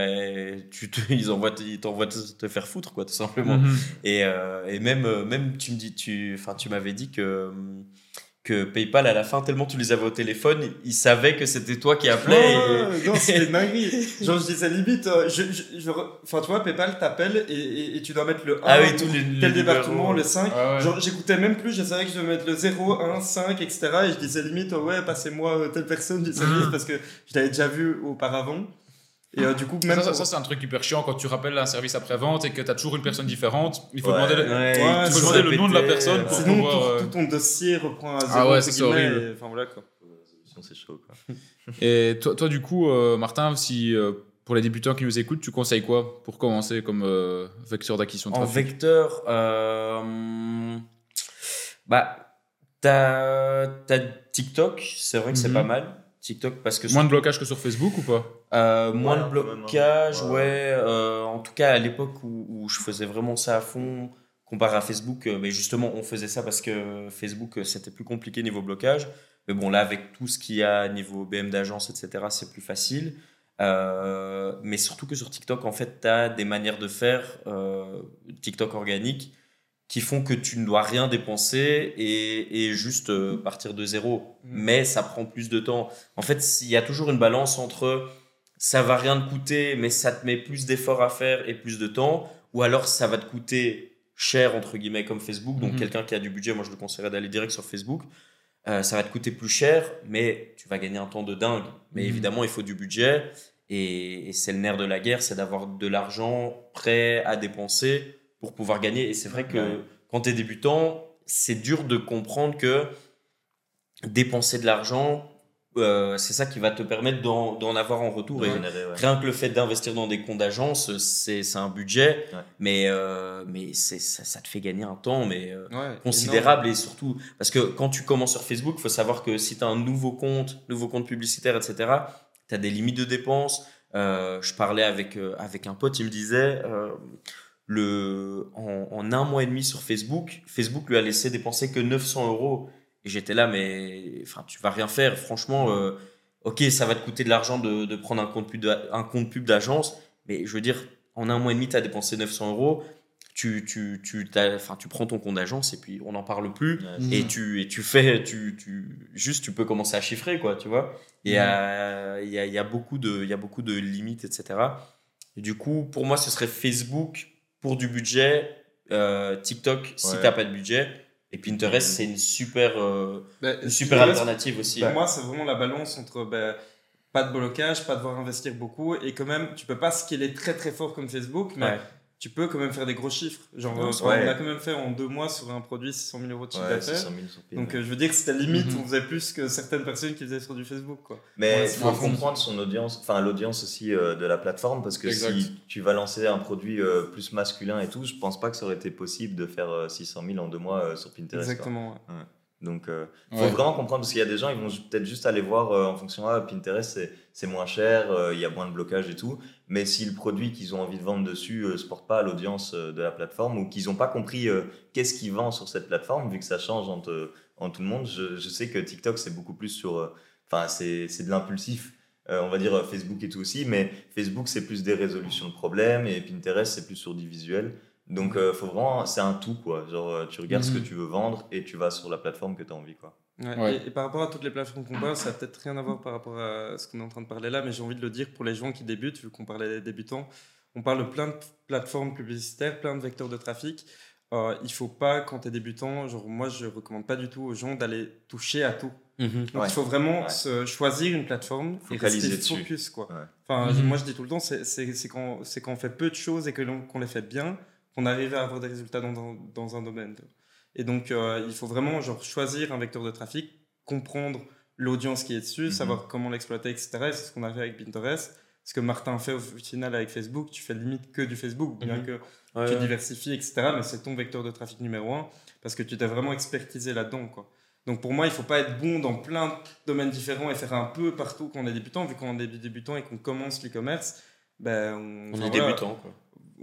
ils t'envoient te faire foutre, quoi, tout simplement. Et même tu m'avais dit que PayPal, à la fin, tellement tu les avais au téléphone, ils savaient que c'était toi qui appelais. Non, c'était une dinguerie. Genre, je disais limite, tu vois, PayPal t'appelle et tu dois mettre le 1, tel département, le 5. Genre, j'écoutais même plus, je savais que je devais mettre le 0, 1, 5, etc. Et je disais limite, passez-moi telle personne, je disais limite, parce que je l'avais déjà vu auparavant. Et du coup, même ça c'est un truc hyper chiant quand tu rappelles un service après-vente et que tu as toujours une personne différente. Il faut demander le nom de la personne pour sinon pouvoir... tout ton dossier reprend à zéro. C'est horrible. Voilà, quoi. C'est chaud, quoi. Et toi, du coup, Martin, si pour les débutants qui nous écoutent, tu conseilles quoi pour commencer comme vecteur d'acquisition de trafic? En vecteur, t'as TikTok, c'est vrai que c'est pas mal. TikTok, parce que moins de blocage que sur Facebook ou pas? Moins de blocage, en tout cas à l'époque où je faisais vraiment ça à fond comparé à Facebook, mais justement on faisait ça parce que Facebook c'était plus compliqué niveau blocage, mais bon là avec tout ce qu'il y a niveau BM d'agence, etc., c'est plus facile. Mais surtout que sur TikTok, en fait, tu as des manières de faire TikTok organique qui font que tu ne dois rien dépenser et juste partir de zéro. Mais ça prend plus de temps. En fait, il y a toujours une balance entre ça va rien te coûter, mais ça te met plus d'efforts à faire et plus de temps, ou alors ça va te coûter cher, entre guillemets, comme Facebook. Donc, quelqu'un qui a du budget, moi, je le conseillerais d'aller direct sur Facebook. Ça va te coûter plus cher, mais tu vas gagner un temps de dingue. Mais évidemment, il faut du budget. Et c'est le nerf de la guerre, c'est d'avoir de l'argent prêt à dépenser pour pouvoir gagner. Et c'est vrai que quand tu es débutant, c'est dur de comprendre que dépenser de l'argent, c'est ça qui va te permettre d'en avoir en retour. Et rien que le fait d'investir dans des comptes d'agence, c'est un budget, mais ça te fait gagner un temps considérable. Et surtout, parce que quand tu commences sur Facebook, il faut savoir que si tu as un nouveau compte publicitaire, etc., tu as des limites de dépenses. Je parlais avec un pote, il me disait en 1 mois et demi sur Facebook lui a laissé dépenser que 900 €. Et j'étais là, mais tu vas rien faire. Franchement, ok, ça va te coûter de l'argent de prendre un compte pub d'agence, mais je veux dire, en 1 mois et demi, tu as dépensé 900 €. Tu prends ton compte d'agence et puis on n'en parle plus. Et tu peux commencer à chiffrer, quoi, tu vois. Et il y a beaucoup de limites, etc. Et du coup, pour moi, ce serait Facebook pour du budget, TikTok si tu n'as pas de budget. Et Pinterest, c'est une super alternative aussi. Pour moi, c'est vraiment la balance entre pas de blocage, pas devoir investir beaucoup. Et quand même, tu peux pas scaler très très fort comme Facebook, mais tu peux quand même faire des gros chiffres. Genre, on a quand même fait en 2 mois sur un produit 600 000 € de chiffre d'affaires. Donc, je veux dire que c'était limite, on faisait plus que certaines personnes qui faisaient sur du Facebook, quoi. Mais il faut comprendre son audience, enfin l'audience aussi de la plateforme, parce que si tu vas lancer un produit plus masculin et tout, je pense pas que ça aurait été possible de faire 600 000 en 2 mois sur Pinterest. Exactement. Donc, faut vraiment comprendre, parce qu'il y a des gens, ils vont peut-être juste aller voir en fonction de Pinterest, c'est moins cher, il y a moins de blocage et tout. Mais si le produit qu'ils ont envie de vendre dessus se porte pas à l'audience de la plateforme, ou qu'ils n'ont pas compris qu'est-ce qui vend sur cette plateforme, vu que ça change en tout le monde, je sais que TikTok, c'est beaucoup plus sur. C'est de l'impulsif. On va dire Facebook et tout aussi, mais Facebook, c'est plus des résolutions de problèmes, et Pinterest, c'est plus sur du visuel. Donc, faut vraiment, c'est un tout, quoi. Genre, tu regardes ce que tu veux vendre et tu vas sur la plateforme que tu as envie, quoi. Et par rapport à toutes les plateformes qu'on parle, ça n'a peut-être rien à voir par rapport à ce qu'on est en train de parler là, mais j'ai envie de le dire pour les gens qui débutent, vu qu'on parlait des débutants. On parle de plein de plateformes publicitaires, plein de vecteurs de trafic. Il faut pas, quand tu es débutant, genre moi je recommande pas du tout aux gens d'aller toucher à tout. Donc il faut vraiment choisir une plateforme et rester focus, quoi. Moi je dis tout le temps, c'est quand on fait peu de choses et qu'on les fait bien, qu'on arrive à avoir des résultats dans un domaine. Et donc, il faut vraiment choisir un vecteur de trafic, comprendre l'audience qui est dessus, savoir comment l'exploiter, etc. Et c'est ce qu'on a fait avec Pinterest. Ce que Martin fait au final avec Facebook, tu fais limite que du Facebook, bien que tu diversifies, etc. Mais c'est ton vecteur de trafic numéro 1 parce que tu t'es vraiment expertisé là-dedans, quoi. Donc pour moi, il ne faut pas être bon dans plein de domaines différents et faire un peu partout quand on est débutant. Vu qu'on est débutant et qu'on commence l'e-commerce, on est débutant, quoi.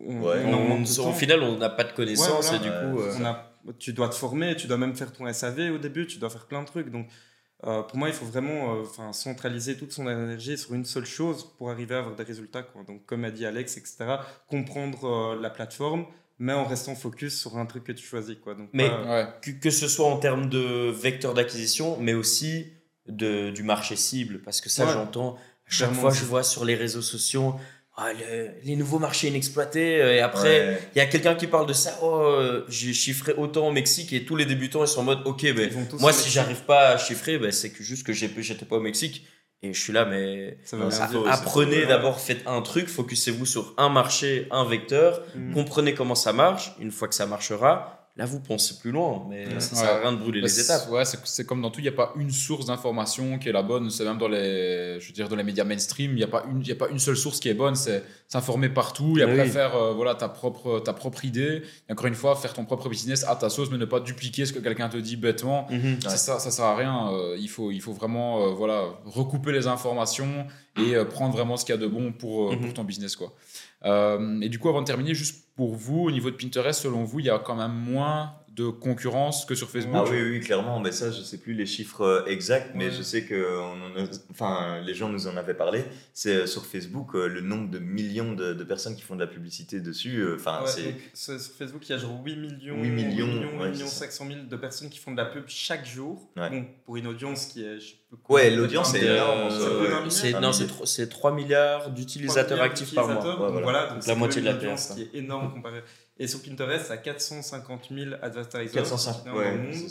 Au final, on n'a pas de connaissances et du coup... tu dois te former, tu dois même faire ton SAV au début, tu dois faire plein de trucs. Donc, pour moi, il faut vraiment centraliser toute son énergie sur une seule chose pour arriver à avoir des résultats, quoi. Donc, comme a dit Alex, etc., comprendre la plateforme, mais en restant focus sur un truc que tu choisis, quoi. Donc, mais que ce soit en termes de vecteur d'acquisition, mais aussi du marché cible, parce que ça, j'entends à chaque fois, je vois sur les réseaux sociaux... les nouveaux marchés inexploités, et après il y a quelqu'un qui parle de ça, j'ai chiffré autant au Mexique, et tous les débutants ils sont en mode ok, moi si j'arrive pas à chiffrer, c'est que juste que j'étais pas au Mexique, et je suis là, mais apprenez d'abord, faites un truc, focussez-vous sur un marché, un vecteur, comprenez comment ça marche. Une fois que ça marchera, là vous pensez plus loin, mais ça sert à rien de brûler les étapes. C'est comme dans tout, il n'y a pas une source d'information qui est la bonne. C'est même dans les médias mainstream, il n'y a pas une seule source qui est bonne. C'est s'informer partout et après faire ta propre idée. Et encore une fois, faire ton propre business à ta sauce, mais ne pas dupliquer ce que quelqu'un te dit bêtement. Ça sert à rien. Il faut vraiment recouper les informations et prendre vraiment ce qu'il y a de bon pour ton business, quoi. Et du coup, avant de terminer, juste pour vous, au niveau de Pinterest, selon vous, il y a quand même moins de concurrence que sur Facebook? Oui, clairement. Mais ça, je sais plus les chiffres exacts, mais je sais que les gens nous en avaient parlé. C'est sur Facebook, le nombre de millions de personnes qui font de la publicité dessus. Sur Facebook, il y a genre 8 millions 500 000 de personnes qui font de la pub chaque jour. Bon, pour une audience qui est... l'audience est énorme. C'est 3 milliards d'utilisateurs actifs par mois. Voilà, donc la moitié de la audience qui est énorme comparée. Et sur Pinterest, ça a 450 000 advertisers dans le monde.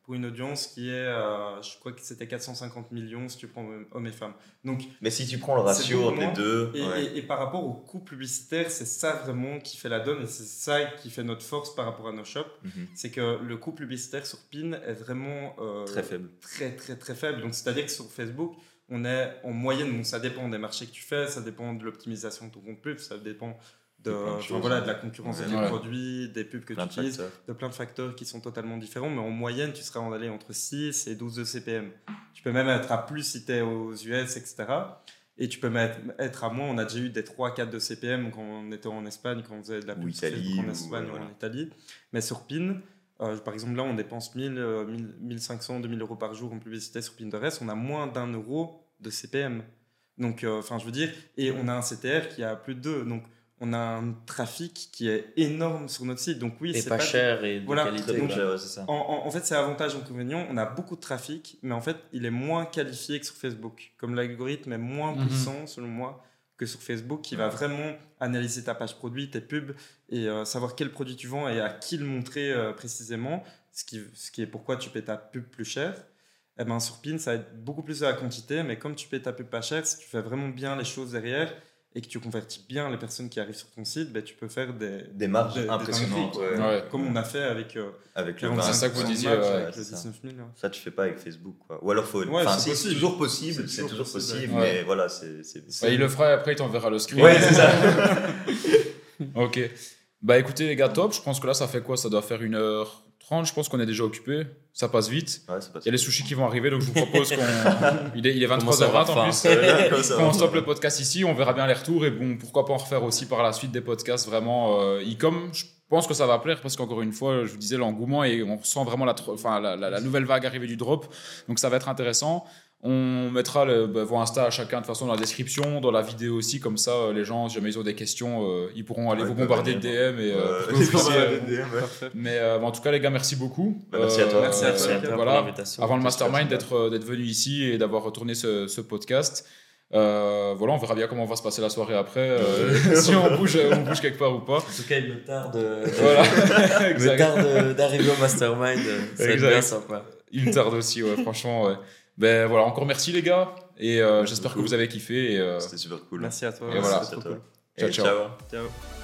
pour une audience qui est, je crois que c'était 450 millions si tu prends hommes et femmes. Donc, mais si tu prends le ratio entre les deux... Et par rapport au coût publicitaire, c'est ça vraiment qui fait la donne et c'est ça qui fait notre force par rapport à nos shops. C'est que le coût publicitaire sur Pin est vraiment très faible. Très, très, très faible. Donc, c'est-à-dire que sur Facebook, on est en moyenne, bon, ça dépend des marchés que tu fais, ça dépend de l'optimisation de ton contenu, ça dépend de la concurrence des produits, des pubs que tu utilises, de plein de facteurs qui sont totalement différents, mais en moyenne, tu seras en aller entre 6 et 12 de CPM. Tu peux même être à plus si tu es aux US, etc. Et tu peux être à moins. On a déjà eu des 3-4 de CPM quand on était en Espagne, quand on faisait de la pub en Espagne ou en Italie. Mais sur Pin, par exemple, là, on dépense 1500, 2000 euros par jour en publicité sur Pinterest. On a moins d'1 euro de CPM. Donc, je veux dire, et on a un CTR qui a plus de 2. Donc, on a un trafic qui est énorme sur notre site. Donc, oui, et c'est pas cher et de qualité. Donc, c'est ça. En fait, c'est avantage, inconvénient. On a beaucoup de trafic, mais en fait, il est moins qualifié que sur Facebook. Comme l'algorithme est moins puissant, selon moi, que sur Facebook, qui va vraiment analyser ta page produit, tes pubs, et savoir quel produit tu vends et à qui le montrer précisément, ce qui est pourquoi tu paies ta pub plus cher. Eh ben, sur Pin, ça va être beaucoup plus de la quantité, mais comme tu paies ta pub pas cher, si tu fais vraiment bien les choses derrière et que tu convertis bien les personnes qui arrivent sur ton site, ben, tu peux faire des marges impressionnantes. Comme on a fait avec le 25 que vous disiez, avec le 19 000. Ça, tu fais pas avec Facebook, quoi. Ou alors, c'est toujours possible, mais voilà, il le fera et après, il t'enverra le screen. Ouais, c'est ça. Ok. Bah écoutez, les gars, top. Je pense que là, ça fait quoi? Ça doit faire 1h30. Je pense qu'on est déjà occupé. Ça passe vite. Ouais, ça passe. Il y a les sushis qui vont arriver, donc je vous propose qu'on. Il est 23h20 en plus. Quand on stoppe le podcast ici, on verra bien les retours. Et bon, pourquoi pas en refaire aussi par la suite des podcasts vraiment e-com. Je pense que ça va plaire parce qu'encore une fois, je vous disais, l'engouement et on ressent vraiment la nouvelle vague arrivée du drop. Donc ça va être intéressant. On mettra vos Insta à chacun de toute façon dans la description, dans la vidéo aussi, comme ça les gens, si jamais ils ont des questions, ils pourront aller vous bombarder de DM. Mais en tout cas les gars, merci beaucoup. Merci à toi. Merci à toi pour l'invitation. Avant le mastermind d'être venu ici et d'avoir retourné ce podcast. On verra bien comment va se passer la soirée après, si on bouge quelque part ou pas. En tout cas, il me tarde d'arriver au mastermind, ça va être bien sympa. Il me tarde aussi, franchement. Ben voilà, encore merci les gars, et j'espère que vous avez kiffé. C'était super cool. Merci à toi. Et voilà. C'était trop cool. Ciao. Ciao.